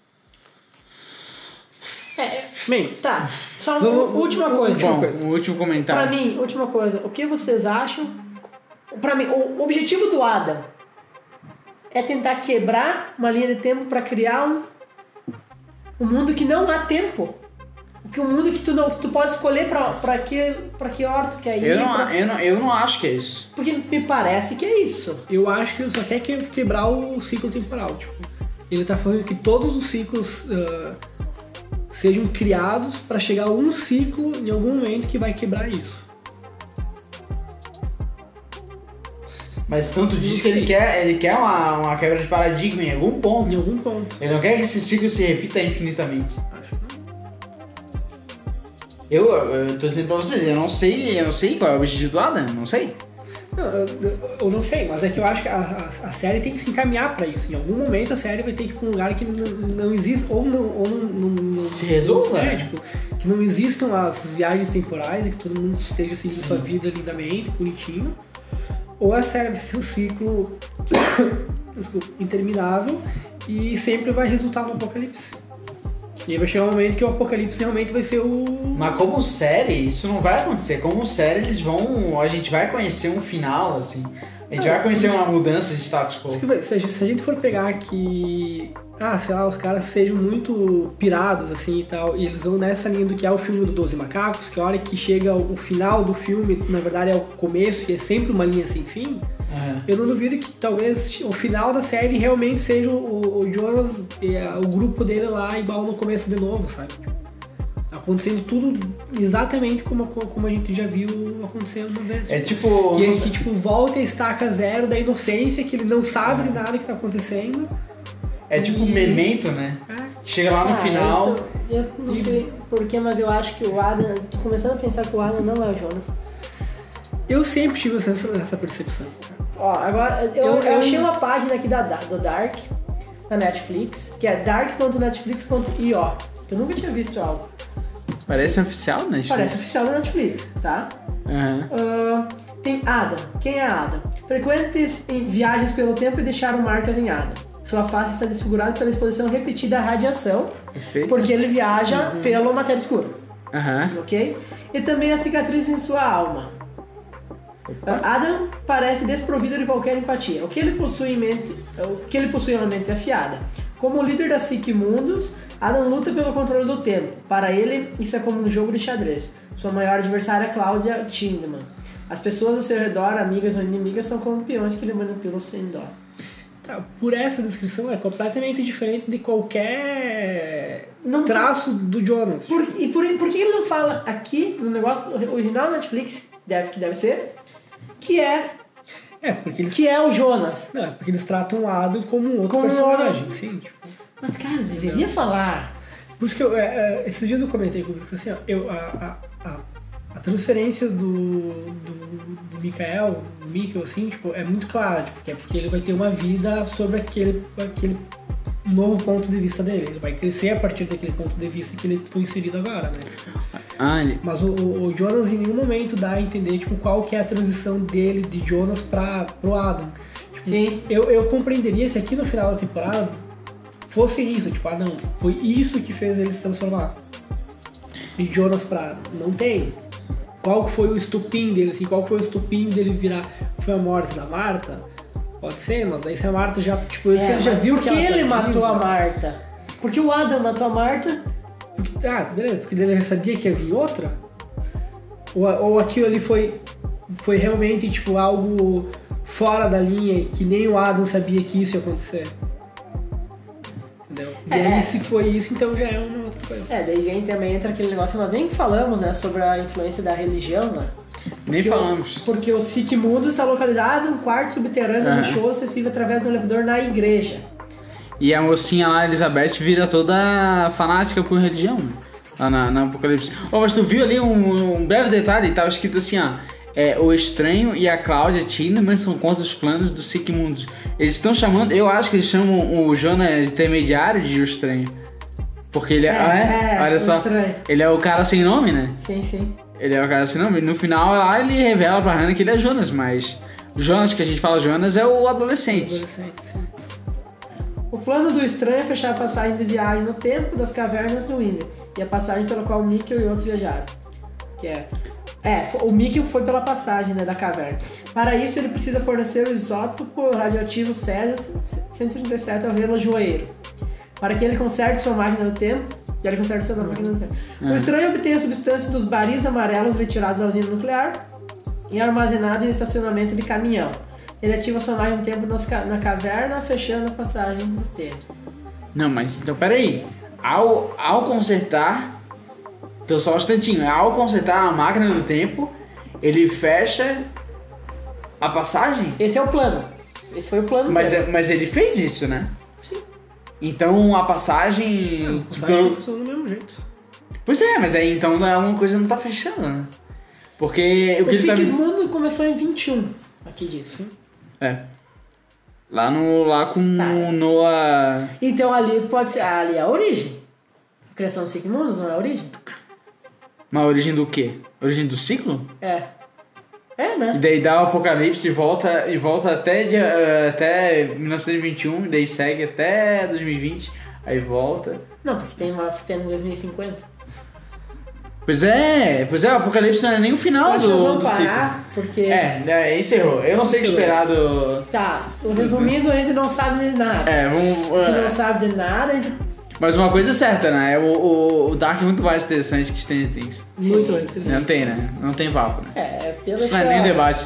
É, Bem, tá. Só uma Vamos- última coisa. última Bom, coisa. o último comentário. Pra mim, última coisa. O que vocês acham? Pra mim, o objetivo do Adam é tentar quebrar uma linha de tempo pra criar um, um mundo que não há tempo. Que um mundo que tu não, que tu pode escolher pra, pra, que, pra que hora tu quer ir. Eu não, pra- eu, não, eu não acho que é isso. Porque me parece que é isso. eu acho que ele só quer que- quebrar o ciclo temporal. Tipo, ele tá falando que todos os ciclos ah, sejam criados para chegar a um ciclo em algum momento que vai quebrar isso. Mas tanto diz que ele quer, ele quer uma, uma quebra de paradigma em algum ponto. Em algum ponto. Ele não quer que esse ciclo se repita infinitamente. Acho. Eu, eu tô dizendo pra vocês, eu não sei, eu não sei qual é o objetivo do Adam, não sei. Não, eu, eu- eu não sei, mas é que eu acho que a, a- a série tem que se encaminhar para isso. Em algum momento a série vai ter que ir pra um lugar que não, não existe, ou não, ou não, não- não- Se resolva, é, né? tipo, que não existam as viagens temporais e que todo mundo esteja seguindo sua vida lindamente, bonitinho. Ou a série vai ser um ciclo desculpa, interminável e sempre vai resultar no apocalipse. E aí vai chegar um momento que o apocalipse realmente vai ser o... Mas como série, isso não vai acontecer. Como série, eles vão. A gente vai conhecer um final, assim. A gente Ah, vai conhecer uma mudança de status quo. Acho que vai- se a gente- se a gente for pegar que, ah, sei lá, os caras sejam muito pirados assim e tal, e eles vão nessa linha do que é o filme do doze Macacos, que a hora que chega o final do filme, na verdade é o começo e é sempre uma linha sem fim, Aham. eu não duvido que talvez o final da série realmente seja o, o Jonas, e a- o grupo dele lá igual no começo de novo, sabe? Acontecendo tudo exatamente como, como a gente já viu acontecer uma vez. É tipo. Que, não que sei- tipo, volta a estaca zero da inocência, que ele não sabe de nada que tá acontecendo. é tipo e- memento, né? É. Chega lá no Ah, final. Eu, tô- eu não sei porquê, mas eu acho que o Adam... Tô começando a pensar que o Adam não é o Jonas. Eu sempre tive essa, essa percepção. Ó, agora, eu, Eu- eu, eu- achei uma página aqui da, da- do Dark, da Netflix, que é dark ponto netflix ponto i o. Eu nunca tinha visto algo. Parece oficial, né? Parece oficial da Netflix, tá? Aham. Ah, tem Adam. Quem é Adam? Frequentes em viagens pelo tempo e deixaram marcas em Adam. Sua face está desfigurada pela exposição repetida à radiação, Perfeito. porque ele viaja pela matéria escura, Aham. ok? E também a cicatriz em sua alma. Ah, Adam parece desprovido de qualquer empatia. O que ele possui em mente, o que ele possui é uma mente afiada. Como líder da Sikh Mundos, Adam luta pelo controle do tempo. Para ele, isso é como um jogo de xadrez. Sua maior adversária é Claudia Tindman. As pessoas ao seu redor, amigas ou inimigas, são como peões que ele manipula sem dó. Tá, por essa descrição é completamente diferente de qualquer Não- traço do Jonas. Por, e por, por que ele não fala aqui, no negócio original da Netflix, deve, que deve ser, que é, É, porque eles, que é o Jonas? não, é porque eles tratam o Adam como um outro Como um personagem, sim. Tipo, Mas, cara, deveria falar. por isso que eu, é, é, esses dias eu comentei comigo que assim, ó, eu, a, a, a, a transferência do, do, do Mikael, do Mikkel, assim, tipo, é muito clara, tipo, que é porque ele vai ter uma vida sobre aquele, aquele um novo ponto de vista dele. Ele vai crescer a partir daquele ponto de vista que ele foi inserido agora, né? Ah, ele... Mas o, o Jonas em nenhum momento dá a entender, tipo, qual que é a transição dele, de Jonas pra, pro Adam. Tipo, Sim. Eu, eu compreenderia se aqui no final da temporada fosse isso, tipo, ah não, foi isso que fez ele se transformar. De Jonas pra... Não tem. Qual foi o estupim dele, assim, qual foi o estupim dele virar... Foi a morte da Marta? Pode ser, mas daí se a Marta já, tipo, É, você já mas viu por que que ela ele tá matou a viva. Marta? Porque o Adam matou a Marta. Porque, ah, beleza, porque ele já sabia que ia vir outra? Ou, ou aquilo ali foi, foi realmente, tipo, algo fora da linha e que nem o Adam sabia que isso ia acontecer? Entendeu? E É. aí, se foi isso, então já é uma outra coisa. É, daí vem também entra aquele negócio que nós nem falamos, né, sobre a influência da religião, né? Nem Porque falamos. O, porque o Sikh Mundo está localizado em um quarto subterrâneo Aham. no show acessível através do elevador na igreja. E a mocinha lá, Elizabeth, vira toda fanática por religião, né? Lá na, na Apocalipse. Oh, mas tu viu ali um, um breve detalhe? Tava escrito assim, ó. É, o Estranho e a Cláudia Tinneman são contra os planos do Sikh Mundo. Eles estão chamando, eu acho que eles chamam o Jonas intermediário de o Estranho. Porque ele é, É, ah, é? é, olha o só, Estranho. ele é o cara sem nome, né? Sim, sim. Ele é o cara sem nome. No final lá ele revela pra Hannah que ele é Jonas, mas o Jonas que a gente fala Jonas é o adolescente. O plano do Estranho é fechar a passagem de viagem no tempo das cavernas do Wynn e a passagem pela qual o Mikkel e outros viajaram. Que é... É, o Mikkel foi pela passagem, né, da caverna. Para isso ele precisa fornecer o isótopo radioativo Césius cento e trinta e sete ao relojoeiro, para que ele conserte sua máquina do tempo. E ele conserte sua máquina do tempo. O Estranho obtém a substância dos baris amarelos retirados da usina nuclear e armazenados em um estacionamento de caminhão. Ele ativa sua máquina do tempo nas ca- na caverna, fechando a passagem do tempo. Não, mas então peraí. Ao, ao consertar. Então só um instantinho. Ao consertar a máquina do tempo, ele fecha a passagem? Esse é o plano. Esse foi o plano Mas, dele. é- mas ele fez isso, né? Sim. Então a passagem. Não, que sai pelo- funcionando do mesmo jeito. Pois é, mas aí então alguma coisa não tá fechando, né? Porque o O que ele tá. Sikh Mundo começou em vinte e um. Aqui diz. É. Lá no. Lá com Tá. o Noah. Então ali pode ser. Ali é a origem. A criação do Sikh Mundo não é a origem? Mas a origem do quê? A origem do ciclo? É. É, E né? daí dá o apocalipse e volta, e volta até, dia, eh, até mil novecentos e vinte e um, e daí segue até dois mil e vinte, aí volta. Não, porque tem uma tem em dois mil e cinquenta. Pois é, pois é, o apocalipse não é nem o final Acho que do, vamos do ciclo. parar, porque... É, é, encerrou. Eu não sei o que esperar do... Tá, resumindo, a gente não sabe de nada. É, vamos... A gente é. não sabe de nada, a gente... Mas uma coisa é certa, né? O, o, o Dark é muito mais interessante que Stranger Things. Muito Sim, mais. sim. Não tem, né? Não tem papo, né? É, pelo Isso não é nem debate.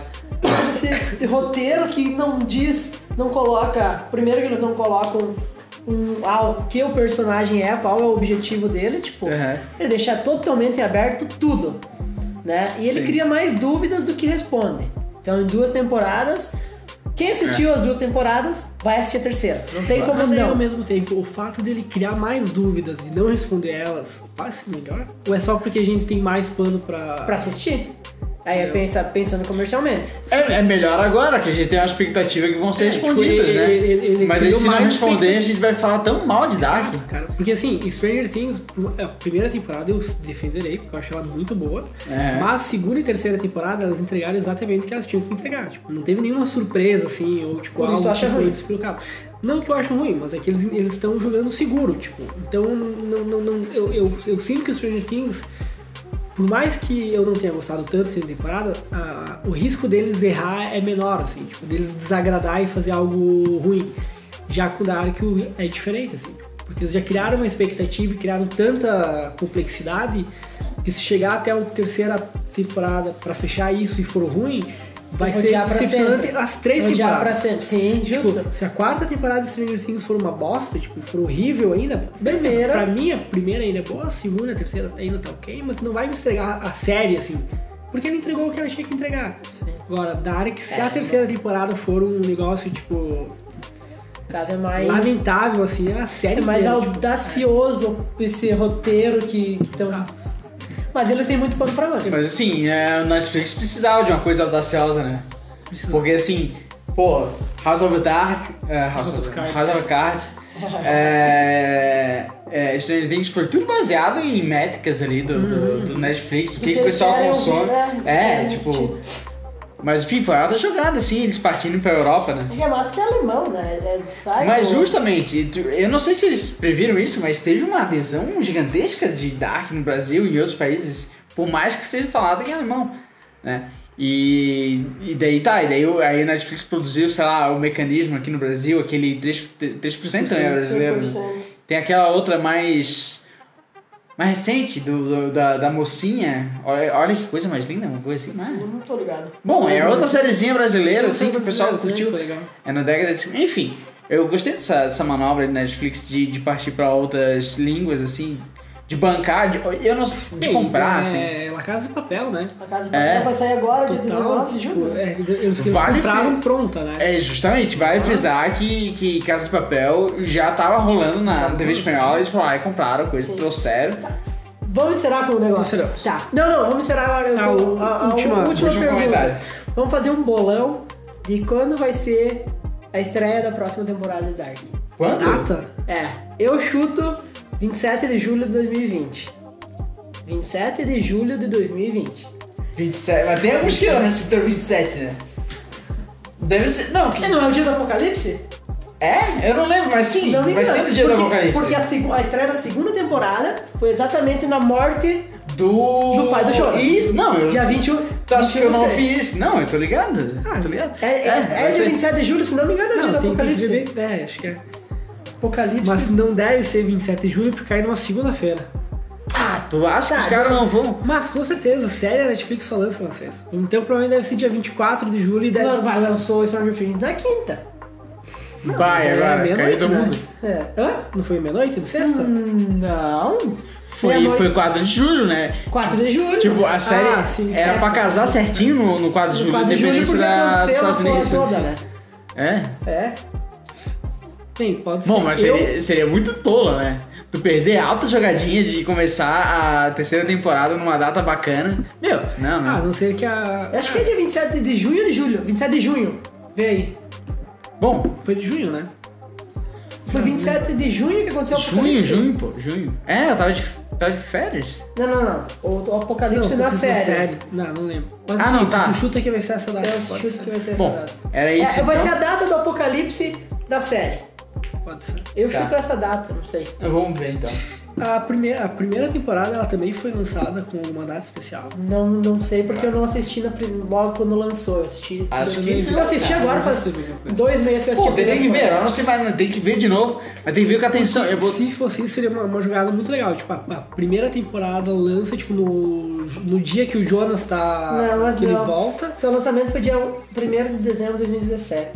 esse roteiro que não diz, não coloca... Primeiro que eles não colocam um, ah, o que o personagem é, qual é o objetivo dele, tipo... Uhum. Ele deixa totalmente aberto tudo, né? E ele Sim. cria mais dúvidas do que responde. Então, em duas temporadas, quem assistiu as duas temporadas vai assistir a terceira. Não tem como Mas daí, ao não. mesmo tempo, o fato dele criar mais dúvidas e não responder elas faz melhor? Ou é só porque a gente tem mais pano pra... Pra assistir. Aí é Não. pensa, pensando comercialmente. É, é melhor agora, que a gente tem uma expectativa que vão ser É, tipo, respondidas, ele- né? ele- ele Mas aí criou se não mais responder, expectativa. a gente vai falar tão mal de Dark. Cara, porque assim, Stranger Things, a primeira temporada eu defenderei, porque eu achei ela muito boa. É. Mas a segunda e terceira temporada, elas entregaram exatamente o que elas tinham que entregar. Tipo, não teve nenhuma surpresa, assim, ou tipo, Por isso algo tu acha que foi ruim? despilocado. Não que eu acho ruim, mas é que eles eles estão jogando seguro, tipo. Então, não, não, não, eu, eu, eu sinto que Stranger Things, por mais que eu não tenha gostado tanto dessa temporada, a- o risco deles errar é menor, assim, tipo, deles desagradar e fazer algo ruim. Já com o Dark é diferente, assim, porque eles já criaram uma expectativa e criaram tanta complexidade que se chegar até a terceira temporada pra fechar isso e for ruim, vai ser Odiar pra decepcionante sempre. as três Odiar pra temporadas. sempre. Sim, justo. Tipo, se a quarta temporada de Stranger Things for uma bosta, tipo, for horrível ainda, Primeira. pra mim a primeira ainda é boa, a segunda, a terceira ainda tá ok, mas não vai me entregar a série, assim, porque ele entregou o que ela tinha que entregar. Sim. Agora, Dark, se É, a terceira temporada for um negócio, tipo, Cada vez mais... lamentável, assim, a série É mais inteira, tipo, audacioso esse roteiro que estão... Ah. Mas eles têm muito pano pra manga. Mas assim, é, o Netflix precisava de uma coisa audaciosa, né? Precisava. Porque assim, pô, House of Dark, é, House, House of, of Cards. House of Cards É, é, Stranger Things foi tudo baseado em métricas ali do, do, do Netflix, o que, que o pessoal consome. É, é tipo. Mas enfim, foi alta jogada, assim, eles partindo pra Europa, né? É que é massa que é alemão, né? É, sai mas do... justamente, eu não sei se eles previram isso, mas teve uma adesão gigantesca de Dark no Brasil e em outros países, por mais que seja falado em alemão, né? E, e daí tá, e daí aí a Netflix produziu, sei lá, o Mecanismo aqui no Brasil, aquele três por cento é brasileiro. três por cento. Tem aquela outra mais mais recente, do, do- da, da mocinha, olha, olha que coisa mais linda, uma coisa assim, mas... Eu não tô ligado. Bom, é outra sériezinha brasileira, Não, assim, que o pessoal brasileiro curtiu. também, foi legal. É na década de... Enfim, eu gostei dessa, dessa manobra de Netflix de, de partir pra outras línguas, assim, de bancar, de, eu não de Bem, comprar, é, assim. É La Casa de Papel, né? A Casa de É. Papel vai sair agora, dia Total, dezenove de tipo, julho. é, eles, eles Vale compraram fe- pronta, né? É, justamente, vale frisar que, que Casa de Papel já tava rolando na T V espanhola, eles falaram, ah, compraram coisa, Sim. trouxeram. Vamos encerrar com o negócio. Encerramos. Tá. Não, não, vamos encerrar agora. Eu Ah, tô- o- a, a, última- última, último pergunta. comentário. Vamos fazer um bolão de quando vai ser a estreia da próxima temporada de Dark. Quando? Data? É, eu chuto vinte e sete de julho de dois mil e vinte. vinte e sete de julho de dois mil e vinte. vinte e sete, mas tem alguns que eu recitei vinte e sete, né? Deve ser, não, que... É, não é o dia do Apocalipse? É? Eu não lembro, mas sim, Não me vai engano. ser no dia porque, do Apocalipse. Porque a, seg- a estreia da segunda temporada foi exatamente na morte Do... do pai do Jonas. Isso, não, eu... dia vinte e um. Tu acha que eu não vinte e um de fiz isso? Não, eu tô ligado. Ah, tô ligado. É, é, é, vai dia ser. vinte e sete de julho, se não me engano, é o dia do Não, tem, tem que Apocalipse. ver bem. É, acho que é. Apocalipse. Mas não deve ser vinte e sete de julho porque cai numa segunda-feira. Ah, tu acha Tá, que os caras não vão? Mas com certeza, série a Netflix só lança na sexta. Então provavelmente deve ser dia vinte e quatro de julho e deve. Não, vai, lançou Stranger Things na quinta. Vai, é agora, caiu meia-noite, todo né? mundo. É. Hã? Não foi meia-noite de sexta? Hum, não. Foi, Meia-noite. foi quatro de julho, né? quatro de julho. Tipo, a série Ah, sim, era sim. pra casar certinho no, no quatro de No julho, quatro de julho, independência porque da, dos aconteceu a Estados porra Unidos. toda, assim. né? É? É. Bem, pode ser. Bom, mas Eu- seria, seria muito tolo, né? Tu perder a alta jogadinha de começar a terceira temporada numa data bacana. Meu, não, Ah, não. a não ser que a. Eu acho que é dia vinte e sete de junho ou de julho? vinte e sete de junho. Vê aí. Bom, Foi de junho, né? Foi vinte e sete de junho que aconteceu o junho, Apocalipse. junho, pô, junho. É, eu tava de, tava de férias. Não, não, não. O, o Apocalipse Não, na foi série. Não, não lembro. Mas, Ah, não, enfim, tá. Tu chuta que vai ser essa data. É o Pode chute ser. que vai ser essa Bom, data. era isso. É, vai então. ser a data do Apocalipse da série. Pode ser. Eu Tá. chuto essa data, não sei. Vamos ver então. A primeira, a primeira temporada ela também foi lançada com uma data especial. Não, não sei porque eu não assisti na, prim- logo quando lançou. Eu assisti. Acho eu, que- eu assisti agora Não faz sei mesmo. dois meses que eu assisti. Pô, a teria que primeira ver, eu temporada. não sei mais, tem que ver de novo, mas tem que ver com atenção. Eu vou... Se fosse isso, seria uma, uma jogada muito legal. Tipo, a, a primeira temporada lança tipo, no, no dia que o Jonas tá. Não, mas que não. ele volta. Seu lançamento foi dia primeiro de dezembro de dois mil e dezessete.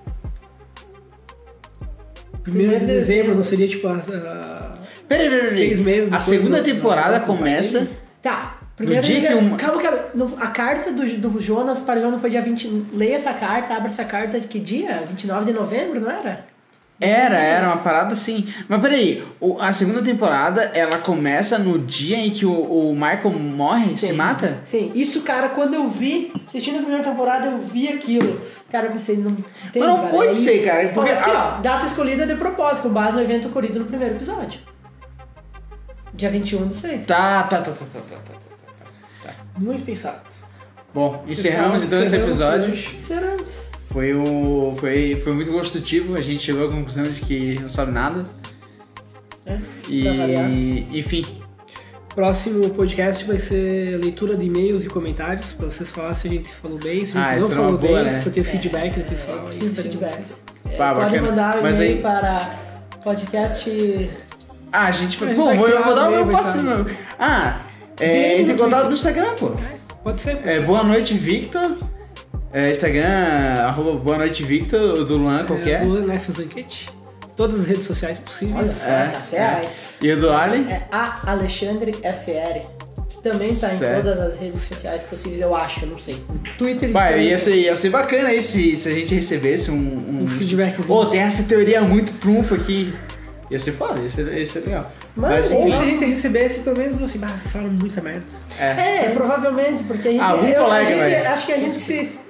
Primeiro de Primeiro de dezembro, dezembro. não seria tipo a. a- Peraí, peraí, peraí. Seis meses A depois segunda do- temporada do- começa... Tá. Primeiro dia de que dezembro. um- Calma, calma. No- a carta do, do Jonas para o Jonas foi dia vinte. Leia essa carta, abre essa carta de que dia? vinte e nove de novembro, não era? Era, Sim. era uma parada assim. Mas peraí, o- a segunda temporada, ela começa no dia em que o, o Michael morre, se Sim. mata? Sim, isso, cara, quando eu vi, assistindo a primeira temporada, eu vi aquilo. Cara, eu pensei, não tem, Mas não cara, pode é ser, isso. cara, porque Porque, aqui, a- ó, data escolhida de propósito, com base no evento ocorrido no primeiro episódio. Dia vinte e um do seis. Tá, tá, tá, tá, tá, tá, tá, tá. Muito pensado. Bom, encerramos então esse Encerramos episódio. hoje. Seramos. Foi, o, foi, foi muito construtivo, a gente chegou à conclusão de que não sabe nada. É, pra variar. E, enfim, Próximo podcast vai ser leitura de e-mails e comentários, pra vocês falarem se a gente falou bem, se a Ah, gente isso não é uma falou boa, bem, né? pra ter feedback do pessoal. Eu preciso de Isso é feedbacks. É, Pá, pode bacana. mandar um Mas e-mail aí- para podcast. ah, a gente. A gente Bom, vai vou, eu criar vou dar o um meu e-mail, passo. vai meu- Ah, é, Vem entre em no contato no Instagram, pô. Pode ser. É, boa noite, Victor. É, Instagram, arroba boa noite, Victor, o do Luan, qualquer. É, Luan F. Zanquete. Todas as redes sociais possíveis. Olha só É, essa fera aí. E o do Arlen? É a Alexandre F R. Que também tá em Certo. todas as redes sociais possíveis, eu acho, não sei. Twitter e Pai, ia Facebook. ser, ia ser bacana aí se, se a gente recebesse um. Um, Um feedbackzinho. Pô, tem essa teoria muito trunfo aqui. Ia ser foda, ia ser, ia ser legal. Mas, Mas, Ou enfim. se a gente recebesse, pelo menos assim, ah, vocês falaram muita merda. É. É, provavelmente, porque a gente. Algum eu, a colega gente vai. acho que a gente se.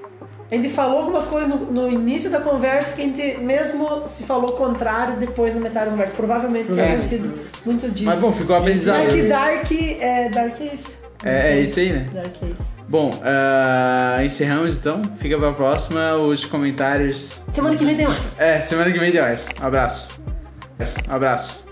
A gente falou algumas coisas no, no início da conversa que a gente mesmo se falou o contrário depois na metade da conversa. Provavelmente É. tenham sido muitos disso. Mas bom, ficou aprendizado. Dark, Dark, é, Dark é isso. É, é isso aí, né? Dark é isso. Bom, ah, encerramos então. Fica pra próxima. Os comentários. Semana que vem tem mais. É, semana que vem tem mais. Um abraço. Um abraço.